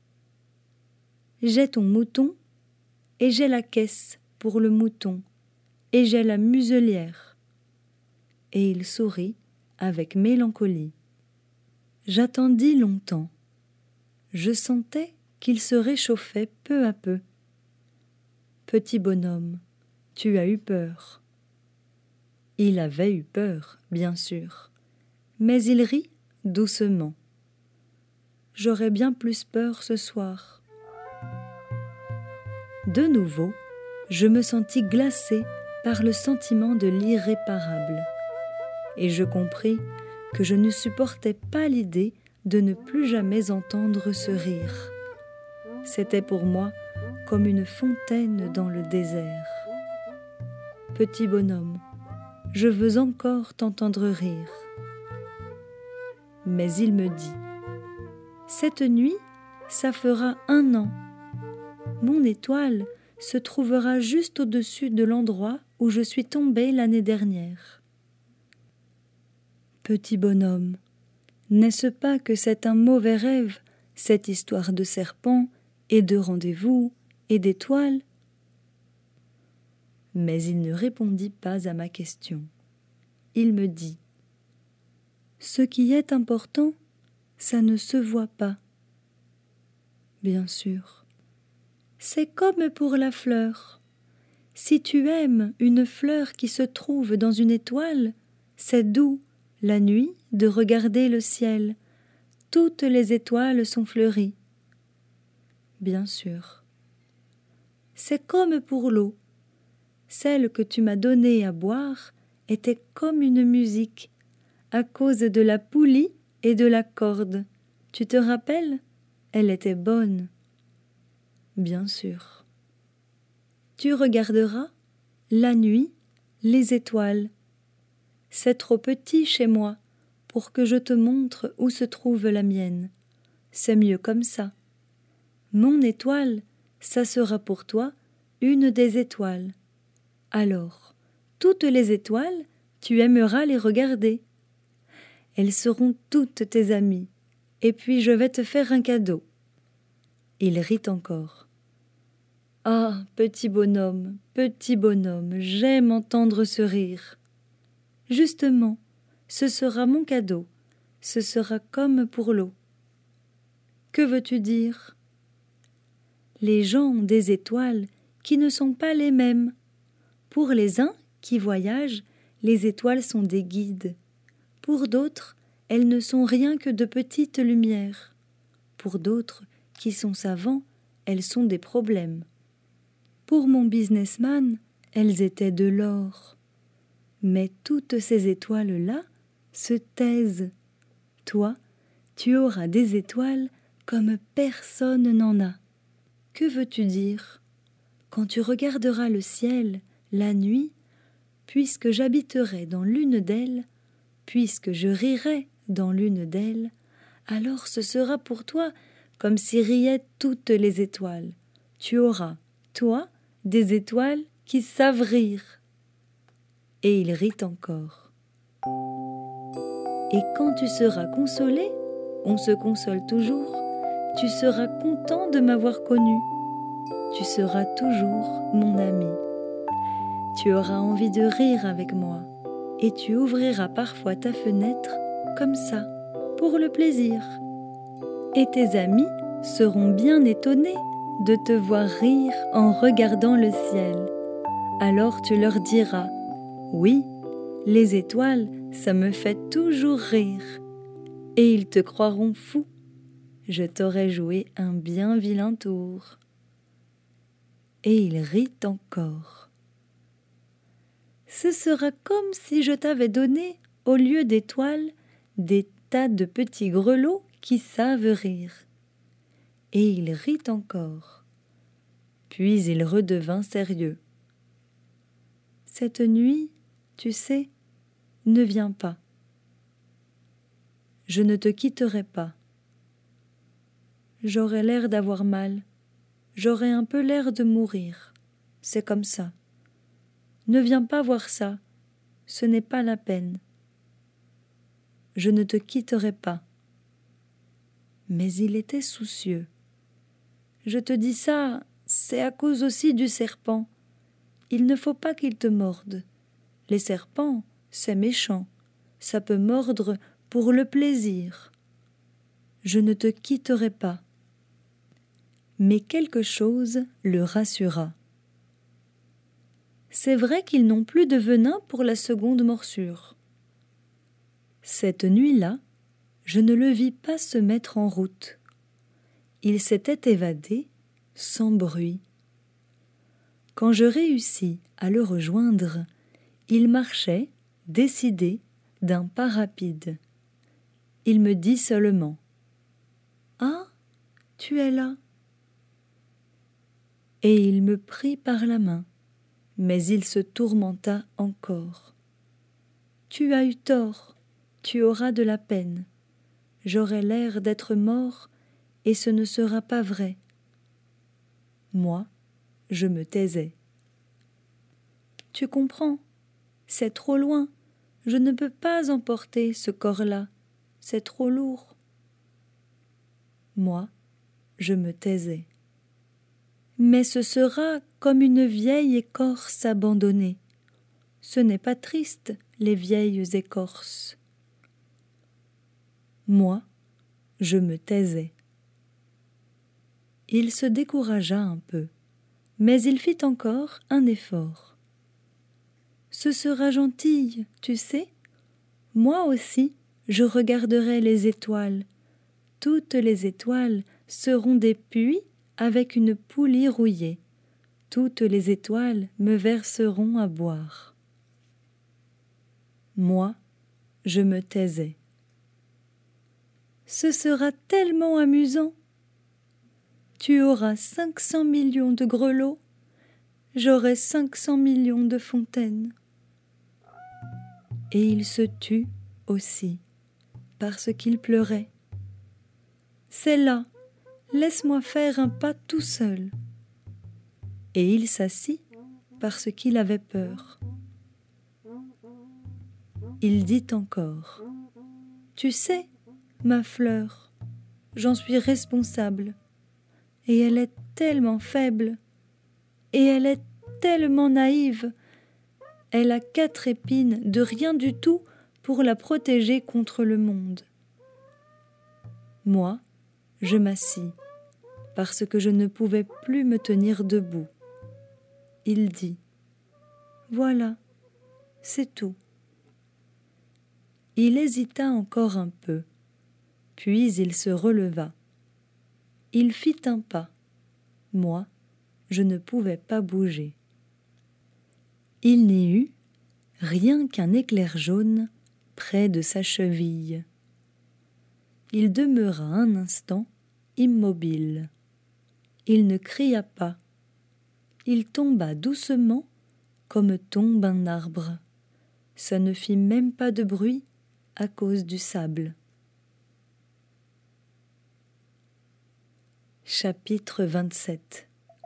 B: « J'ai ton mouton, et j'ai la caisse pour le mouton, et j'ai la muselière. » Et il sourit avec mélancolie. J'attendis longtemps. Je sentais qu'il se réchauffait peu à peu. « Petit bonhomme, tu as eu peur. » Il avait eu peur, bien sûr, mais il rit doucement. « J'aurais bien plus peur ce soir. » De nouveau, je me sentis glacée par le sentiment de l'irréparable, et je compris que je ne supportais pas l'idée de ne plus jamais entendre ce rire. C'était pour moi comme une fontaine dans le désert. « Petit bonhomme, je veux encore t'entendre rire. » Mais il me dit : « Cette nuit, ça fera 1 an. Mon étoile se trouvera juste au-dessus de l'endroit où je suis tombée l'année dernière. » Petit bonhomme, n'est-ce pas que c'est un mauvais rêve, cette histoire de serpent et de rendez-vous et d'étoiles ? Mais il ne répondit pas à ma question. Il me dit : « Ce qui est important, ça ne se voit pas. » Bien sûr. C'est comme pour la fleur. Si tu aimes une fleur qui se trouve dans une étoile, c'est doux, la nuit, de regarder le ciel. Toutes les étoiles sont fleuries. Bien sûr. C'est comme pour l'eau. Celle que tu m'as donnée à boire était comme une musique, à cause de la poulie et de la corde. Tu te rappelles ? Elle était bonne. Bien sûr. Tu regarderas, la nuit, les étoiles. C'est trop petit chez moi pour que je te montre où se trouve la mienne. C'est mieux comme ça. Mon étoile, ça sera pour toi une des étoiles. Alors, toutes les étoiles, tu aimeras les regarder. Elles seront toutes tes amies, et puis je vais te faire un cadeau. » Il rit encore. « Ah, petit bonhomme, j'aime entendre ce rire. Justement, ce sera mon cadeau, ce sera comme pour l'eau. Que veux-tu dire ? Les gens ont des étoiles qui ne sont pas les mêmes. Pour les uns qui voyagent, les étoiles sont des guides. Pour d'autres, elles ne sont rien que de petites lumières. Pour d'autres, qui sont savants, elles sont des problèmes. Pour mon businessman, elles étaient de l'or. Mais toutes ces étoiles-là se taisent. Toi, tu auras des étoiles comme personne n'en a. Que veux-tu dire? Quand tu regarderas le ciel, la nuit, puisque j'habiterai dans l'une d'elles, puisque je rirai dans l'une d'elles, alors ce sera pour toi comme si riaient toutes les étoiles. Tu auras, toi, des étoiles qui savent rire. Et il rit encore. Et quand tu seras consolé, on se console toujours, tu seras content de m'avoir connu. Tu seras toujours mon ami. Tu auras envie de rire avec moi, et tu ouvriras parfois ta fenêtre comme ça, pour le plaisir. Et tes amis seront bien étonnés de te voir rire en regardant le ciel. Alors tu leur diras « Oui, les étoiles, ça me fait toujours rire. » Et ils te croiront fou. Je t'aurai joué un bien vilain tour. Et il rit encore. Ce sera comme si je t'avais donné, au lieu d'étoiles, des tas de petits grelots qui savent rire. Et il rit encore. Puis il redevint sérieux. Cette nuit, tu sais, ne viens pas. Je ne te quitterai pas. J'aurai l'air d'avoir mal. J'aurai un peu l'air de mourir. C'est comme ça. Ne viens pas voir ça. Ce n'est pas la peine. Je ne te quitterai pas. Mais il était soucieux. Je te dis ça, c'est à cause aussi du serpent. Il ne faut pas qu'il te morde. Les serpents, c'est méchant. Ça peut mordre pour le plaisir. Je ne te quitterai pas. Mais quelque chose le rassura. C'est vrai qu'ils n'ont plus de venin pour la seconde morsure. Cette nuit-là, je ne le vis pas se mettre en route. Il s'était évadé sans bruit. Quand je réussis à le rejoindre, il marchait, décidé, d'un pas rapide. Il me dit seulement « Ah, tu es là !» Et il me prit par la main, mais il se tourmenta encore. « Tu as eu tort, tu auras de la peine. J'aurai l'air d'être mort, et ce ne sera pas vrai. » Moi, je me taisais. « Tu comprends, c'est trop loin, je ne peux pas emporter ce corps-là, c'est trop lourd. » Moi, je me taisais. « Mais ce sera comme une vieille écorce abandonnée. Ce n'est pas triste, les vieilles écorces. » Moi, je me taisais. Il se découragea un peu, mais il fit encore un effort. « Ce sera gentil, tu sais. Moi aussi, je regarderai les étoiles. Toutes les étoiles seront des puits avec une poulie rouillée. Toutes les étoiles me verseront à boire. » Moi, je me taisais. « Ce sera tellement amusant. Tu auras 500 millions de grelots, j'aurai 500 millions de fontaines. » Et il se tut aussi, parce qu'il pleurait. « C'est là, laisse-moi faire un pas tout seul. » Et il s'assit, parce qu'il avait peur. Il dit encore, « Tu sais, ma fleur, j'en suis responsable. Et elle est tellement faible, et elle est tellement naïve. Elle a 4 épines de rien du tout pour la protéger contre le monde. » Moi, je m'assis, parce que je ne pouvais plus me tenir debout. Il dit, « Voilà, c'est tout. » Il hésita encore un peu, puis il se releva. Il fit un pas. Moi, je ne pouvais pas bouger. Il n'y eut rien qu'un éclair jaune près de sa cheville. Il demeura un instant immobile. Il ne cria pas. Il tomba doucement comme tombe un arbre. Ça ne fit même pas de bruit à cause du sable. Chapitre 27.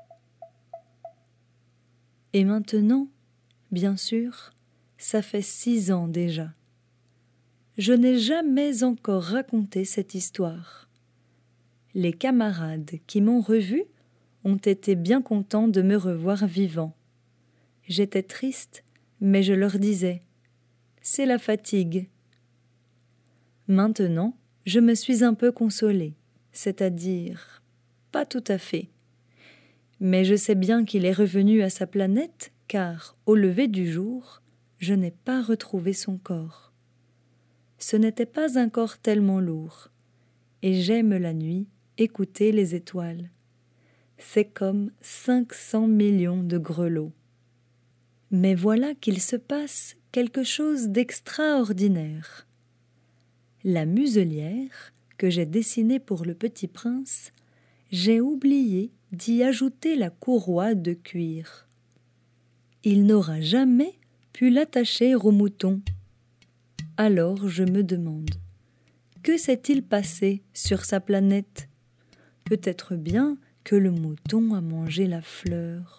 B: Et maintenant, bien sûr, ça fait 6 ans déjà. Je n'ai jamais encore raconté cette histoire. Les camarades qui m'ont revu ont été bien contents de me revoir vivant. J'étais triste, mais je leur disais « c'est la fatigue ». Maintenant, je me suis un peu consolée, c'est-à-dire pas tout à fait. Mais je sais bien qu'il est revenu à sa planète, car, au lever du jour, je n'ai pas retrouvé son corps. Ce n'était pas un corps tellement lourd, et j'aime la nuit écouter les étoiles. C'est comme 500 millions de grelots. Mais voilà qu'il se passe quelque chose d'extraordinaire. La muselière que j'ai dessinée pour le petit prince, j'ai oublié d'y ajouter la courroie de cuir. Il n'aura jamais pu l'attacher au mouton. Alors je me demande, que s'est-il passé sur sa planète? Peut-être bien que le mouton a mangé la fleur.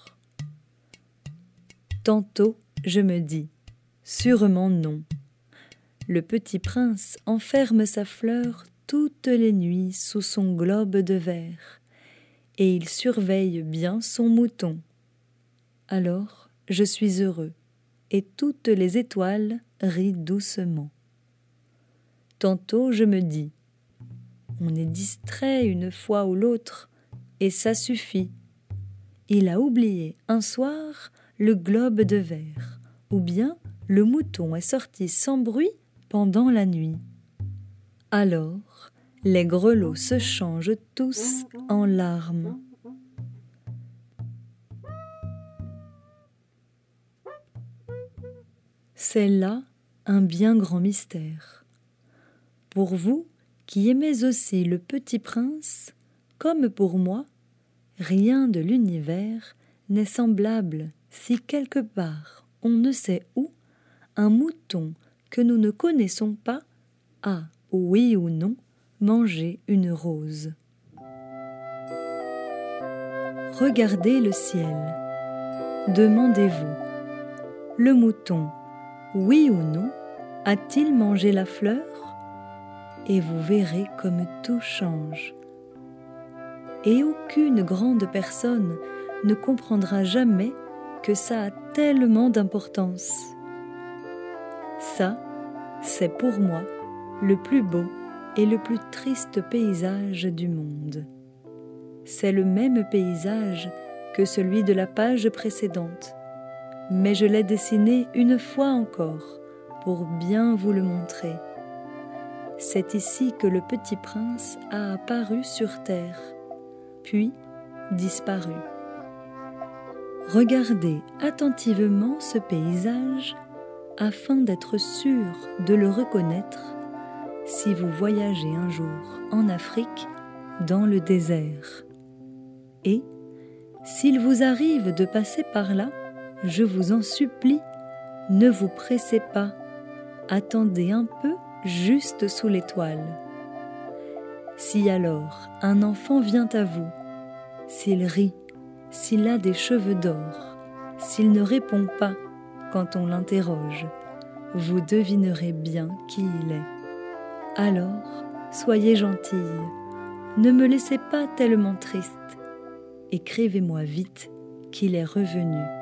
B: Tantôt, je me dis, sûrement non. Le petit prince enferme sa fleur toutes les nuits sous son globe de verre, et il surveille bien son mouton. Alors, je suis heureux, et toutes les étoiles rient doucement. Tantôt, je me dis, on est distrait une fois ou l'autre, et ça suffit. Il a oublié un soir le globe de verre, ou bien le mouton est sorti sans bruit pendant la nuit. Alors, les grelots se changent tous en larmes. C'est là un bien grand mystère. Pour vous qui aimez aussi le Petit Prince, comme pour moi, rien de l'univers n'est semblable si quelque part, on ne sait où, un mouton que nous ne connaissons pas a, oui ou non, mangé une rose. Regardez le ciel. Demandez-vous, le mouton, oui ou non, a-t-il mangé la fleur? Et vous verrez comme tout change. Et aucune grande personne ne comprendra jamais que ça a tellement d'importance. Ça, c'est pour moi le plus beau et le plus triste paysage du monde. C'est le même paysage que celui de la page précédente, mais je l'ai dessiné une fois encore pour bien vous le montrer. C'est ici que le Petit Prince a apparu sur terre, puis disparu. Regardez attentivement ce paysage afin d'être sûr de le reconnaître si vous voyagez un jour en Afrique dans le désert. Et, s'il vous arrive de passer par là, je vous en supplie, ne vous pressez pas, attendez un peu juste sous l'étoile. Si alors un enfant vient à vous, s'il rit, s'il a des cheveux d'or, s'il ne répond pas quand on l'interroge, vous devinerez bien qui il est. Alors, soyez gentille, ne me laissez pas tellement triste. Écrivez-moi vite qu'il est revenu.